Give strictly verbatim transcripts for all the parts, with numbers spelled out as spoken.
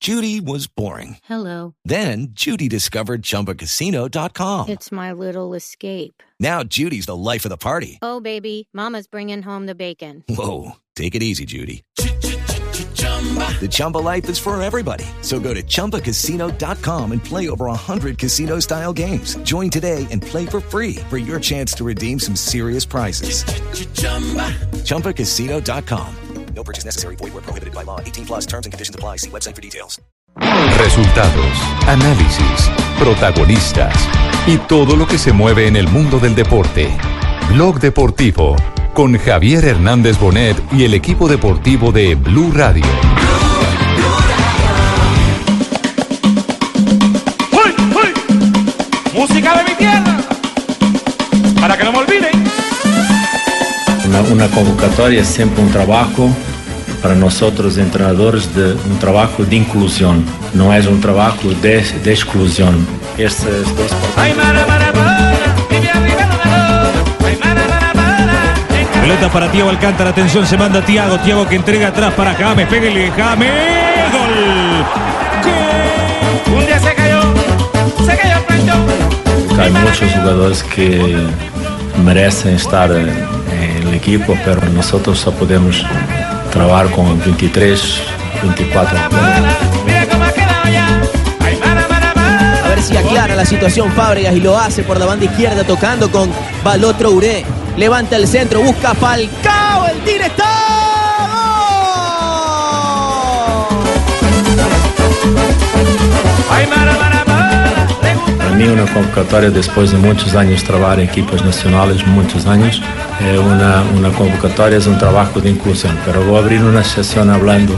Judy was boring. Hello. Then Judy discovered Chumba Casino dot com. It's my little escape. Now Judy's the life of the party. Oh, baby, mama's bringing home the bacon. Whoa, take it easy, Judy. The Chumba life is for everybody. So go to Chumba Casino dot com and play over one hundred casino-style games. Join today and play for free for your chance to redeem some serious prizes. Chumba Casino dot com. No purchase necessary. Void where prohibited by law. eighteen plus terms and conditions apply. See website for details. Resultados, análisis, protagonistas y todo lo que se mueve en el mundo del deporte. Blog Deportivo con Javier Hernández Bonet y el equipo deportivo de Blue Radio. ¡Uy, uy! ¡Música de mi tierra! Para que no me olviden. Una, una convocatoria es siempre un trabajo para nosotros entrenadores, de un trabajo de inclusión, no es un trabajo de, de exclusión. Estas dos pelota para Thiago Alcántara, atención, se manda Thiago, Thiago que entrega atrás para James, pégale James, gol. ¡Gol! Un día se cayó, se cayó el planchón. Hay muchos jugadores que merecen estar en el equipo, pero nosotros solo podemos trabajar con veintitrés, veinticuatro. A ver si aclara la situación Fábregas y lo hace por la banda izquierda tocando con Balotro Uré. Levanta el centro, busca Falcao, el tiro está. Para mí una convocatoria después de muchos años trabajar en equipos nacionales, muchos años, eh, una, una convocatoria es un trabajo de inclusión, pero voy a abrir una sesión hablando.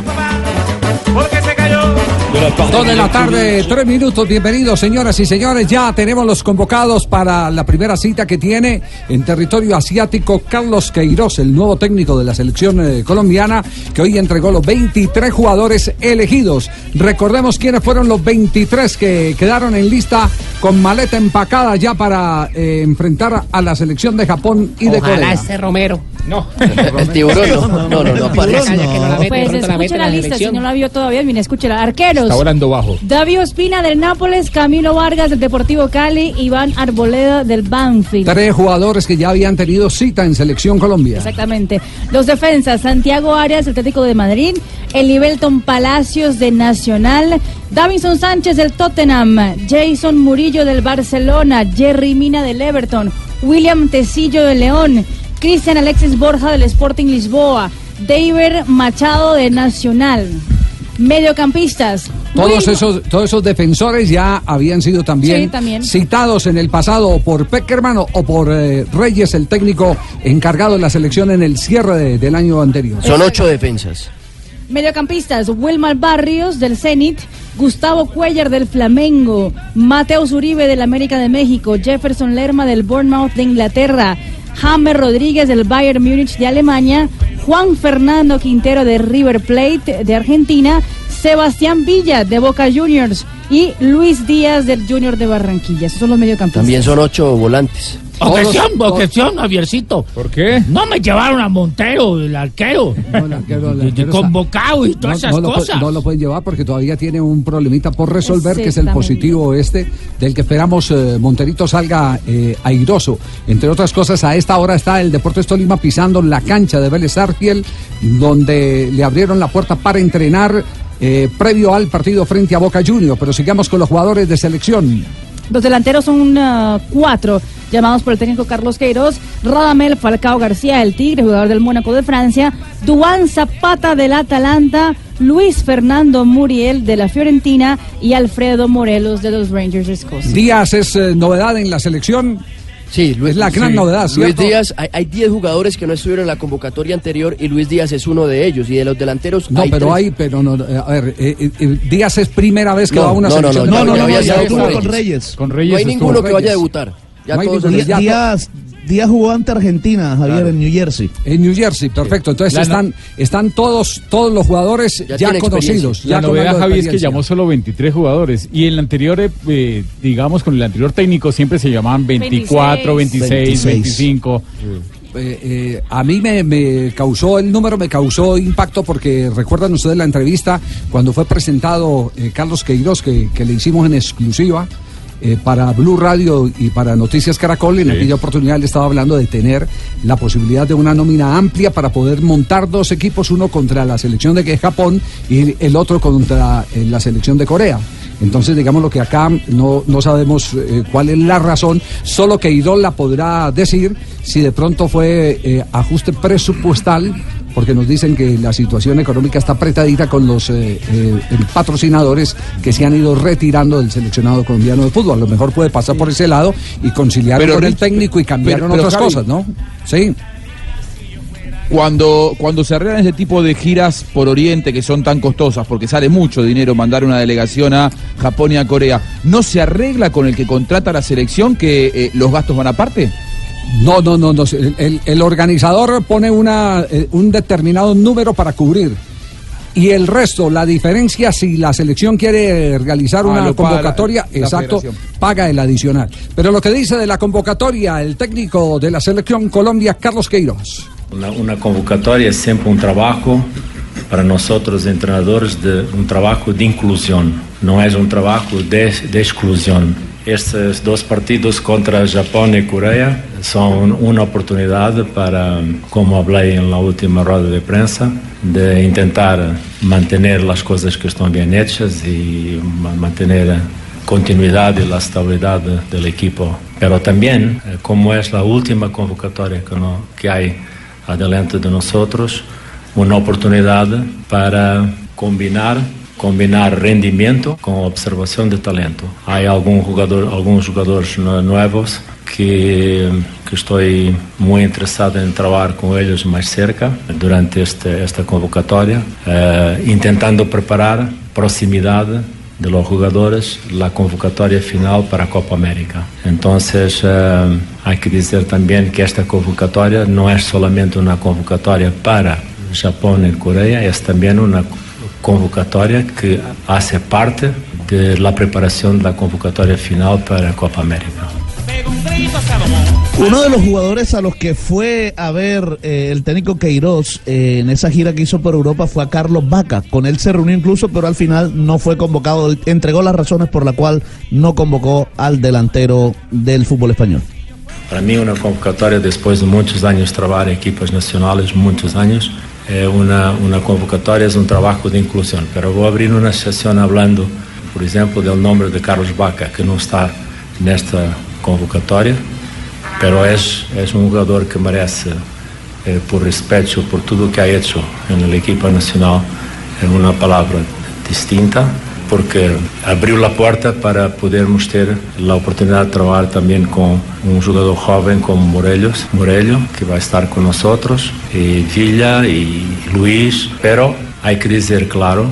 Dos de la tarde, tres minutos. Bienvenidos, señoras y señores. Ya tenemos los convocados para la primera cita que tiene en territorio asiático Carlos Queiroz, el nuevo técnico de la selección eh, colombiana, que hoy entregó los veintitrés jugadores elegidos. Recordemos quiénes fueron los veintitrés que quedaron en lista con maleta empacada ya para eh, enfrentar a la selección de Japón y de Corea. Ojalá ese Romero. No, el tiburón no, no, no, no, no aparece. No. Pues escuche la lista, si no la vio todavía, bien, escúchela. Arqueros. Está volando bajo. David Ospina del Nápoles, Camilo Vargas del Deportivo Cali, Iván Arboleda del Banfield. Tres jugadores que ya habían tenido cita en Selección Colombia. Exactamente. Los defensas, Santiago Arias del Atlético de Madrid, Elibelton Palacios de Nacional, Davinson Sánchez del Tottenham, Jason Murillo del Barcelona, Jerry Mina del Everton, William Tecillo del León, Cristian Alexis Borja del Sporting Lisboa, David Machado de Nacional. Mediocampistas. Todos esos, todos esos defensores ya habían sido también, sí, también. citados en el pasado por Peckerman o, o por eh, Reyes, el técnico encargado de la selección en el cierre de, del año anterior. Son ocho defensas. Mediocampistas, Wilmar Barrios del Zenit, Gustavo Cuellar del Flamengo, Mateus Uribe del América de México, Jefferson Lerma del Bournemouth de Inglaterra, James Rodríguez del Bayern Múnich de Alemania, Juan Fernando Quintero de River Plate de Argentina, Sebastián Villa de Boca Juniors y Luis Díaz del Junior de Barranquilla. Esos son los mediocampistas. También son ocho volantes. Objeción, objeción, Javiercito. ¿Por qué? No me llevaron a Montero, el arquero. No, el arquero, el de, de arquero convocado y todas no, esas no cosas. Lo, no lo pueden llevar porque todavía tiene un problemita por resolver, que es el positivo este, del que esperamos eh, Monterito salga eh, airoso. Entre otras cosas, a esta hora está el Deportes Tolima pisando la cancha de Vélez Sarsfield, donde le abrieron la puerta para entrenar eh, previo al partido frente a Boca Juniors. Pero sigamos con los jugadores de selección. Los delanteros son uh, cuatro, llamados por el técnico Carlos Queiroz: Radamel Falcao García, el Tigre, jugador del Mónaco de Francia; Duván Zapata del Atalanta; Luis Fernando Muriel de la Fiorentina y Alfredo Morelos de los Rangers de Escocia. Díaz es eh, novedad en la selección. Sí, Luis, es la gran sí. novedad, ¿cierto? Luis Díaz, hay diez jugadores que no estuvieron en la convocatoria anterior y Luis Díaz es uno de ellos. Y de los delanteros no, hay pero tres. hay, pero no, a ver, eh, eh, Díaz es primera vez que no, va a una no, selección. No, no, no, no, no, no, ya estuvo con con Reyes. Reyes. Con Reyes no hay ninguno que vaya a debutar. Ya no todos ninguno, ya Díaz, Díaz jugó ante Argentina, Javier, claro. en New Jersey. En New Jersey, perfecto. Entonces la están, no... están todos, todos los jugadores ya, ya conocidos. La ya novedad, Javi, es que llamó solo veintitrés jugadores. Y en el anterior, eh, digamos, con el anterior técnico siempre se llamaban veinticuatro, veintiséis, veintiséis. veinticinco. Sí. eh, eh, a mí me, me causó, el número me causó impacto porque recuerdan ustedes la entrevista cuando fue presentado eh, Carlos Queiroz, que, que le hicimos en exclusiva eh, para Blue Radio y para Noticias Caracol. En sí. aquella oportunidad le estaba hablando de tener la posibilidad de una nómina amplia para poder montar dos equipos, uno contra la selección de Japón y el otro contra eh, la selección de Corea. Entonces, digamos lo que acá no, no sabemos eh, cuál es la razón, solo que Queiroz la podrá decir si de pronto fue eh, ajuste presupuestal, porque nos dicen que la situación económica está apretadita con los eh, eh, patrocinadores que se han ido retirando del seleccionado colombiano de fútbol. A lo mejor puede pasar por ese lado y conciliar pero, con el técnico y cambiaron pero, pero, otras Javi, cosas, ¿no? Sí. Cuando, cuando se arreglan ese tipo de giras por Oriente que son tan costosas, porque sale mucho dinero mandar una delegación a Japón y a Corea, ¿no se arregla con el que contrata la selección que eh, los gastos van aparte? No, no, no, no. El, el organizador pone una, eh, un determinado número para cubrir. Y el resto, la diferencia, si la selección quiere realizar una ah, convocatoria, paga la, exacto, la paga el adicional. Pero lo que dice de la convocatoria el técnico de la selección Colombia, Carlos Queiroz. Una, una convocatoria es siempre un trabajo para nosotros entrenadores, de un trabajo de inclusión, no es un trabajo de, de exclusión. Estos dos partidos contra Japón y Corea son una oportunidad para, como hablé en la última rueda de prensa, de intentar mantener las cosas que están bien hechas y mantener continuidad y la estabilidad de, del equipo. Pero también, como es la última convocatoria que, no, que hay adelante de nosotros, una oportunidad para combinar combinar rendimiento con observación de talento. Hay algún jugador, algunos jugadores nuevos que, que estoy muy interesado en trabajar con ellos más cerca durante este, esta convocatoria, eh, intentando preparar proximidad de los jugadores la convocatoria final para Copa América. Entonces eh, hay que decir también que esta convocatoria no es solamente una convocatoria para Japón y Corea, es también una convocatoria que hace parte de la preparación de la convocatoria final para Copa América. Uno de los jugadores a los que fue a ver eh, el técnico Queiroz eh, en esa gira que hizo por Europa fue a Carlos Vaca. Con él se reunió incluso, pero al final no fue convocado. Entregó las razones por la cual no convocó al delantero del fútbol español. Para mí una convocatoria después de muchos años trabajar en equipos nacionales, muchos años, eh, una, una convocatoria es un trabajo de inclusión. Pero voy a abrir una sesión hablando, por ejemplo, del nombre de Carlos Vaca, que no está en esta convocatoria, pero es, es un jugador que merece, eh, por respeto, por todo lo que ha hecho en el equipo nacional, en una palabra distinta, porque abrió la puerta para podermos ter la oportunidad de trabajar también con un jugador joven como Morelos, Morello, que va a estar con nosotros, y Villa y Luis, pero hay que decir claro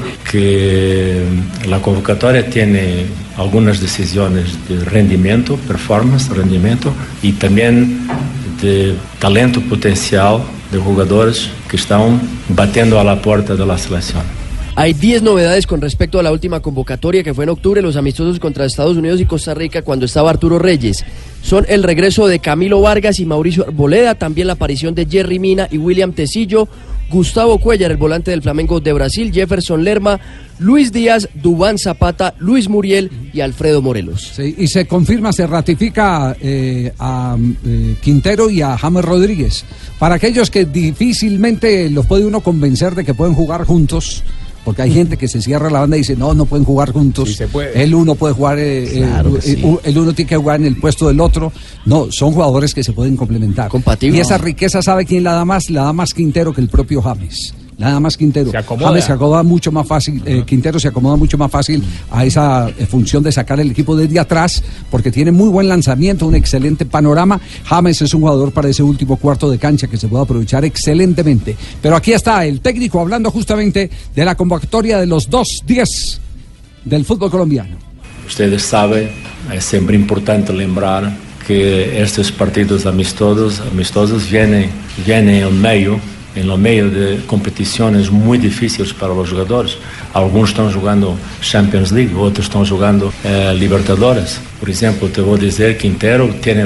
que la convocatoria tiene algunas decisiones de rendimiento, performance, rendimiento, y también de talento potencial de jugadores que están batiendo a la puerta de la selección. Hay diez novedades con respecto a la última convocatoria que fue en octubre, los amistosos contra Estados Unidos y Costa Rica cuando estaba Arturo Reyes. Son el regreso de Camilo Vargas y Mauricio Arboleda, también la aparición de Jerry Mina y William Tecillo, Gustavo Cuéllar, el volante del Flamengo de Brasil, Jefferson Lerma, Luis Díaz, Duván Zapata, Luis Muriel y Alfredo Morelos. Sí, y se confirma, se ratifica eh, a eh, Quintero y a James Rodríguez. Para aquellos que difícilmente los puede uno convencer de que pueden jugar juntos, porque hay gente que se cierra la banda y dice, no, no pueden jugar juntos. Sí, se puede. El uno puede jugar, eh, claro eh, sí. el uno tiene que jugar en el puesto del otro. No, son jugadores que se pueden complementar. Compatible. Y esa riqueza, ¿sabe quién la da más? La da más Quintero que el propio James. Nada más Quintero. Se acomoda. James se acomoda mucho más fácil, eh, Quintero se acomoda mucho más fácil a esa eh, función de sacar el equipo desde atrás, porque tiene muy buen lanzamiento, un excelente panorama. James es un jugador para ese último cuarto de cancha que se puede aprovechar excelentemente. Pero aquí está el técnico hablando justamente de la convocatoria de los dos diez del fútbol colombiano. Ustedes saben, es siempre importante lembrar que estos partidos amistosos, amistosos vienen, vienen en medio en lo medio de competiciones muy difíciles para los jugadores. Algunos están jugando Champions League, otros están jugando eh, Libertadores. Por ejemplo, te voy a decir, Quintero tiene la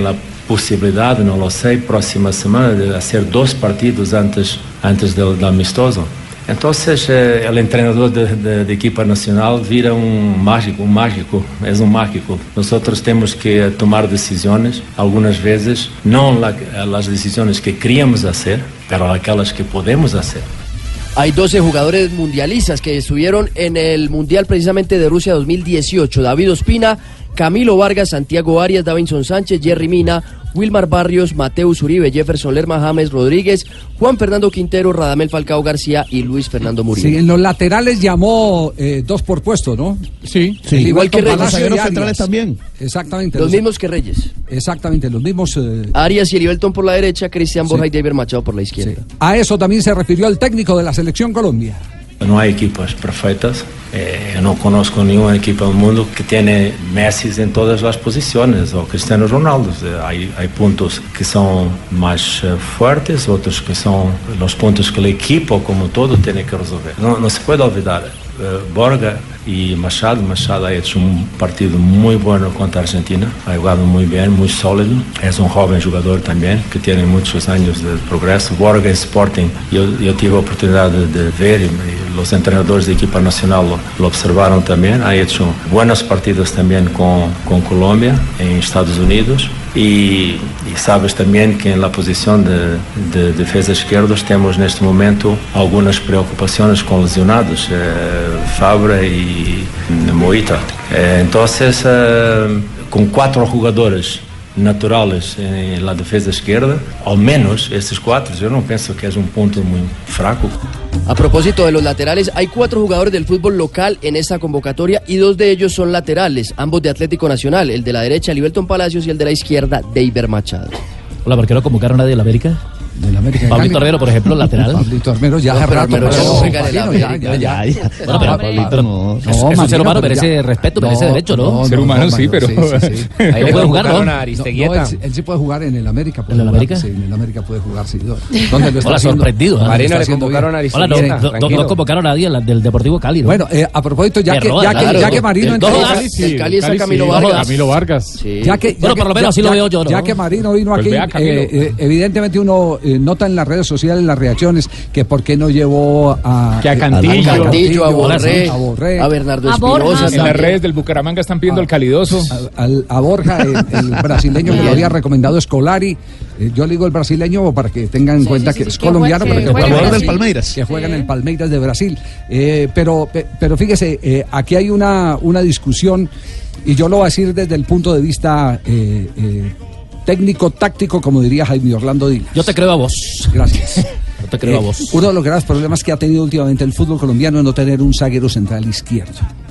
posibilidad, no lo sé, próxima semana de hacer dos partidos antes, antes del, del amistoso. Entonces eh, el entrenador de, de, de equipo nacional vira un mágico, un mágico, es un mágico. Nosotros tenemos que tomar decisiones, algunas veces, no la, las decisiones que queríamos hacer, pero aquellas que podemos hacer. Hay doce jugadores mundialistas que estuvieron en el Mundial precisamente de Rusia dos mil dieciocho. David Ospina, Camilo Vargas, Santiago Arias, Davinson Sánchez, Jerry Mina, Wilmar Barrios, Mateus Uribe, Jefferson Lerma, James Rodríguez, Juan Fernando Quintero, Radamel Falcao García y Luis Fernando Murillo. Sí, en los laterales llamó eh, dos por puesto, ¿no? Sí, sí. Igual que Reyes. Los centrales también. Exactamente. Los, los mismos que Reyes. Exactamente, los mismos. Eh... Arias y Elivelton por la derecha, Cristian Borja sí. y David Machado por la izquierda. Sí. A eso también se refirió el técnico de la Selección Colombia. No hay equipos perfectas. Eh, yo no conozco ningún equipo del mundo que tiene Messi en todas las posiciones o Cristiano Ronaldo. Eh, hay, hay puntos que son más uh, fuertes, otros que son los puntos que el equipo como todo tiene que resolver. No, no se puede olvidar. Uh, Borja y Machado. Machado ha hecho un partido muy bueno contra Argentina. Ha jugado muy bien, muy sólido. Es un joven jugador también que tiene muchos años de progreso. Borja Sporting, yo, yo tuve la oportunidad de, de ver y, y los entrenadores de equipo nacional lo, lo observaron también. Ha hecho buenos partidos también con, con Colombia en Estados Unidos. Y, y sabes también que en la posición de, de defensa izquierdos tenemos en este momento algunas preocupaciones con lesionados, eh, Fabra y Moita. Eh, entonces, eh, con cuatro jugadores naturales en la defensa izquierda, al menos estos cuatro, yo no pienso que es un punto muy fraco. A propósito de los laterales, hay cuatro jugadores del fútbol local en esta convocatoria y dos de ellos son laterales, ambos de Atlético Nacional, el de la derecha, Elivelton Palacios, y el de la izquierda, Deiber Machado. Hola, ¿por qué no convocaron a nadie de la América? De la América. Pablito Armero, por ejemplo, lateral. Pablito Armero ya no, hace rato. Armero, pero no, no, ya, ya, ya, ya, ya. Bueno, pero Pablito no. Es, no, es un ser humano, merece ya. respeto, merece no, derecho, ¿no? no ser humano no, sí, pero... Sí, sí, sí. Ahí le puede jugar, ¿no? No, él, él sí puede jugar en el América. ¿En el América? Sí, en el América puede jugar, sí. ¿Dónde lo está Hola, sorprendido. A Marino le convocaron a Aristeguieta. Hola, no, no convocaron a nadie del Deportivo Cali, ¿no? Bueno, a propósito, ya que Marino... El Cali es a Camilo Vargas. Camilo Vargas. Bueno, por lo menos así lo veo yo, ¿no? Ya que Marino vino aquí, evidentemente uno nota en las redes sociales las reacciones que por qué no llevó a, que a Cantillo, a, a, Cantillo, a, Borré, a Borré, a Bernardo Espinosa. En las redes del Bucaramanga están pidiendo a, el calidoso. A, a, a Borja, el, el brasileño que lo había recomendado Scolari. Eh, yo le digo el brasileño para que tengan en sí, cuenta sí, sí, que es que colombiano, juega, pero que juega juega del Palmeiras. Que juega en el Palmeiras de Brasil. Eh, pero, pero fíjese, eh, aquí hay una, una discusión, y yo lo voy a decir desde el punto de vista eh, eh, técnico, táctico, como diría Jaime Orlando Dinas. Yo te creo a vos. Gracias. Yo te creo eh, a vos. Uno de los graves problemas que ha tenido últimamente el fútbol colombiano es no tener un zaguero central izquierdo.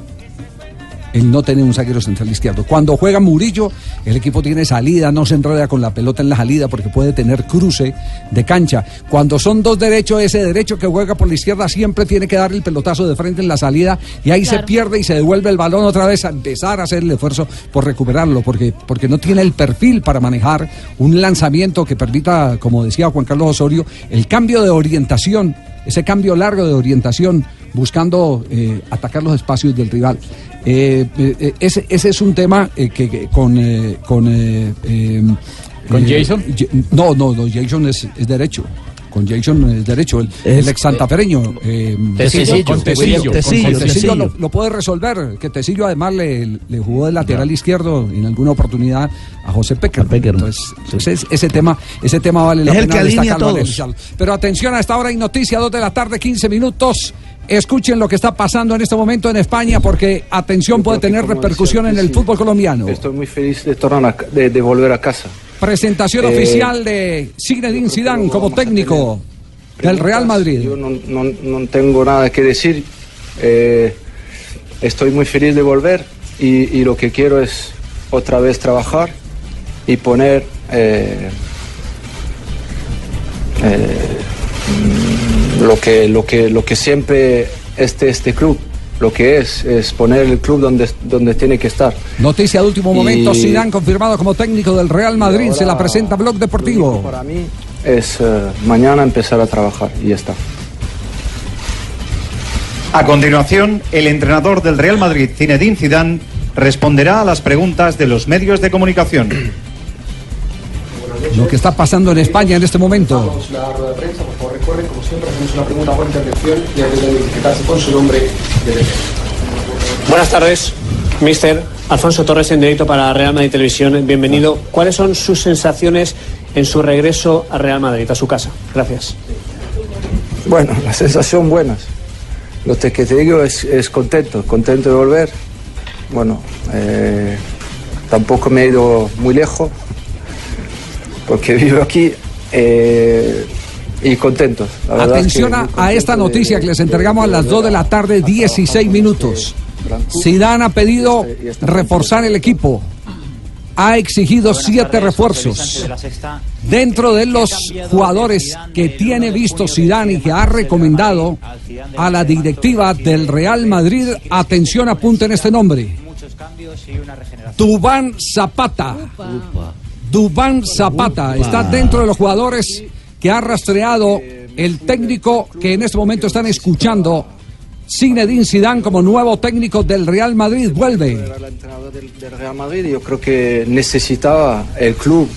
El no tener un zaguero central izquierdo. Cuando juega Murillo, el equipo tiene salida, no se enreda con la pelota en la salida porque puede tener cruce de cancha. Cuando son dos derechos, ese derecho que juega por la izquierda siempre tiene que dar el pelotazo de frente en la salida y ahí claro. se pierde y se devuelve el balón otra vez a empezar a hacer el esfuerzo por recuperarlo porque, porque no tiene el perfil para manejar un lanzamiento que permita, como decía Juan Carlos Osorio, el cambio de orientación, ese cambio largo de orientación buscando eh, atacar los espacios del rival. Eh, eh, ese, ese es un tema eh, que, que con eh, con eh, eh, ¿Con eh, Jason? No, no, no, Jason es, es derecho. Con Jason es derecho, el, es, el ex santafereño. Eh, Tecillo, con Tecillo, Tecillo, con Tecillo, Tecillo. Lo, lo puede resolver. Que Tecillo además le, le jugó de lateral izquierdo en alguna oportunidad a José Pécaro. Entonces, entonces ese tema, ese tema vale la es pena destacarlo. Todos. Pero atención, a esta hora hay noticia, dos de la tarde, quince minutos. Escuchen lo que está pasando en este momento en España porque, atención, puede tener repercusión en el fútbol colombiano. Estoy muy feliz de, tornar a, de, de volver a casa. Presentación eh, oficial de Zinedine Zidane como técnico del Real Madrid. Yo no, no, no tengo nada que decir. Eh, estoy muy feliz de volver y, y lo que quiero es otra vez trabajar y poner... Eh, eh, lo que lo que lo que siempre este este club lo que es es poner el club donde donde tiene que estar. Noticia de último momento, y... Zidane confirmado como técnico del Real Madrid, se la presenta Blog Deportivo. Para mí es uh, mañana empezar a trabajar y ya está. A continuación, el entrenador del Real Madrid, Zinedine Zidane, responderá a las preguntas de los medios de comunicación. lo que está pasando en España en este momento. La rueda de prensa, por favor, recuerden, como siempre, hacemos una pregunta por intervención y antes de identificarse con su nombre de defensa. Buenas tardes, mister Alfonso Torres en directo para Real Madrid Televisión. Bienvenido. ¿Cuáles son sus sensaciones en su regreso a Real Madrid, a su casa? Gracias. Bueno, las sensaciones buenas. Lo que te digo es, es contento, contento de volver. Bueno, eh, tampoco me he ido muy lejos, porque vivo aquí eh, y contento. Atención a, a esta noticia que les entregamos a las dos de la tarde, dieciséis minutos. Zidane ha pedido reforzar el equipo. Ha exigido siete refuerzos. Dentro de los jugadores que tiene visto Zidane y que ha recomendado a la directiva del Real Madrid, atención, apunten este nombre: Duván Zapata. Duván Zapata está dentro de los jugadores que ha rastreado el técnico que en este momento están escuchando. Zinedine Zidane como nuevo técnico del Real Madrid vuelve. Era el entrenador del, del Real Madrid y yo creo que necesitaba el club.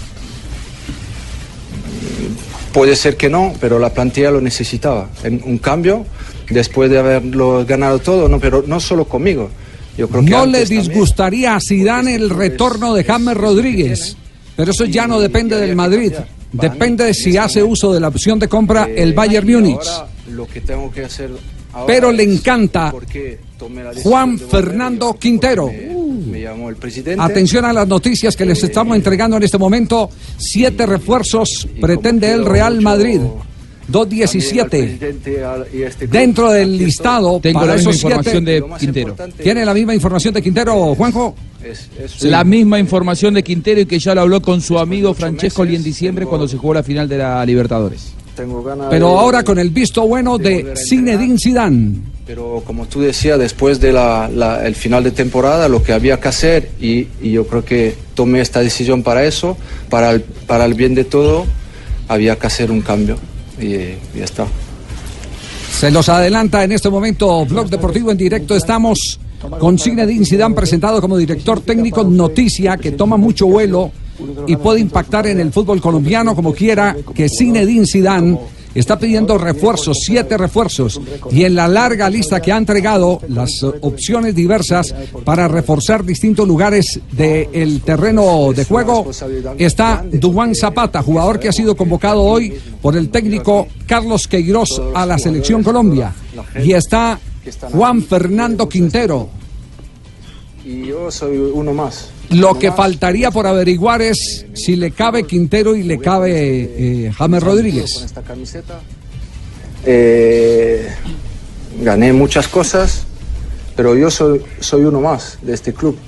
Puede ser que no, pero la plantilla lo necesitaba. En un cambio, después de haberlo ganado todo, no, pero no solo conmigo. Yo creo que no le disgustaría a Zidane el retorno de James Rodríguez, pero eso ya no depende del Madrid. Depende de si hace uso de la opción de compra el Bayern Múnich. Lo que tengo que hacer pero le encanta Juan Fernando Quintero. Me llamó el presidente. Atención a las noticias que les estamos entregando en este momento. Siete refuerzos pretende el Real Madrid. dos diecisiete. Dentro del listado. Tengo para la misma esos información siete, de Quintero. ¿Tiene la misma información de Quintero, Juanjo? Es, es la misma información de Quintero y que ya lo habló con su amigo Francescoli en diciembre cuando se jugó la final de la Libertadores. Pero ahora con el visto bueno de Zinedine Zidane. Pero como tú decías, después del de final de temporada, lo que había que hacer, y, y yo creo que tomé esta decisión para eso, para el, para el bien de todo, había que hacer un cambio. Y, y ya está. Se los adelanta en este momento Blog Deportivo en directo. Estamos con Zinedine Zidane presentado como director técnico. Noticia que toma mucho vuelo y puede impactar en el fútbol colombiano como quiera, que Zinedine Zidane está pidiendo refuerzos, siete refuerzos, y en la larga lista que ha entregado, las opciones diversas para reforzar distintos lugares del terreno de juego, está Duván Zapata, jugador que ha sido convocado hoy por el técnico Carlos Queiroz a la Selección Colombia, y está Juan Fernando Quintero. Y yo soy uno más. Lo que faltaría por averiguar es si le cabe Quintero y le cabe eh, James Rodríguez. Con esta camiseta eh, gané muchas cosas, pero yo soy, soy uno más de este club.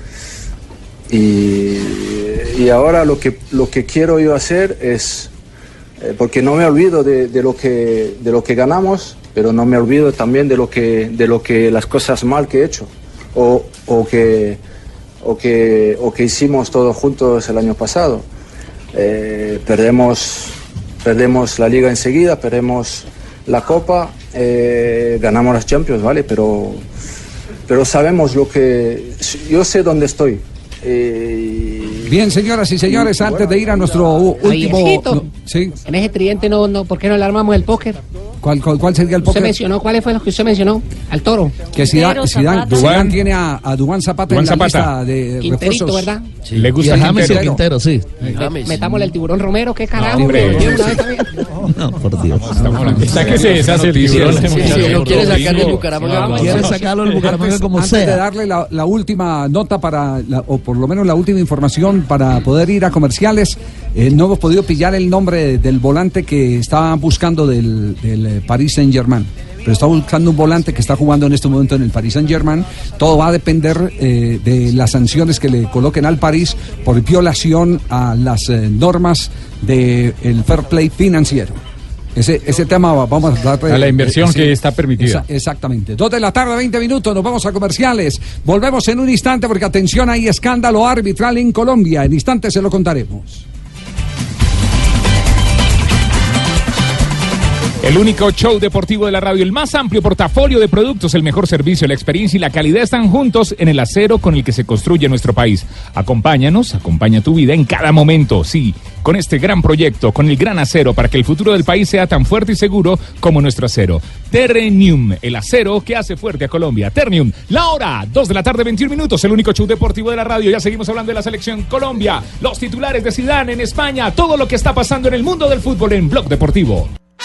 Y, y ahora lo que, lo que quiero yo hacer es, eh, porque no me olvido de, de, lo que, de lo que ganamos, pero no me olvido también de lo que, de lo que las cosas mal que he hecho. O, o que o que o que hicimos todos juntos el año pasado. Eh, perdemos perdemos la liga enseguida, perdemos la copa, eh, ganamos las Champions, vale, pero pero sabemos lo que yo sé dónde estoy. Eh, Bien, señoras y señores, bueno, antes de ir a nuestro último, no, ¿sí? En ese tridente no, no, ¿por qué no le armamos el póker? ¿Cuál, cuál, cuál sería el póker? Usted mencionó, ¿cuáles fueron los que usted mencionó? Al Toro. Que Zidane, Zidane, Zidane tiene a, a Duván Zapata Duván en la Zapata. lista de Quinterito, refuerzos. ¿verdad? Sí. Le gusta James Quintero. Quintero, sí. James. Metámosle el tiburón Romero, qué carajo. No, hombre. No, no, por Dios. Está que se deshace el tiburón. Sí, sí, sí, no quiere sacarlo del Bucaramanga. Quiere sacarlo del Bucaramanga como antes sea. Antes de darle la, la última nota para, la, o por lo menos la última información para poder ir a comerciales, eh, no hemos podido pillar el nombre del volante que está buscando del, del Paris Saint-Germain. Pero está buscando un volante que está jugando en este momento en el Paris Saint-Germain. Todo va a depender eh, de las sanciones que le coloquen al París por violación a las eh, normas del fair play financiero. Ese, ese tema vamos a dar a la inversión ese, que está permitida. Esa, exactamente. Dos de la tarde, veinte minutos, nos vamos a comerciales. Volvemos en un instante porque atención, hay escándalo arbitral en Colombia. En instantes se lo contaremos. El único show deportivo de la radio, el más amplio portafolio de productos, el mejor servicio, la experiencia y la calidad están juntos en el acero con el que se construye nuestro país. Acompáñanos, acompaña tu vida en cada momento, sí, con este gran proyecto, con el gran acero, para que el futuro del país sea tan fuerte y seguro como nuestro acero. Ternium, el acero que hace fuerte a Colombia. Ternium, la hora, dos de la tarde, veintiún minutos, el único show deportivo de la radio. Ya seguimos hablando de la selección Colombia, los titulares de Zidane en España, todo lo que está pasando en el mundo del fútbol en Blog Deportivo.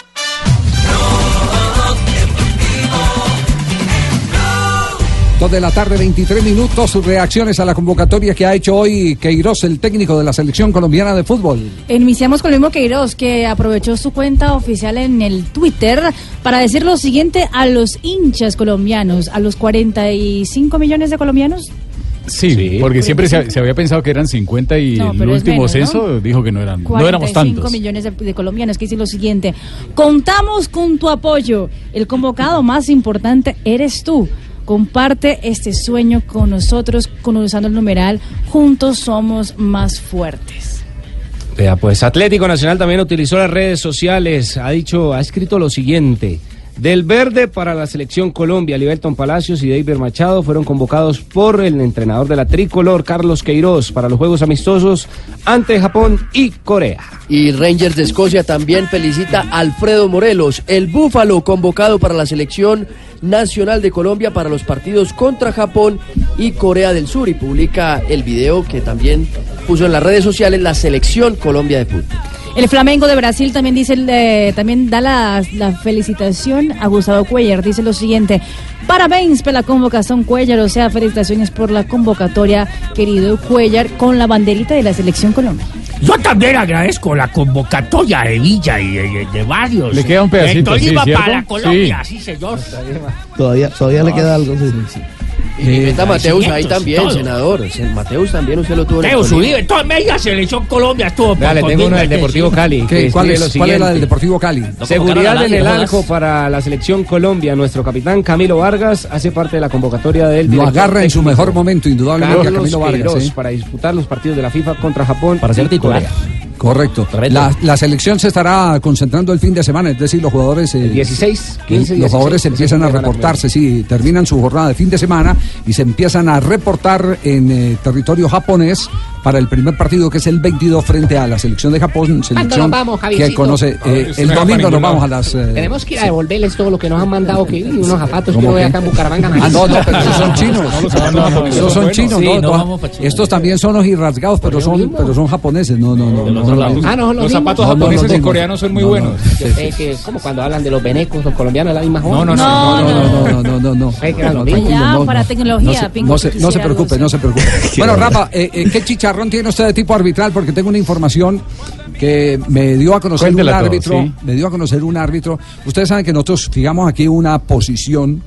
Dos de la tarde, veintitrés minutos, sus reacciones a la convocatoria que ha hecho hoy Queiroz, el técnico de la selección colombiana de fútbol. Iniciamos con el mismo Queiroz, que aprovechó su cuenta oficial en el Twitter para decir lo siguiente a los hinchas colombianos, a los cuarenta y cinco millones de colombianos. Sí, sí, porque siempre se, se había pensado que eran cincuenta y no, el último menos, censo ¿no? dijo que no eran, no éramos tantos. cuarenta y cinco millones de, de colombianos, que dice lo siguiente: contamos con tu apoyo, el convocado más importante eres tú. Comparte este sueño con nosotros, con usando el numeral Juntos Somos Más Fuertes. Vea, pues Atlético Nacional también utilizó las redes sociales, ha dicho, ha escrito lo siguiente: del verde para la selección Colombia, Livelton Palacios y David Machado fueron convocados por el entrenador de la tricolor, Carlos Queiroz, para los juegos amistosos ante Japón y Corea. Y Rangers de Escocia también felicita a Alfredo Morelos, el búfalo convocado para la selección nacional de Colombia para los partidos contra Japón y Corea del Sur, y publica el video que también puso en las redes sociales la selección Colombia de fútbol. El Flamengo de Brasil también dice, eh, también da la, la felicitación a Gustavo Cuéllar. Dice lo siguiente: parabéns por la convocación Cuéllar, o sea, felicitaciones por la convocatoria, querido Cuéllar, con la banderita de la selección Colombia. Yo también agradezco la convocatoria de Villa y de, de varios. Le queda un pedacito, de Tolima sí, para Colombia, sí, sí señor. Todavía, todavía le queda algo, sí, sí. Y eh, está Mateus ahí también, todo. Senador. Mateus también usted lo tuvo. Mateus Uribe, toda media selección Colombia estuvo. Vale, tengo uno del Deportivo Cali. ¿Qué, ¿Cuál, es, ¿Cuál es la del Deportivo Cali? Seguridad en el arco para la selección Colombia. Nuestro capitán Camilo Vargas hace parte de la convocatoria del Lo agarra en su mejor momento, indudablemente, Carlos a Camilo Vargas. Queiroz, ¿eh? Para disputar los partidos de la FIFA contra Japón. Para ser titular. Correcto. La, la selección se estará concentrando el fin de semana, es decir, los jugadores... Eh, dieciséis, quince, los jugadores empiezan a reportarse, sí, terminan su jornada de fin de semana y se empiezan a reportar en eh, territorio japonés para el primer partido, que es el veintidós frente a la selección de Japón, selección vamos, que conoce... Eh, el domingo nos vamos a las... Eh, Tenemos que ir a devolverles todo lo que nos han mandado, que unos zapatos que voy acá en Bucaramanga. Ah, no, no, pero esos son chinos. Esos son chinos, no, no. Estos también son ojirrasgados, pero son, pero son japoneses, no, no, no. Ah, no, los zapatos japoneses y coreanos son muy buenos. Yo sé que, como cuando hablan de los venecos, los colombianos, la misma joda. No, no, no, no, no, no, no. Allá para tecnología, no se, no se preocupe, no se preocupe. Bueno, Rafa, eh, eh, ¿qué chicharrón tiene usted de tipo arbitral? Porque tengo una información que me dio a conocer un árbitro, sí. me dio a conocer un árbitro. Ustedes saben que nosotros fijamos aquí una posición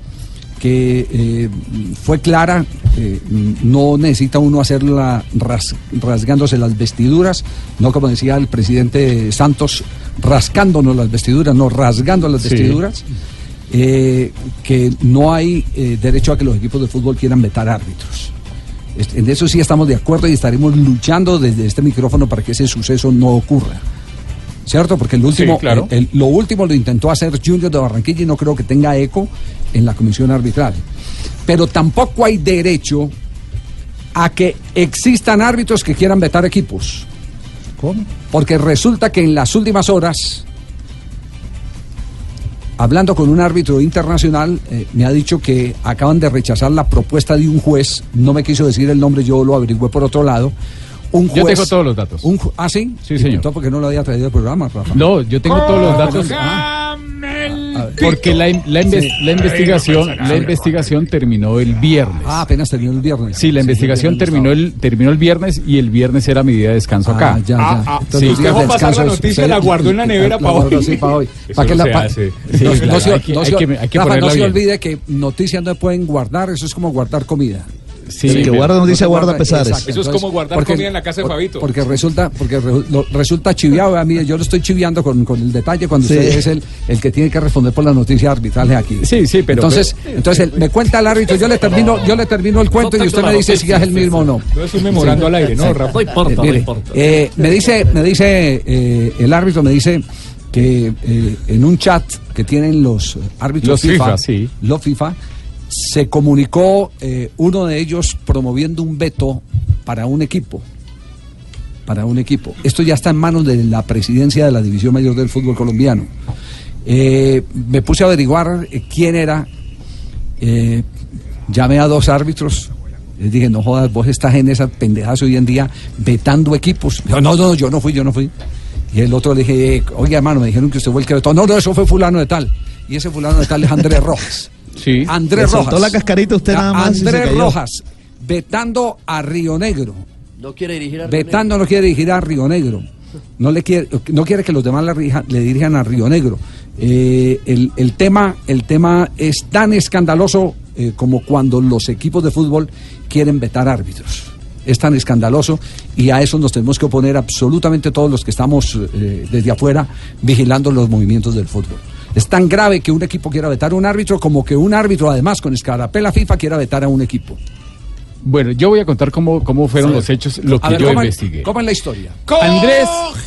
que eh, fue clara, eh, no necesita uno hacerla ras, rasgándose las vestiduras, no como decía el presidente Santos, rascándonos las vestiduras, no rasgando las sí. vestiduras, eh, que no hay eh, derecho a que los equipos de fútbol quieran vetar árbitros. En eso sí estamos de acuerdo y estaremos luchando desde este micrófono para que ese suceso no ocurra. ¿Cierto? Porque el último, sí, claro. el, el, lo último lo intentó hacer Junior de Barranquilla y no creo que tenga eco en la comisión arbitral. Pero tampoco hay derecho a que existan árbitros que quieran vetar equipos. ¿Cómo? Porque resulta que en las últimas horas, hablando con un árbitro internacional, eh, me ha dicho que acaban de rechazar la propuesta de un juez, no me quiso decir el nombre, yo lo averigüé por otro lado. Un juez, yo tengo todos los datos. Un, ¿Ah, sí? Sí, señor. ¿Por qué no lo había traído al programa, Rafa? No, yo tengo todos los datos. Ah, porque la, la, inves, sí. la investigación la investigación terminó el viernes. Ah, apenas terminó el viernes. Sí, la investigación sí, terminó el terminó el viernes y el viernes era mi día de descanso ah, acá. Ya, ya. Ah, ah, sí. Usted dejó pasar la noticia, la guardó en la nevera para hoy. Sí, para hoy. Para que no la pa sí, no, claro, no, se, hay que, no, hay que, hay que Rafa, no se bien. olvide que noticias no pueden guardar, eso es como guardar comida. Sí, el que guarda noticia no guarda pesares. Exacto. Eso es como guardar porque, comida en la casa de Fabito. Porque resulta, porque re, lo, resulta chiviado. A mí, yo lo estoy chiviando con, con el detalle cuando sí. usted es el, el que tiene que responder por las noticias arbitrales aquí. Sí, sí, pero entonces, pero, entonces el, me cuenta el árbitro, yo le termino, yo le termino el cuento no, y usted me dice si es el mismo o no. Yo estoy memorando sí. al aire, ¿no, Rafa? No importa, eh, mire, no importa. Eh, me dice, me dice eh, el árbitro me dice que eh, en un chat que tienen los árbitros Los FIFA, FIFA, sí. los FIFA, se comunicó eh, uno de ellos promoviendo un veto para un equipo. Para un equipo. Esto ya está en manos de la presidencia de la División Mayor del Fútbol Colombiano. Eh, me puse a averiguar eh, quién era. Eh, llamé a dos árbitros. Les dije, no jodas, vos estás en esa pendejazo hoy en día vetando equipos. Yo, no, no, yo no fui, yo no fui. Y el otro le dije, oye hermano, me dijeron que usted fue el que vetó. No, no, eso fue fulano de tal. Y ese fulano de tal es Andrés Rojas. Sí. Andrés Le Rojas. soltó la cascarita usted nada más y se Andrés cayó. Rojas vetando a Río Negro. No quiere dirigir a Río Vetando no quiere dirigir a Río Negro. No le quiere, no quiere que los demás le, rija- le dirijan a Río Negro. Eh, el, el tema, el tema es tan escandaloso eh, como cuando los equipos de fútbol quieren vetar árbitros. Es tan escandaloso y a eso nos tenemos que oponer absolutamente todos los que estamos eh, desde afuera vigilando los movimientos del fútbol. Es tan grave que un equipo quiera vetar a un árbitro como que un árbitro, además, con escarapela FIFA, quiera vetar a un equipo. Bueno, yo voy a contar cómo, cómo fueron Sí. los hechos, lo que A ver, yo ¿cómo es- investigué. ¿Cómo es la historia? Andrés,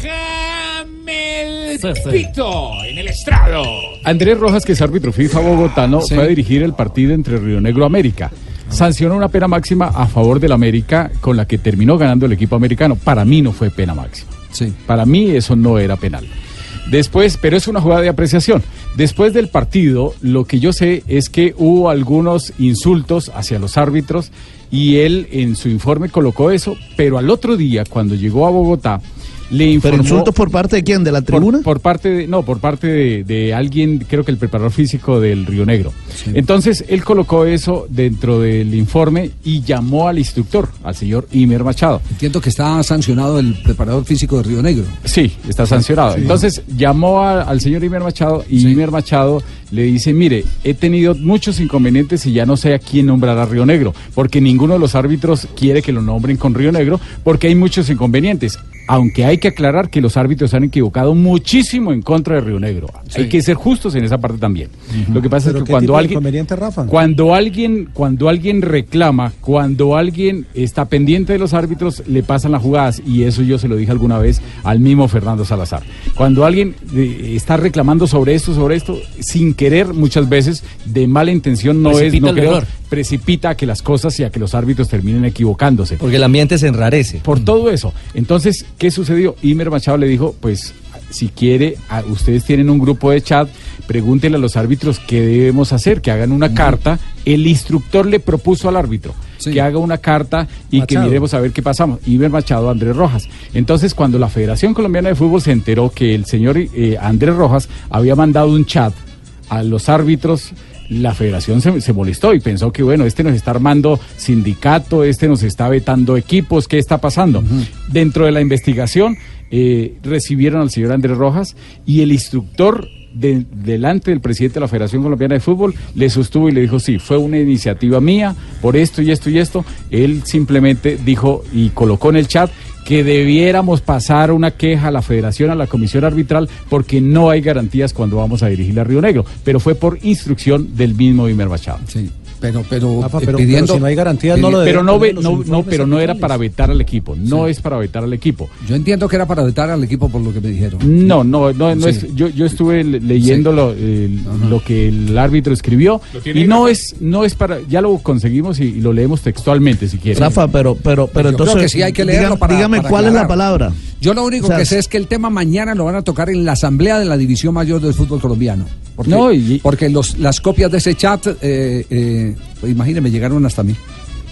Cójame el Sí, sí. pito en el estrado. Andrés Rojas, que es árbitro FIFA bogotano, Sí. fue a dirigir el partido entre Río Negro y América. Sancionó una pena máxima a favor del América, con la que terminó ganando el equipo americano. Para mí no fue pena máxima. Sí. Para mí eso no era penal. Después, pero es una jugada de apreciación. Después del partido, lo que yo sé es que hubo algunos insultos hacia los árbitros y él en su informe colocó eso, pero al otro día, cuando llegó a Bogotá, le informó... ¿Pero insultos por parte de quién? ¿De la tribuna? Por, por parte de, no, por parte de, de alguien, creo que el preparador físico del Río Negro. Entonces, él colocó eso dentro del informe y llamó al instructor, al señor Imer Machado. Entiendo que está sancionado el preparador físico de Río Negro. Sí, está sancionado. Sí. Entonces, llamó a- al señor Imer Machado y Imer Machado le dice, mire, he tenido muchos inconvenientes y ya no sé a quién nombrar a Río Negro, porque ninguno de los árbitros quiere que lo nombren con Río Negro, porque hay muchos inconvenientes. Aunque hay que aclarar que los árbitros han equivocado muchísimo en contra de Río Negro. Hay que ser justos en esa parte también. Lo que pasa es ¿Pero que qué cuando tipo de alguien inconveniente, Rafa? cuando alguien cuando alguien reclama, cuando alguien está pendiente de los árbitros, le pasan las jugadas, y eso yo se lo dije alguna vez al mismo Fernando Salazar. Cuando alguien eh, está reclamando sobre esto, sobre esto, sin querer, muchas veces de mala intención, no Precipita es, no el creo, dolor. precipita a que las cosas y a que los árbitros terminen equivocándose. Porque el ambiente se enrarece. Por todo eso. Entonces, ¿qué sucedió? Imer Machado le dijo, pues, si quiere, a- ustedes tienen un grupo de chat, pregúntenle a los árbitros qué debemos hacer, que hagan una carta. El instructor le propuso al árbitro que haga una carta y Machado. que miremos a ver qué pasamos. Imer Machado, Andrés Rojas. Entonces, cuando la Federación Colombiana de Fútbol se enteró que el señor eh, Andrés Rojas había mandado un chat a los árbitros, la federación se, se molestó y pensó que, bueno, este nos está armando sindicato, este nos está vetando equipos, ¿qué está pasando? Dentro de la investigación eh, recibieron al señor Andrés Rojas y el instructor de- delante del presidente de la Federación Colombiana de Fútbol le sostuvo y le dijo, sí, fue una iniciativa mía por esto y esto y esto. Él simplemente dijo y colocó en el chat que debiéramos pasar una queja a la federación, a la comisión arbitral, porque no hay garantías cuando vamos a dirigir a Río Negro, pero fue por instrucción del mismo Imer Machado. Sí. Pero, pero, Rafa, eh, pero- pidiendo, pero si no hay garantías, no lo pero deberían no, poner ve- en los no, no, informes pero no era arbitales. para vetar al equipo, no es para vetar al equipo. Yo entiendo que era para vetar al equipo por lo que me dijeron. No, no, no, no Sí. es. Yo, yo estuve le- leyendo Sí. lo, eh, lo que el árbitro escribió ¿Lo tiene y ahí, no Rafa? es, no es para. Ya lo conseguimos y, y lo leemos textualmente si quieres. Rafa, pero, pero, pero Yo creo entonces. que sí hay que leerlo dígame, para- dígame para cuál es la aclarar. palabra. Yo lo único O sea, que sé es que el tema mañana lo van a tocar en la asamblea de la División Mayor del Fútbol Colombiano. Porque, No, porque los, las copias de ese chat, eh, eh, pues imagínense, llegaron hasta mí.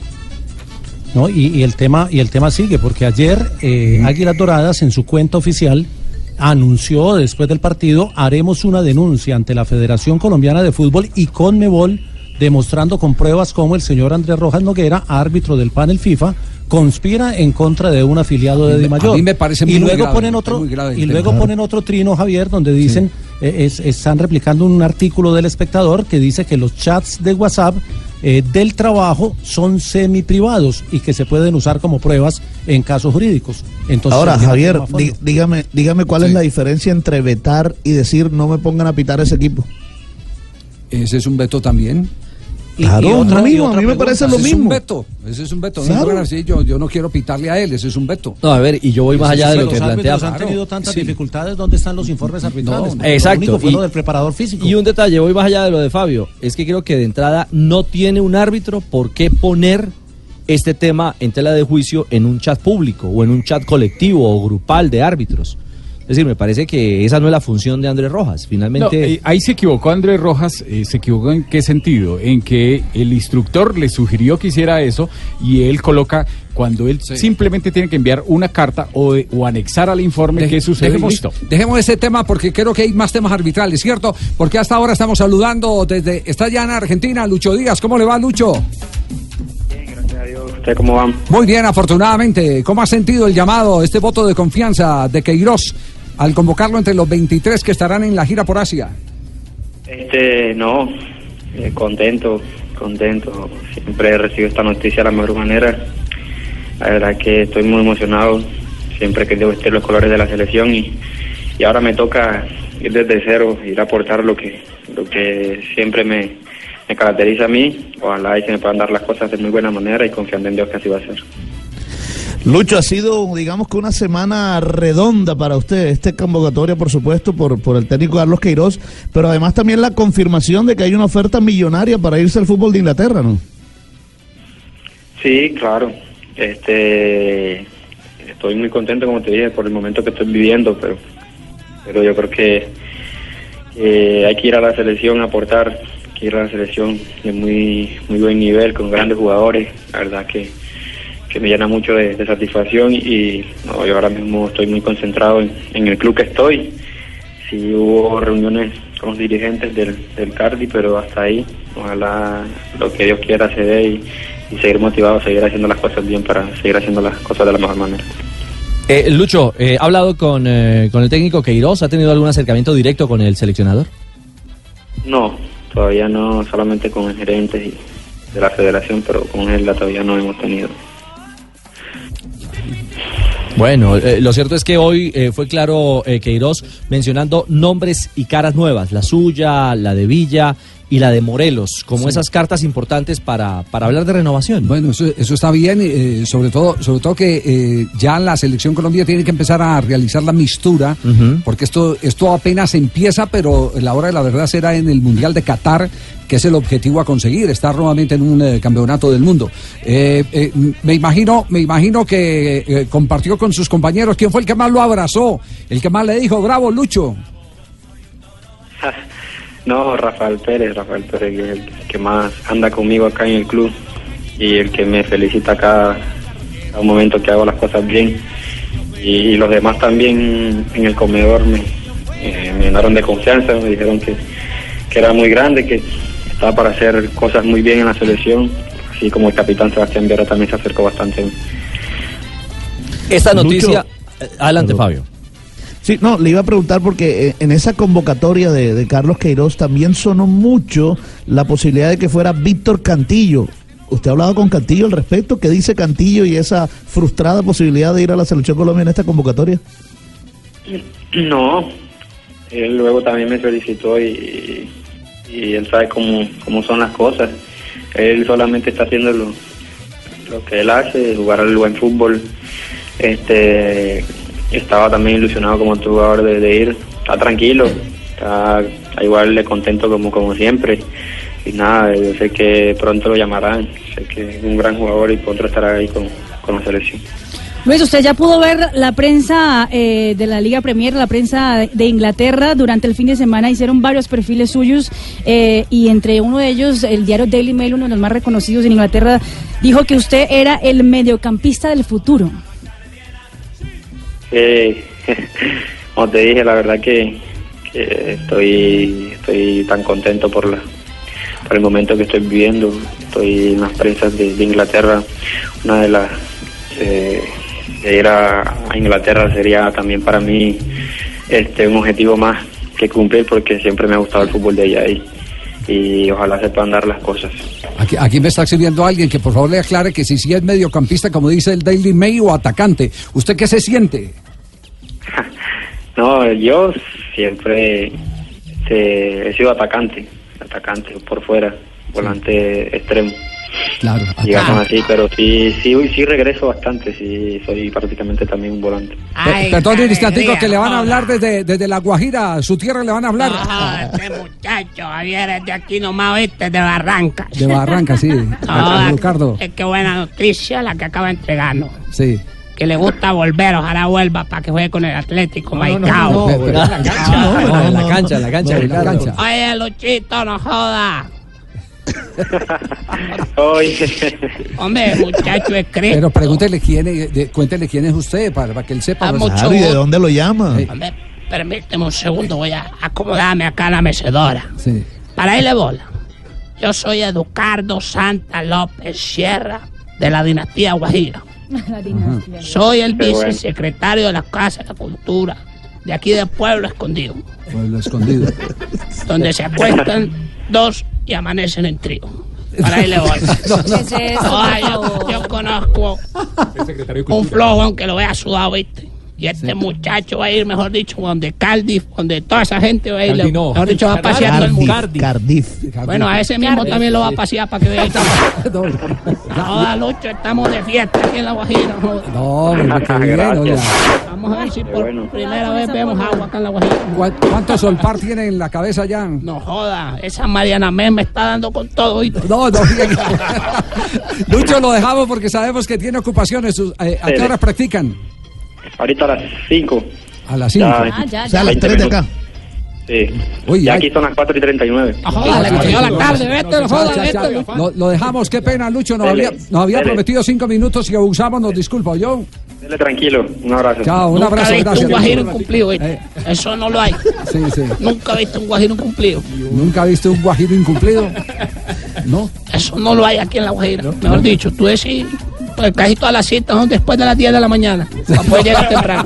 No, y, y el tema y el tema sigue porque ayer eh, Águilas Doradas en su cuenta oficial anunció después del partido haremos una denuncia ante la Federación Colombiana de Fútbol y Conmebol demostrando con pruebas cómo el señor Andrés Rojas Noguera, árbitro del panel FIFA, conspira en contra de un afiliado de A mí me- Dimayor. a mí me parece y muy luego grave, ponen es otro muy grave el y tema. luego Claro. ponen otro trino, Javier, donde dicen eh, es- están replicando un artículo del Espectador que dice que los chats de WhatsApp eh, del trabajo son semi privados y que se pueden usar como pruebas en casos jurídicos. Entonces, Ahora, sería un Javier, tema a fondo. dí- dígame, dígame cuál es la diferencia entre vetar y decir no me pongan a pitar ese equipo. Ese es un veto también. Y, claro, y otra, no, y mismo, otra a mí me pregunta. parece lo Ese mismo. es un veto, ese es un veto. Claro. No pueden decir, yo, yo no quiero pitarle a él, ese es un veto. No, a ver, y yo voy más allá de lo que Los plantea. árbitros han tenido tantas Sí. dificultades, ¿dónde están los informes arbitrales? Porque Exacto. Lo único fue Y- lo del preparador físico. Y un detalle, voy más allá de lo de Fabio, es que creo que de entrada no tiene un árbitro por qué poner este tema en tela de juicio en un chat público o en un chat colectivo o grupal de árbitros. Es decir, me parece que esa no es la función de Andrés Rojas. Finalmente... No, eh, ahí se equivocó Andrés Rojas, eh, se equivocó en qué sentido, en que el instructor le sugirió que hiciera eso y él coloca cuando él Sí. simplemente tiene que enviar una carta o, o anexar al informe De- qué sucede y dejemos, listo. dejemos ese tema porque creo que hay más temas arbitrales, ¿cierto? Porque hasta ahora estamos saludando desde, está ya en Argentina, Lucho Díaz. ¿Cómo le va, Lucho? ¿Usted cómo va? Muy bien, afortunadamente. ¿Cómo ha sentido el llamado, este voto de confianza de Queiroz al convocarlo entre los veintitrés que estarán en la gira por Asia? Este, no, eh, contento, contento. Siempre recibo esta noticia de la mejor manera. La verdad que estoy muy emocionado. Siempre he querido vestir los colores de la selección y, y ahora me toca ir desde cero, ir a aportar lo que, lo que siempre me, me caracteriza a mí. Ojalá y se me puedan dar las cosas de muy buena manera y confiando en Dios que así va a ser. Lucho, ha sido, digamos que una semana redonda para usted, esta convocatoria, por supuesto, por, por el técnico Carlos Queiroz, pero además también la confirmación de que hay una oferta millonaria para irse al fútbol de Inglaterra, ¿no? Sí, claro. Este, estoy muy contento, como te dije, por el momento que estoy viviendo, pero, pero yo creo que eh, hay que ir a la selección a aportar, hay que ir a la selección de muy, muy buen nivel, con grandes jugadores, la verdad que que me llena mucho de, de satisfacción y no, yo ahora mismo estoy muy concentrado en, en el club que estoy. Sí hubo reuniones con los dirigentes del, del Cardi, pero hasta ahí, ojalá lo que Dios quiera se dé y, y seguir motivado a seguir haciendo las cosas bien para seguir haciendo las cosas de la mejor manera. Eh, Lucho, eh, ¿ha hablado con, eh, con el técnico Queiroz? ¿Ha tenido algún acercamiento directo con el seleccionador? No, todavía no, solamente con el gerente y de la federación, pero con él todavía no hemos tenido. Bueno, eh, lo cierto es que hoy eh, fue claro eh, Queiroz mencionando nombres y caras nuevas, la suya, la de Villa y la de Morelos, como Sí. esas cartas importantes para, para hablar de renovación. Bueno, eso, eso está bien, eh, sobre todo sobre todo que eh, ya la selección Colombia tiene que empezar a realizar la mistura, Ujú. porque esto esto apenas empieza, pero la hora de la verdad será en el Mundial de Qatar, que es el objetivo a conseguir, estar nuevamente en un eh, campeonato del mundo. Eh, eh, me imagino me imagino que eh, compartió con sus compañeros. ¿Quién fue el que más lo abrazó? El que más le dijo, bravo, Lucho. No, Rafael Pérez, Rafael Pérez, que es el que más anda conmigo acá en el club y el que me felicita cada, cada momento que hago las cosas bien. Y, y los demás también en el comedor me, eh, me llenaron de confianza, me dijeron que, que era muy grande, que estaba para hacer cosas muy bien en la selección, así como el capitán Sebastián Viera también se acercó bastante. Esta Lucho, noticia... eh, adelante, perdón. Fabio. Sí, no, le iba a preguntar porque eh, en esa convocatoria de, de Carlos Queiroz también sonó mucho la posibilidad de que fuera Víctor Cantillo. ¿Usted ha hablado con Cantillo al respecto? ¿Qué dice Cantillo y esa frustrada posibilidad de ir a la Selección Colombia en esta convocatoria? No, él luego también me felicitó y, y él sabe cómo, cómo son las cosas. Él solamente está haciendo lo, lo que él hace, jugar al buen fútbol. Este, estaba también ilusionado como tu jugador de, de ir, está tranquilo, está, está igual de contento como, como siempre. Y nada, yo sé que pronto lo llamarán, sé que es un gran jugador y pronto estará ahí con, con la selección. Luis, usted ya pudo ver la prensa eh, de la Liga Premier, la prensa de Inglaterra. Durante el fin de semana hicieron varios perfiles suyos eh, y entre uno de ellos, el diario Daily Mail, uno de los más reconocidos en Inglaterra, dijo que usted era el mediocampista del futuro. Eh, como te dije, la verdad que, que estoy, estoy tan contento por la por el momento que estoy viviendo. Estoy en las prensas de, de Inglaterra. Una de las... Eh, de ir a, a Inglaterra sería también para mí este un objetivo más que cumplir, porque siempre me ha gustado el fútbol de allá y, y ojalá se puedan dar las cosas. Aquí, aquí me está escribiendo alguien que por favor le aclare que si sí es mediocampista, como dice el Daily Mail, o atacante. ¿Usted qué se siente? No, yo siempre este, he sido atacante, atacante por fuera. volante extremo. Claro. Digamos así, pero sí, sí, sí regreso bastante, sí, soy prácticamente también un volante. Ay, Perdón, un instantico, que le van a hablar desde, desde La Guajira, su tierra le van a hablar. No, este muchacho, Javier, es de aquí nomás, ¿viste? De Barranca. De Barranca, sí. No, Ricardo. Es que buena noticia la que acaba de entregarnos. Sí. Que le gusta volver, ojalá vuelva para que juegue con el Atlético Maicao. No, no, no, en la cancha, no, en la cancha, en la cancha. No, en la cancha. Oye, Luchito, no joda. Hombre, muchacho es Cristo. Pero pregúntele quién es, de, cuéntele quién es usted para, para que él sepa. Ah, pues. mucho ¿Y de dónde lo llama? Sí. Hombre, permíteme un segundo, voy a acomodarme acá en la mecedora. Sí. Para irle bola. Yo soy Eduardo Santa López Sierra, de la dinastía Guajira. La dinastía. Soy el Qué bueno. vicesecretario de la Casa de la Cultura, de aquí de Pueblo Escondido, Pueblo Escondido. donde se acuestan dos y amanecen en trío. Para irle bola. ¿Qué es eso, Ay, por yo, favor? yo conozco un flojo, aunque lo vea sudado, ¿viste? Y este muchacho va a ir, mejor dicho, donde Cardiff, donde toda esa gente va a ir. Cardiff no. Mejor dicho, va a pasear todo el mundo. Cardiff. Bueno, a ese mismo Cardiff. también lo va a pasear para que vea. No, Lucho, estamos de fiesta aquí en La Guajira. joda. No, hombre, qué bien, Gracias. oiga. Vamos a ver si por bueno. primera vez vemos agua acá en La Guajira. ¿Cuán- ¿Cuánto solpar tiene en la cabeza ya? No joda, esa Mariana Mem me está dando con todo. ¿oíste? No, no, bien. Lucho, lo dejamos porque sabemos que tiene ocupaciones. Sus- eh, ¿A qué Sí. horas practican? Ahorita a las cinco. A las cinco. Ah, ya, O sea, a ya. las veinte tres de acá. Sí. Uy, ya ay. aquí son las cuatro y treinta y nueve. No joda, le cogió la tarde, vete, no joda, Ya, ya, vete. Lo, lo dejamos, qué pena, Lucho. Nos Dele, había, nos había dele. prometido cinco minutos y abusamos, nos disculpo yo. Dele tranquilo, un abrazo. Chao, un Nunca abrazo, he visto gracias. un guajiro Lucho. incumplido, ¿viste? Eh. Eso no lo hay. Sí, sí. Nunca he visto un guajiro incumplido. ¿Nunca viste un guajiro incumplido? No. Eso no lo hay aquí en La Guajira. Mejor dicho, tú decís, pues casi todas las citas son después de las diez de la mañana. Para poder llegar temprano.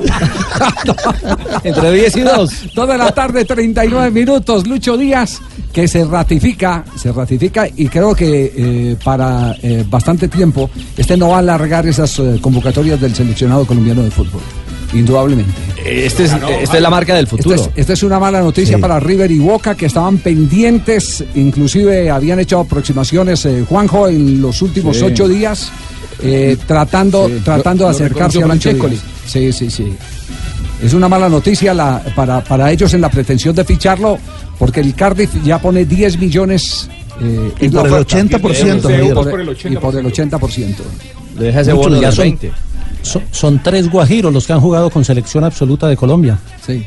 Entre diez y dos. Dos de la tarde, treinta y nueve minutos. Lucho Díaz, que se ratifica, se ratifica y creo que eh, para eh, bastante tiempo este no va a alargar esas eh, convocatorias del seleccionado colombiano de fútbol. Indudablemente. Este es, esta es la marca del futuro. Esta es, esta es una mala noticia Sí. para River y Boca, que estaban pendientes, inclusive habían hecho aproximaciones, eh, Juanjo, en los últimos Sí. ocho días, eh, tratando, Sí. tratando Lo- de lo acercarse a reconoció Lucho Francescoli. Díaz. Sí, sí, sí. Es una mala noticia la, para, para ellos en la pretensión de ficharlo, porque el Cardiff ya pone diez millones. Eh, Y en la por el oferta. ochenta por ciento, Y Javier. por, Por el y por el ochenta por ciento. Le deja ese Mucho, bono ya de son- veinte. Son, son tres guajiros los que han jugado con selección absoluta de Colombia. Sí.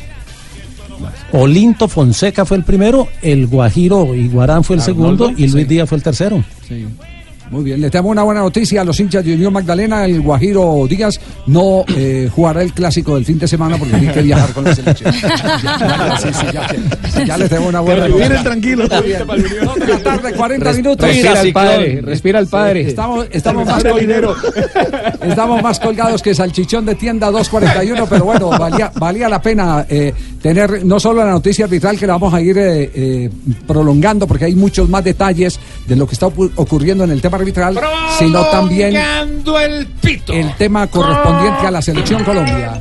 Olinto Fonseca fue el primero, el Guajiro Iguarán fue el Arnoldo, segundo y Luis sí. Díaz fue el tercero. Sí. Muy bien, le tengo una buena noticia a los hinchas de Unión Magdalena. El Guajiro Díaz no eh, jugará el clásico del fin de semana porque tiene que viajar con la selección. Ya, ya, sí, sí, ya, ya, ya les tengo una buena noticia. Miren, tranquilo. Muy bien. Dos de la tarde, cuarenta minutos. Respira el padre, respira el padre. Estamos, estamos, más colgados, estamos más colgados que salchichón de tienda dos cuarenta y uno, pero bueno, valía, valía la pena eh, tener no solo la noticia arbitral, que la vamos a ir eh, eh, prolongando porque hay muchos más detalles de lo que está ocu- ocurriendo en el tema arbitral, sino también Prolongando el pito. el tema correspondiente a la selección Colombia.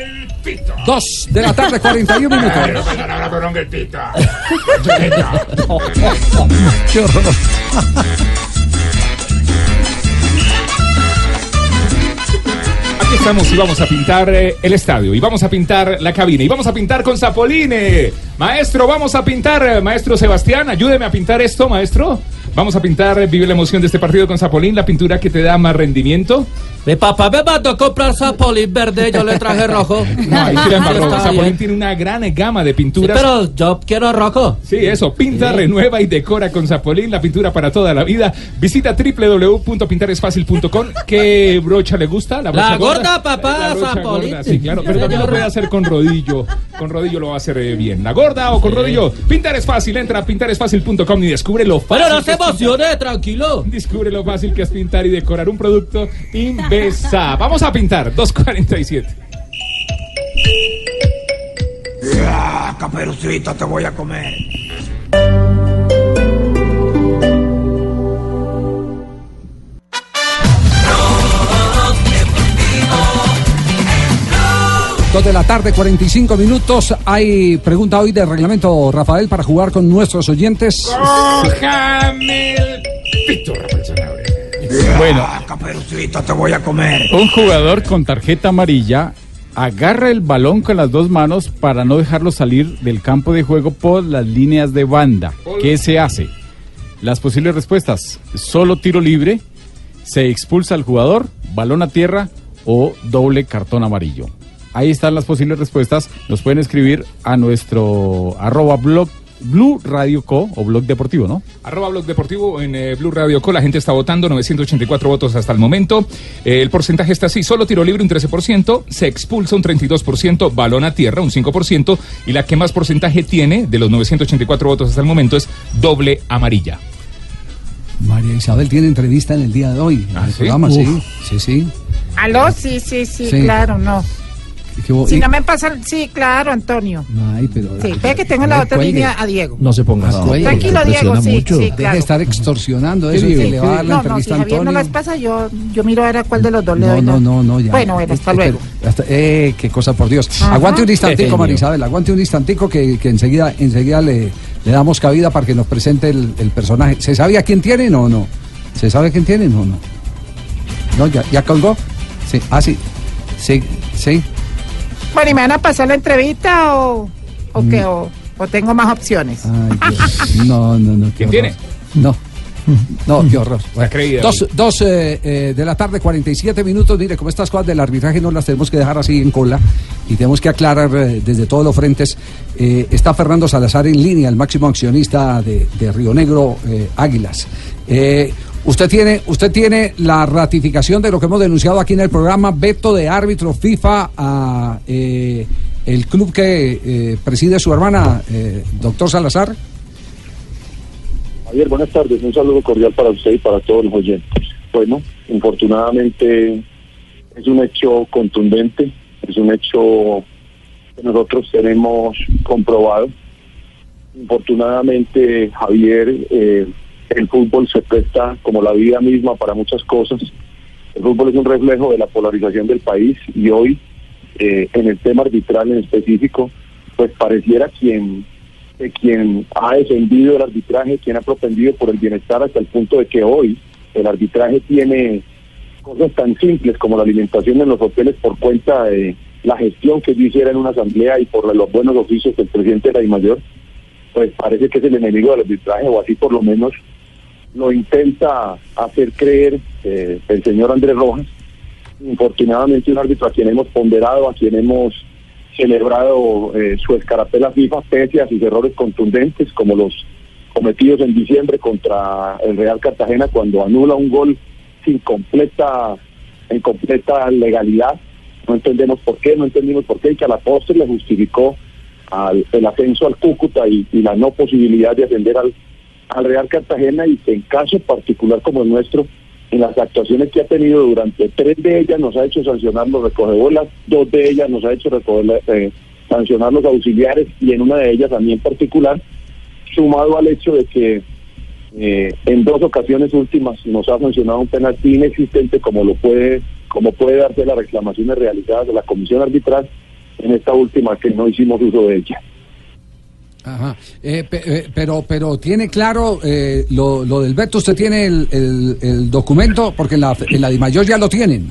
Dos de la tarde, cuarenta y uno minutos. Ahora prolonga el pito. Qué horror. Aquí estamos y vamos a pintar eh, el estadio, y vamos a pintar la cabina, y vamos a pintar con Zapoline. Maestro, vamos a pintar, eh, maestro Sebastián, ayúdeme a pintar esto, maestro. Vamos a pintar, eh, vive la emoción de este partido con Zapolín, la pintura que te da más rendimiento. Mi papá me mandó a comprar Zapolín verde, yo le traje rojo. No, ahí sí la embarró. Está Zapolín bien. tiene una gran gama de Sí, pinturas. pero yo quiero rojo. Sí, eso, pinta, Sí. renueva y decora con Zapolín, la pintura para toda la vida. Visita w w w punto pintaresfacil punto com. ¿Qué brocha le gusta? La, brocha La gorda, papá, La brocha Zapolín. gorda, sí, claro, pero Sí, también lo señor. puede hacer con rodillo. Con rodillo lo va a hacer eh, bien. ¿La gorda o con rodillo? Pintar es fácil, entra a pintaresfacil punto com y descubre lo fácil. Pero no que se es pintar. emocione, tranquilo. Descubre lo fácil que es pintar y decorar un producto Invesa. Vamos a pintar, dos cuarenta y siete. Ah, Caperucita, te voy a comer. dos de la tarde, cuarenta y cinco minutos. Hay pregunta hoy de reglamento, Rafael, para jugar con nuestros oyentes. Cójame el pito, Rafael Sanabria. Bueno, Caperucita, te voy a comer. un jugador con tarjeta amarilla agarra el balón con las dos manos para no dejarlo salir del campo de juego por las líneas de banda. ¿Qué se hace? Las posibles respuestas: solo tiro libre, se expulsa al jugador, balón a tierra o doble cartón amarillo. Ahí están las posibles respuestas. Nos pueden escribir a nuestro arroba blog Blue Radio Co o Blog Deportivo, ¿no? Arroba Blog Deportivo en eh, Blue Radio Co. La gente está votando, novecientos ochenta y cuatro votos hasta el momento. Eh, el porcentaje está así: solo tiro libre un trece por ciento, se expulsa un treinta y dos por ciento, balón a tierra un cinco por ciento y la que más porcentaje tiene de los novecientos ochenta y cuatro votos hasta el momento es doble amarilla. María Isabel tiene entrevista en el día de hoy. ¿Ah, en el sí? programa, sí, sí, sí. ¿Aló? Sí, sí, sí, Sí. claro, no. ¿Qué hubo? Si Y- no me pasan, sí, claro, Antonio. Ay, pero... Sí, ve que tengo en la otra línea a Diego. No se ponga así. Tranquilo, Diego, sí, sí, Deje claro. de estar extorsionando Sí, eso, sí, que sí. le va a dar la No, no, si entrevista a Javier no Antonio. las pasa, yo, yo miro a ver a cuál de los dos le No, doy. no, la- no, no, ya. Bueno, bueno, hasta Espera, luego. hasta- eh, qué cosa, por Dios. Ajá. Aguante un Qué instantico, genio. María Isabel, aguante un instantico que, que enseguida, enseguida le, le damos cabida para que nos presente el, el personaje. ¿Se sabe a quién tienen o no? ¿Se sabe a quién tienen o no? ¿No? ¿Ya, ya colgó? Sí, ah, sí. Sí, sí. Bueno, ¿y me van a pasar la entrevista o, o qué? O, o tengo más opciones? Ay, Dios. No, no, no. qué ¿Quién horror. tiene? No. No, qué horror. Bueno, creída, dos dos eh, eh, de la tarde, cuarenta y siete minutos. Mire, como estas cosas del arbitraje no las tenemos que dejar así en cola y tenemos que aclarar eh, desde todos los frentes. Eh, está Fernando Salazar en línea, el máximo accionista de, de Río Negro eh, Águilas. Eh, usted tiene usted tiene la ratificación de lo que hemos denunciado aquí en el programa, veto de árbitro FIFA a eh, el club que eh, preside su hermana, eh, doctor Salazar. Javier, buenas tardes. Un saludo cordial para usted y para todos los oyentes. Bueno, infortunadamente es un hecho contundente, es un hecho que nosotros tenemos comprobado. Infortunadamente, Javier, eh, el fútbol se presta como la vida misma para muchas cosas. El fútbol es un reflejo de la polarización del país y hoy, eh, en el tema arbitral en específico, pues pareciera quien... de quien ha defendido el arbitraje, quien ha propendido por el bienestar hasta el punto de que hoy el arbitraje tiene cosas tan simples como la alimentación en los hoteles por cuenta de la gestión que yo hiciera en una asamblea y por los buenos oficios del presidente de la DIMAYOR, pues parece que es el enemigo del arbitraje, o así por lo menos lo intenta hacer creer eh, el señor Andrés Rojas. Infortunadamente un árbitro a quien hemos ponderado, a quien hemos celebrado eh, su escarapela FIFA pese a sus errores contundentes como los cometidos en diciembre contra el Real Cartagena cuando anula un gol sin completa en completa legalidad. No entendemos por qué, no entendimos por qué y que a la postre le justificó al, el ascenso al Cúcuta y, y la no posibilidad de ascender al, al Real Cartagena, y que en caso particular como el nuestro, en las actuaciones que ha tenido durante tres de ellas nos ha hecho sancionar los recogebolas, dos de ellas nos ha hecho recoger, eh, sancionar los auxiliares, y en una de ellas a mí en particular, sumado al hecho de que eh, en dos ocasiones últimas nos ha sancionado un penalti inexistente como lo puede como puede darse las reclamaciones realizadas de la comisión arbitral, en esta última que no hicimos uso de ella. Ajá. Eh, pe- eh, pero pero tiene claro eh, lo, lo del veto. Usted tiene el, el, el documento, porque en la, en la DIMAYOR ya lo tienen.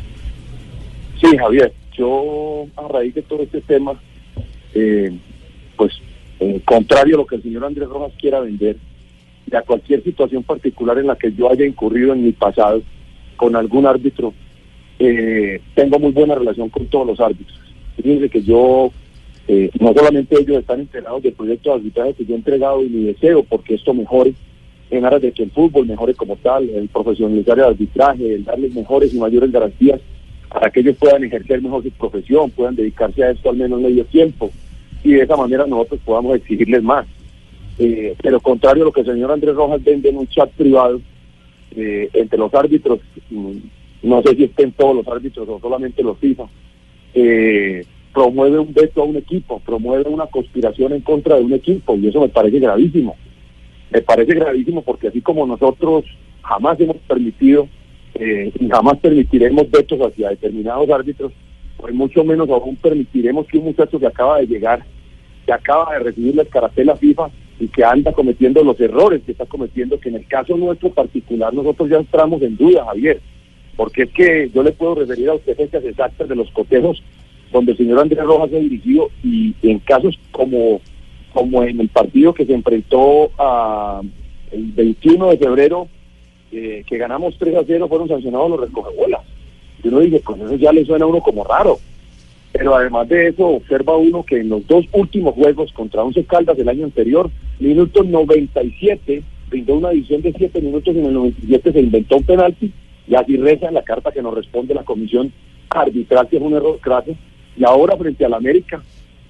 Sí, Javier, yo a raíz de todo este tema, eh, pues eh, contrario a lo que el señor Andrés Rojas quiera vender, y a cualquier situación particular en la que yo haya incurrido en mi pasado con algún árbitro, eh, tengo muy buena relación con todos los árbitros. Fíjense que yo, eh, no solamente ellos están enterados del proyecto de arbitraje que yo he entregado y mi deseo porque esto mejore en aras de que el fútbol mejore como tal, el profesionalizar el arbitraje, el darles mejores y mayores garantías para que ellos puedan ejercer mejor su profesión, puedan dedicarse a esto al menos medio tiempo, y de esa manera nosotros podamos exigirles más. Eh, pero contrario a lo que el señor Andrés Rojas vende en un chat privado eh, entre los árbitros, no sé si estén todos los árbitros o solamente los FIFA, eh, promueve un veto a un equipo, promueve una conspiración en contra de un equipo, y eso me parece gravísimo. Me parece gravísimo porque así como nosotros jamás hemos permitido eh, y jamás permitiremos vetos hacia determinados árbitros, pues mucho menos aún permitiremos que un muchacho que acaba de llegar, que acaba de recibir la escarapela FIFA y que anda cometiendo los errores que está cometiendo, que en el caso nuestro particular nosotros ya entramos en duda, Javier, porque es que yo le puedo referir a usted fechas exactas de los cotejos donde el señor Andrés Rojas se dirigió, y en casos como, como en el partido que se enfrentó a el veintiuno de febrero, eh, que ganamos tres a cero, fueron sancionados los recogebolas. Y uno dice, pues eso ya le suena a uno como raro. Pero además de eso, observa uno que en los dos últimos juegos contra Once Caldas del año anterior, minuto noventa y siete, brindó una adición de siete minutos, y en el noventa y siete se inventó un penalti, y así reza en la carta que nos responde la comisión arbitral, que es un error craso, y ahora frente al América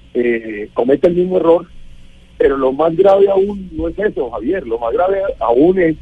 eh, comete el mismo error. Pero lo más grave aún no es eso, Javier, lo más grave aún es,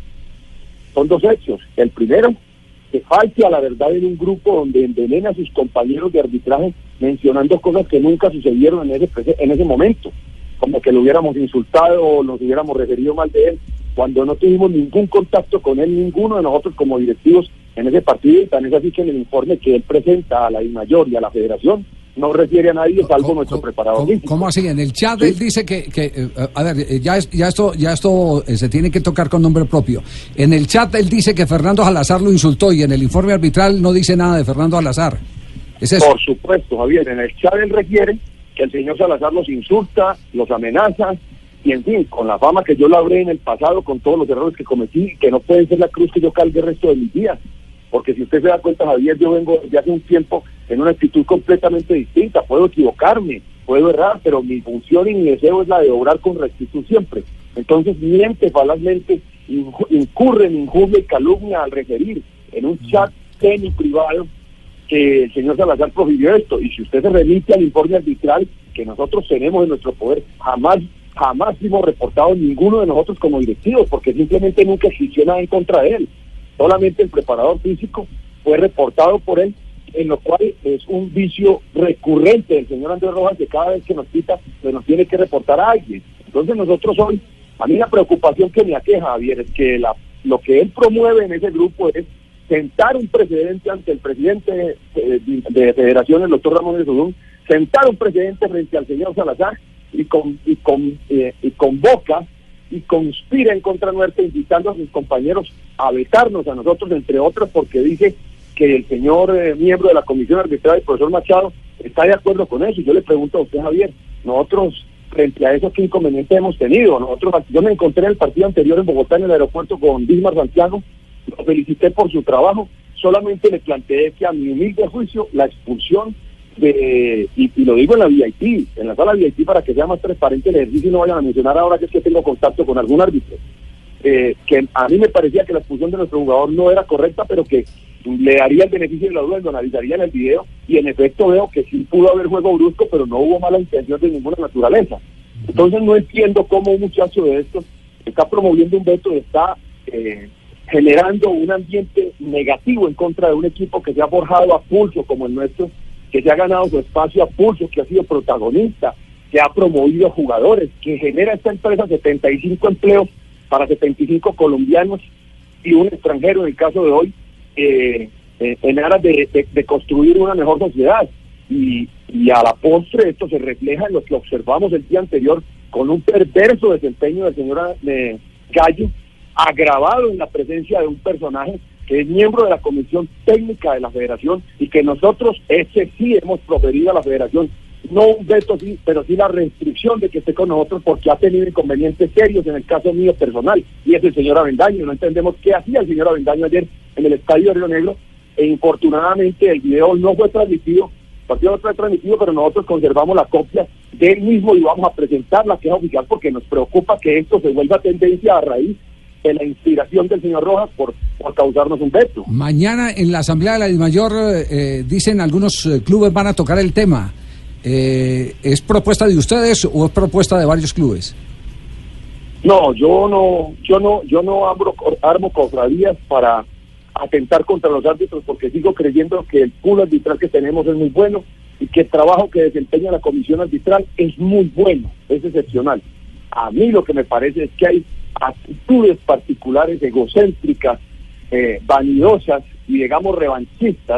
son dos hechos. El primero, que falte a la verdad en un grupo donde envenena a sus compañeros de arbitraje mencionando cosas que nunca sucedieron en ese, en ese momento, como que lo hubiéramos insultado o nos hubiéramos referido mal de él, cuando no tuvimos ningún contacto con él, ninguno de nosotros como directivos en ese partido, y tan es así que en el informe que él presenta a la DIMAYOR y a la Federación no refiere a nadie salvo nuestro preparador físico. ¿Cómo así? En el chat ¿Sí? él dice que, que eh, a ver, eh, ya, es, ya esto, ya esto eh, se tiene que tocar con nombre propio. En el chat él dice que Fernando Salazar lo insultó, y en el informe arbitral no dice nada de Fernando Salazar. ¿Es eso? Por supuesto, Javier, en el chat él refiere que el señor Salazar los insulta, los amenaza, y en fin, con la fama que yo labré en el pasado, con todos los errores que cometí, que no pueden ser la cruz que yo cargue el resto de mis días. Porque si usted se da cuenta, Javier, yo vengo desde hace un tiempo en una actitud completamente distinta. Puedo equivocarme, puedo errar, pero mi función y mi deseo es la de obrar con rectitud siempre. Entonces miente falazmente, incurre en injuria y calumnia al referir en un chat semi-privado que el señor Salazar prohibió esto. Y si usted se remite al informe arbitral que nosotros tenemos en nuestro poder, jamás jamás hemos reportado ninguno de nosotros como directivos, porque simplemente nunca existió nada en contra de él. Solamente el preparador físico fue reportado por él, en lo cual es un vicio recurrente del señor Andrés Rojas, que cada vez que nos quita, se nos tiene que reportar a alguien. Entonces nosotros hoy, a mí la preocupación que me aqueja, Javier, es que la, lo que él promueve en ese grupo es sentar un precedente ante el presidente de, de, de Federación, el doctor Ramón de Sudún, sentar un precedente frente al señor Salazar, y, con, y, con, eh, y convoca y conspira en contra nuestra, invitando a sus compañeros a vetarnos a nosotros, entre otros, porque dice que el señor eh, miembro de la comisión arbitral, el profesor Machado, está de acuerdo con eso. Y yo le pregunto a usted, Javier, nosotros, frente a eso, ¿qué inconveniente hemos tenido? Nosotros, yo me encontré en el partido anterior en Bogotá, en el aeropuerto, con Dismar Santiago, lo felicité por su trabajo, solamente le planteé que a mi humilde juicio, la expulsión de, y, y lo digo en la V I P, en la sala V I P, para que sea más transparente el ejercicio y no vayan a mencionar ahora que es que tengo contacto con algún árbitro, eh, que a mí me parecía que la expulsión de nuestro jugador no era correcta, pero que le daría el beneficio de la duda y lo analizaría en el video, y en efecto veo que sí pudo haber juego brusco, pero no hubo mala intención de ninguna naturaleza. Entonces no entiendo cómo un muchacho de estos está promoviendo un veto y está eh, generando un ambiente negativo en contra de un equipo que se ha forjado a pulso como el nuestro, que se ha ganado su espacio a pulso, que ha sido protagonista, que ha promovido jugadores, que genera esta empresa setenta y cinco empleos para setenta y cinco colombianos y un extranjero en el caso de hoy, eh, eh, en aras de, de, de construir una mejor sociedad. Y, y a la postre esto se refleja en lo que observamos el día anterior con un perverso desempeño del señor eh, Gallo, agravado en la presencia de un personaje que es miembro de la comisión técnica de la federación, y que nosotros, ese sí hemos proferido a la federación, no un veto sí, pero sí la restricción de que esté con nosotros, porque ha tenido inconvenientes serios en el caso mío personal, y es el señor Avendaño. No entendemos qué hacía el señor Avendaño ayer en el estadio de Río Negro, e infortunadamente el video no fue transmitido, el partido no fue transmitido, pero nosotros conservamos la copia de él mismo y vamos a presentar la queja oficial, porque nos preocupa que esto se vuelva tendencia a raíz de la inspiración del señor Rojas por, por causarnos un veto. Mañana en la Asamblea de la DIMAYOR eh, dicen algunos eh, clubes van a tocar el tema. Eh, ¿Es propuesta de ustedes o es propuesta de varios clubes? No, yo no, yo no, yo no armo, armo cofradías para atentar contra los árbitros, porque sigo creyendo que el pool arbitral que tenemos es muy bueno y que el trabajo que desempeña la comisión arbitral es muy bueno, es excepcional. A mí lo que me parece es que hay actitudes particulares egocéntricas, eh, vanidosas y digamos revanchistas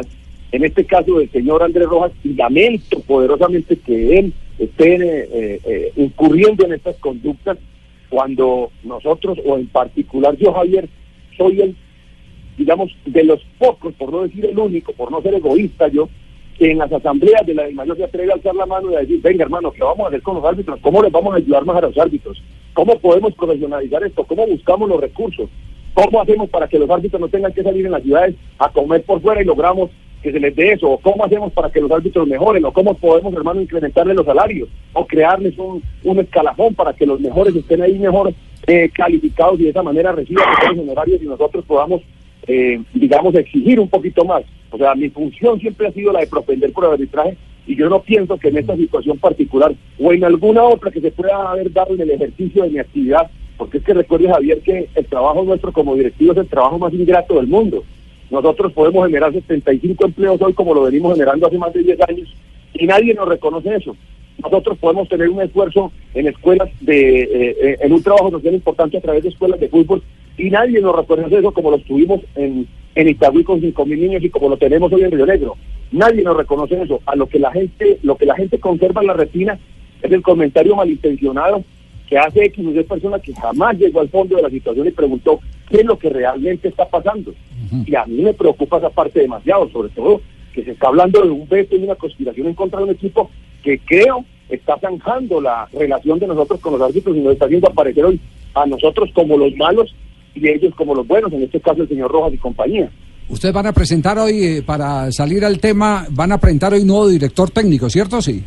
en este caso del señor Andrés Rojas, y lamento poderosamente que él esté eh, eh, incurriendo en estas conductas, cuando nosotros, o en particular yo, Javier, soy el, digamos, de los pocos, por no decir el único, por no ser egoísta yo, que en las asambleas de la DIMAYOR se atreve a alzar la mano y a decir, venga hermano, ¿qué vamos a hacer con los árbitros? ¿Cómo les vamos a ayudar más a los árbitros? ¿Cómo podemos profesionalizar esto? ¿Cómo buscamos los recursos? ¿Cómo hacemos para que los árbitros no tengan que salir en las ciudades a comer por fuera y logramos que se les dé eso? ¿O cómo hacemos para que los árbitros mejoren? ¿O cómo podemos, hermano, incrementarles los salarios? ¿O crearles un, un escalafón para que los mejores estén ahí mejor eh, calificados y de esa manera reciban los honorarios y nosotros podamos, eh, digamos, exigir un poquito más? O sea, mi función siempre ha sido la de propender por el arbitraje, y yo no pienso que en esta situación particular o en alguna otra que se pueda haber dado en el ejercicio de mi actividad, porque es que recuerde, Javier, que el trabajo nuestro como directivos es el trabajo más ingrato del mundo. Nosotros podemos generar setenta y cinco empleos hoy como lo venimos generando hace más de diez años y nadie nos reconoce eso. Nosotros podemos tener un esfuerzo en escuelas, de eh, en un trabajo social importante a través de escuelas de fútbol y nadie nos reconoce eso como lo tuvimos en, en Itagüí con cinco mil niños y como lo tenemos hoy en Río Negro. Nadie nos reconoce eso. A lo que la gente, lo que la gente conserva en la retina es el comentario malintencionado que hace X o Y persona que jamás llegó al fondo de la situación y preguntó qué es lo que realmente está pasando. Uh-huh. Y a mí me preocupa esa parte demasiado, sobre todo que se está hablando de un veto y una conspiración en contra de un equipo que creo está zanjando la relación de nosotros con los árbitros y nos está haciendo aparecer hoy a nosotros como los malos y ellos como los buenos, en este caso el señor Rojas y compañía. Ustedes van a presentar hoy, eh, para salir al tema, van a presentar hoy nuevo director técnico, ¿cierto? Sí.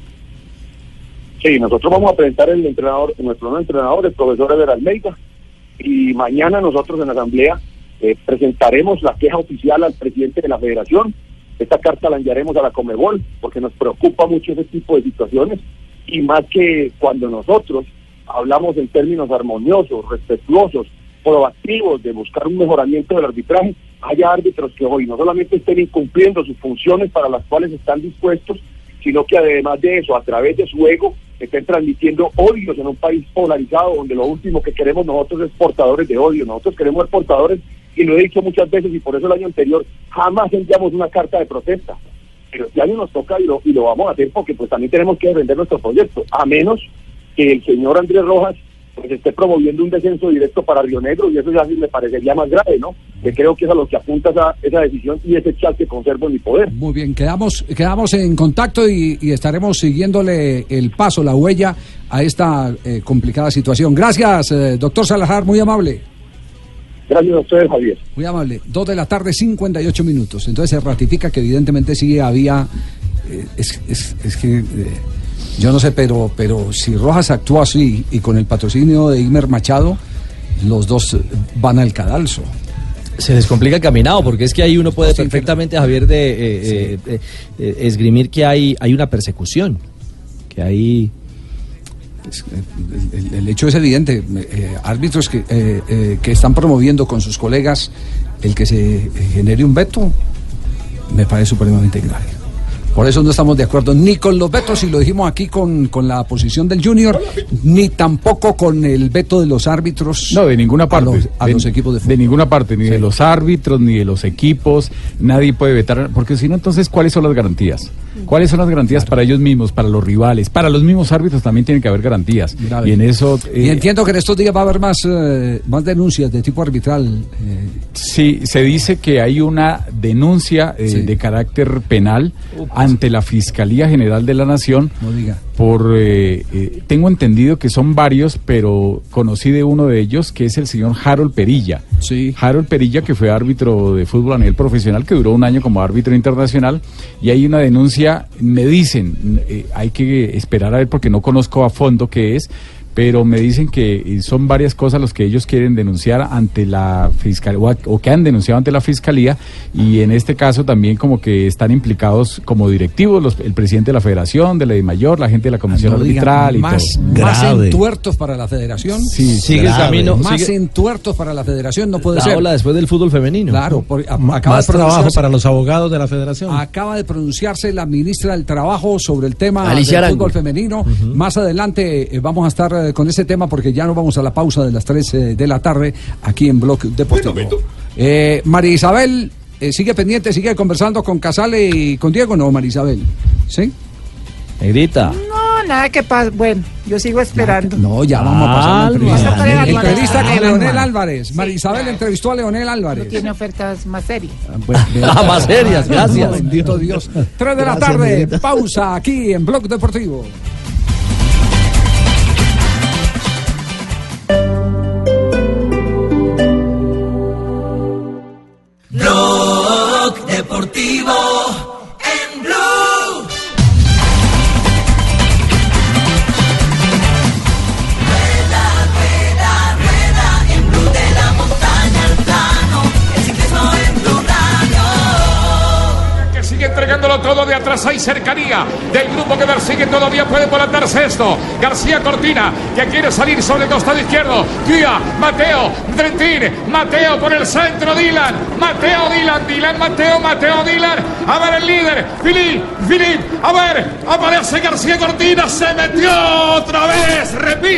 Sí, nosotros vamos a presentar el entrenador, nuestro nuevo entrenador, el profesor Ever Almeida, y mañana nosotros en la asamblea eh, presentaremos la queja oficial al presidente de la federación. Esta carta la enviaremos a la Conmebol porque nos preocupa mucho ese tipo de situaciones, y más que cuando nosotros hablamos en términos armoniosos, respetuosos, proactivos de buscar un mejoramiento del arbitraje, haya árbitros que hoy no solamente estén incumpliendo sus funciones para las cuales están dispuestos, sino que además de eso, a través de su ego, estén transmitiendo odios en un país polarizado, donde lo último que queremos nosotros es portadores de odio. Nosotros queremos ser portadores, y lo he dicho muchas veces, y por eso el año anterior jamás enviamos una carta de protesta. Pero este año nos toca y lo, y lo vamos a hacer porque pues también tenemos que defender nuestro proyecto, a menos que el señor Andrés Rojas pues esté promoviendo un descenso directo para Río Negro, y eso ya sí me parecería más grave, ¿no? Que creo que es a lo que apunta esa, esa decisión y ese chat que conservo en mi poder. Muy bien, quedamos quedamos en contacto y, y estaremos siguiéndole el paso, la huella a esta eh, complicada situación. Gracias, eh, doctor Salazar, muy amable. Gracias a ustedes, Javier. Muy amable. Dos de la tarde, cincuenta y ocho minutos. Entonces se ratifica que evidentemente sí había... Eh, es, es, es que... Eh, Yo no sé, pero pero si Rojas actuó así y con el patrocinio de Imer Machado, los dos van al cadalso. Se les complica el caminado, porque es que ahí uno puede perfectamente, Javier, de eh, sí. eh, eh, eh, esgrimir que hay hay una persecución, que hay... El, el hecho es evidente, eh, árbitros que, eh, eh, que están promoviendo con sus colegas el que se genere un veto, me parece supremamente grave. Por eso no estamos de acuerdo ni con los vetos, y lo dijimos aquí con, con la posición del Junior, ni tampoco con el veto de los árbitros. No, de ninguna parte. A los, a de, los equipos de fútbol. De ninguna parte, ni sí. de los árbitros, ni de los equipos. Nadie puede vetar, porque si no, entonces, ¿cuáles son las garantías? ¿Cuáles son las garantías claro. para ellos mismos, para los rivales? Para los mismos árbitros también tienen que haber garantías. Grave. Y en eso... Eh, y entiendo que en estos días va a haber más, eh, más denuncias de tipo arbitral. Eh. Sí, se dice que hay una denuncia eh, sí. de carácter penal Ups. ante la Fiscalía General de la Nación. No diga. Por, eh, eh, tengo entendido que son varios, pero conocí de uno de ellos, que es el señor Harold Perilla. Sí. Harold Perilla, que fue árbitro de fútbol a nivel profesional, que duró un año como árbitro internacional, y hay una denuncia, me dicen, eh, hay que esperar a ver porque no conozco a fondo qué es, pero me dicen que son varias cosas los que ellos quieren denunciar ante la fiscalía, o, o que han denunciado ante la fiscalía, y en este caso también como que están implicados como directivos los, el presidente de la federación, de la DIMAYOR, la gente de la comisión no arbitral más, y todo. Más entuertos para la federación. Sí, sigue el camino. Más sigue... entuertos para la federación, no puede la ser. Ola después del fútbol femenino. Claro, por, a, M acaba más de trabajo para los abogados de la federación. Acaba de pronunciarse la ministra del Trabajo sobre el tema Alicia del Arango. fútbol femenino. Uh-huh. Más adelante eh, vamos a estar eh, con ese tema, porque ya nos vamos a la pausa de las tres eh, de la tarde aquí en Blog Deportivo. Eh, María Isabel, eh, sigue pendiente, sigue conversando con Casale y con Diego, ¿no, Marisabel? ¿Sí? Negrita. No, nada que pasa. Bueno, yo sigo esperando. No, ya vamos a pasar la entrevista. Álvarez. Entrevista con Álvarez. Leonel Álvarez. Marisabel claro. entrevistó a Leonel Álvarez. No tiene ofertas más serias. Ah, más serias, gracias. Bendito Dios. Tres de la Gracias, tarde, negrita. pausa aquí en Blog Deportivo. Blog Deportivo en Blue. Rueda, rueda, rueda en Blue, de la montaña al plano, el ciclismo en Blue Radio. Que sigue entregándolo todo, de atrás hay cercanía del grupo que persigue, todavía puede volantarse esto. García Cortina, que quiere salir sobre el costado izquierdo. Guía, Mateo, Trentín, Mateo por el centro, Dylan, Mateo, Dylan, Dylan, Mateo, Mateo, Dylan. A ver el líder, Filip, Filip, a ver, aparece García Cortina, se metió otra vez,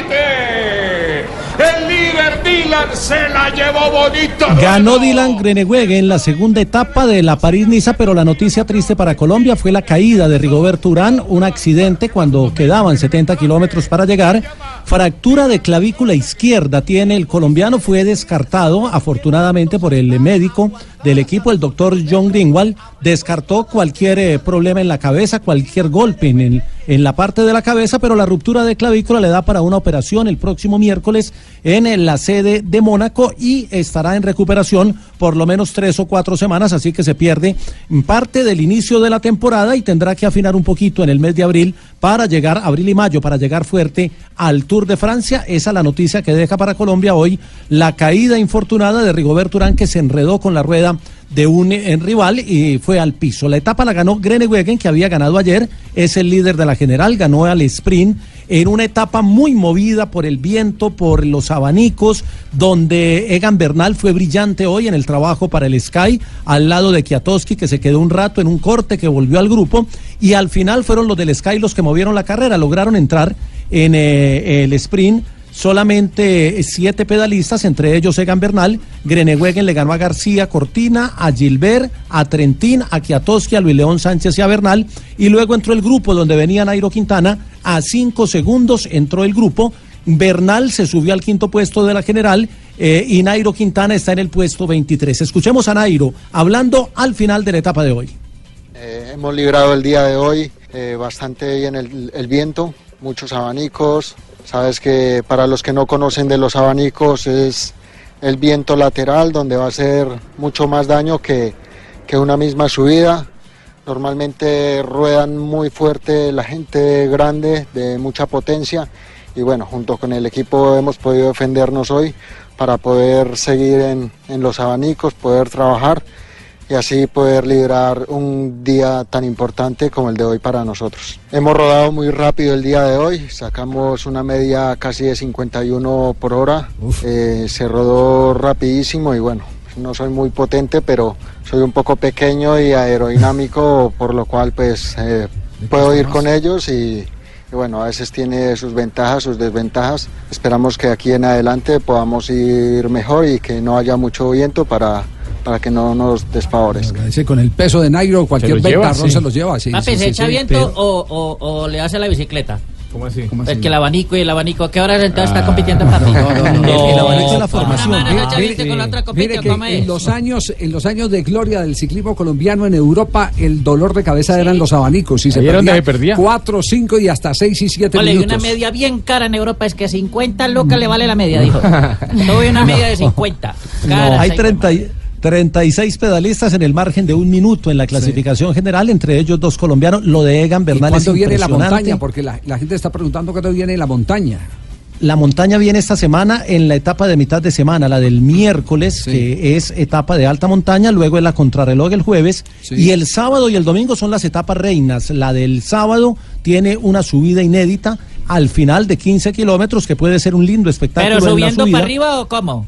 repite. El líder Dylan se la llevó bonito. Ganó Dylan Groenewegen en la segunda etapa de la París-Niza, pero la noticia triste para Colombia fue la caída de Rigoberto Urán, un accidente cuando quedaban setenta kilómetros para llegar. Fractura de clavícula izquierda tiene el colombiano, fue descartado afortunadamente por el médico del equipo, el doctor John Greenwald, descartó cualquier eh, problema en la cabeza, cualquier golpe en, el, en la parte de la cabeza, pero la ruptura de clavícula le da para una operación el próximo miércoles en la sede de Mónaco y estará en recuperación por lo menos tres o cuatro semanas, así que se pierde parte del inicio de la temporada y tendrá que afinar un poquito en el mes de abril para llegar, abril y mayo, para llegar fuerte al Tour de Francia. Esa es la noticia que deja para Colombia hoy la caída infortunada de Rigoberto Urán, que se enredó con la rueda de un en rival y fue al piso. La etapa la ganó Groenewegen, que había ganado ayer, es el líder de la general, ganó al sprint en una etapa muy movida por el viento, por los abanicos, donde Egan Bernal fue brillante hoy en el trabajo para el Sky, al lado de Kwiatkowski, que se quedó un rato en un corte, que volvió al grupo, y al final fueron los del Sky los que movieron la carrera, lograron entrar en eh, el sprint. Solamente siete pedalistas, entre ellos Egan Bernal. Groenewegen le ganó a García Cortina, a Gilbert, a Trentín, a Kwiatkowski, a Luis León Sánchez y a Bernal. Y luego entró el grupo donde venía Nairo Quintana. A cinco segundos entró el grupo. Bernal se subió al quinto puesto de la general eh, y Nairo Quintana está en el puesto veintitrés. Escuchemos a Nairo hablando al final de la etapa de hoy. Eh, hemos librado el día de hoy eh, bastante bien el, el viento, muchos abanicos. Sabes que para los que no conocen de los abanicos es el viento lateral, donde va a hacer mucho más daño que, que una misma subida. Normalmente ruedan muy fuerte la gente grande, de mucha potencia, y bueno, junto con el equipo hemos podido defendernos hoy para poder seguir en, en los abanicos, poder trabajar y así poder liderar un día tan importante como el de hoy para nosotros. Hemos rodado muy rápido el día de hoy, sacamos una media casi de cincuenta y uno por hora, eh, se rodó rapidísimo y bueno, no soy muy potente, pero soy un poco pequeño y aerodinámico, por lo cual pues eh, puedo ir con ellos y, y bueno, a veces tiene sus ventajas, sus desventajas. Esperamos que aquí en adelante podamos ir mejor y que no haya mucho viento para... para que no nos desfavorezca. Con el peso de Nairo, cualquier ventarrón se los lleva. Sí, Papi, sí, ¿se sí, echa sí, viento pero... o, o, o le hace la bicicleta? ¿Cómo así? ¿Cómo así? Es que el abanico y el abanico, ¿qué horas entonces está compitiendo papi? No, no, no, no. El abanico de la formación. Una mano echa Mire, viento con la otra compite, mire que ¿cómo es? en los años, en los años de gloria del ciclismo colombiano en Europa, el dolor de cabeza eran los abanicos y se Ahí era donde perdía, se perdía. cuatro, cinco y hasta seis y siete Ole, y minutos. una media bien cara en Europa es que cincuenta lucas le vale la media, dijo. Tuve una media de cincuenta. Cara, No, hay seis, treinta y- treinta y seis pedalistas en el margen de un minuto en la clasificación general, entre ellos dos colombianos. Lo de Egan ¿Y Bernal es cuándo viene la impresionante. montaña? Porque la, la gente está preguntando cuándo viene la montaña. La montaña viene esta semana en la etapa de mitad de semana, la del miércoles, Sí. que es etapa de alta montaña, luego es la contrarreloj el jueves, Sí. y el sábado y el domingo son las etapas reinas. La del sábado tiene una subida inédita al final de quince kilómetros, que puede ser un lindo espectáculo. ¿Pero en la subiendo subida. para arriba o cómo?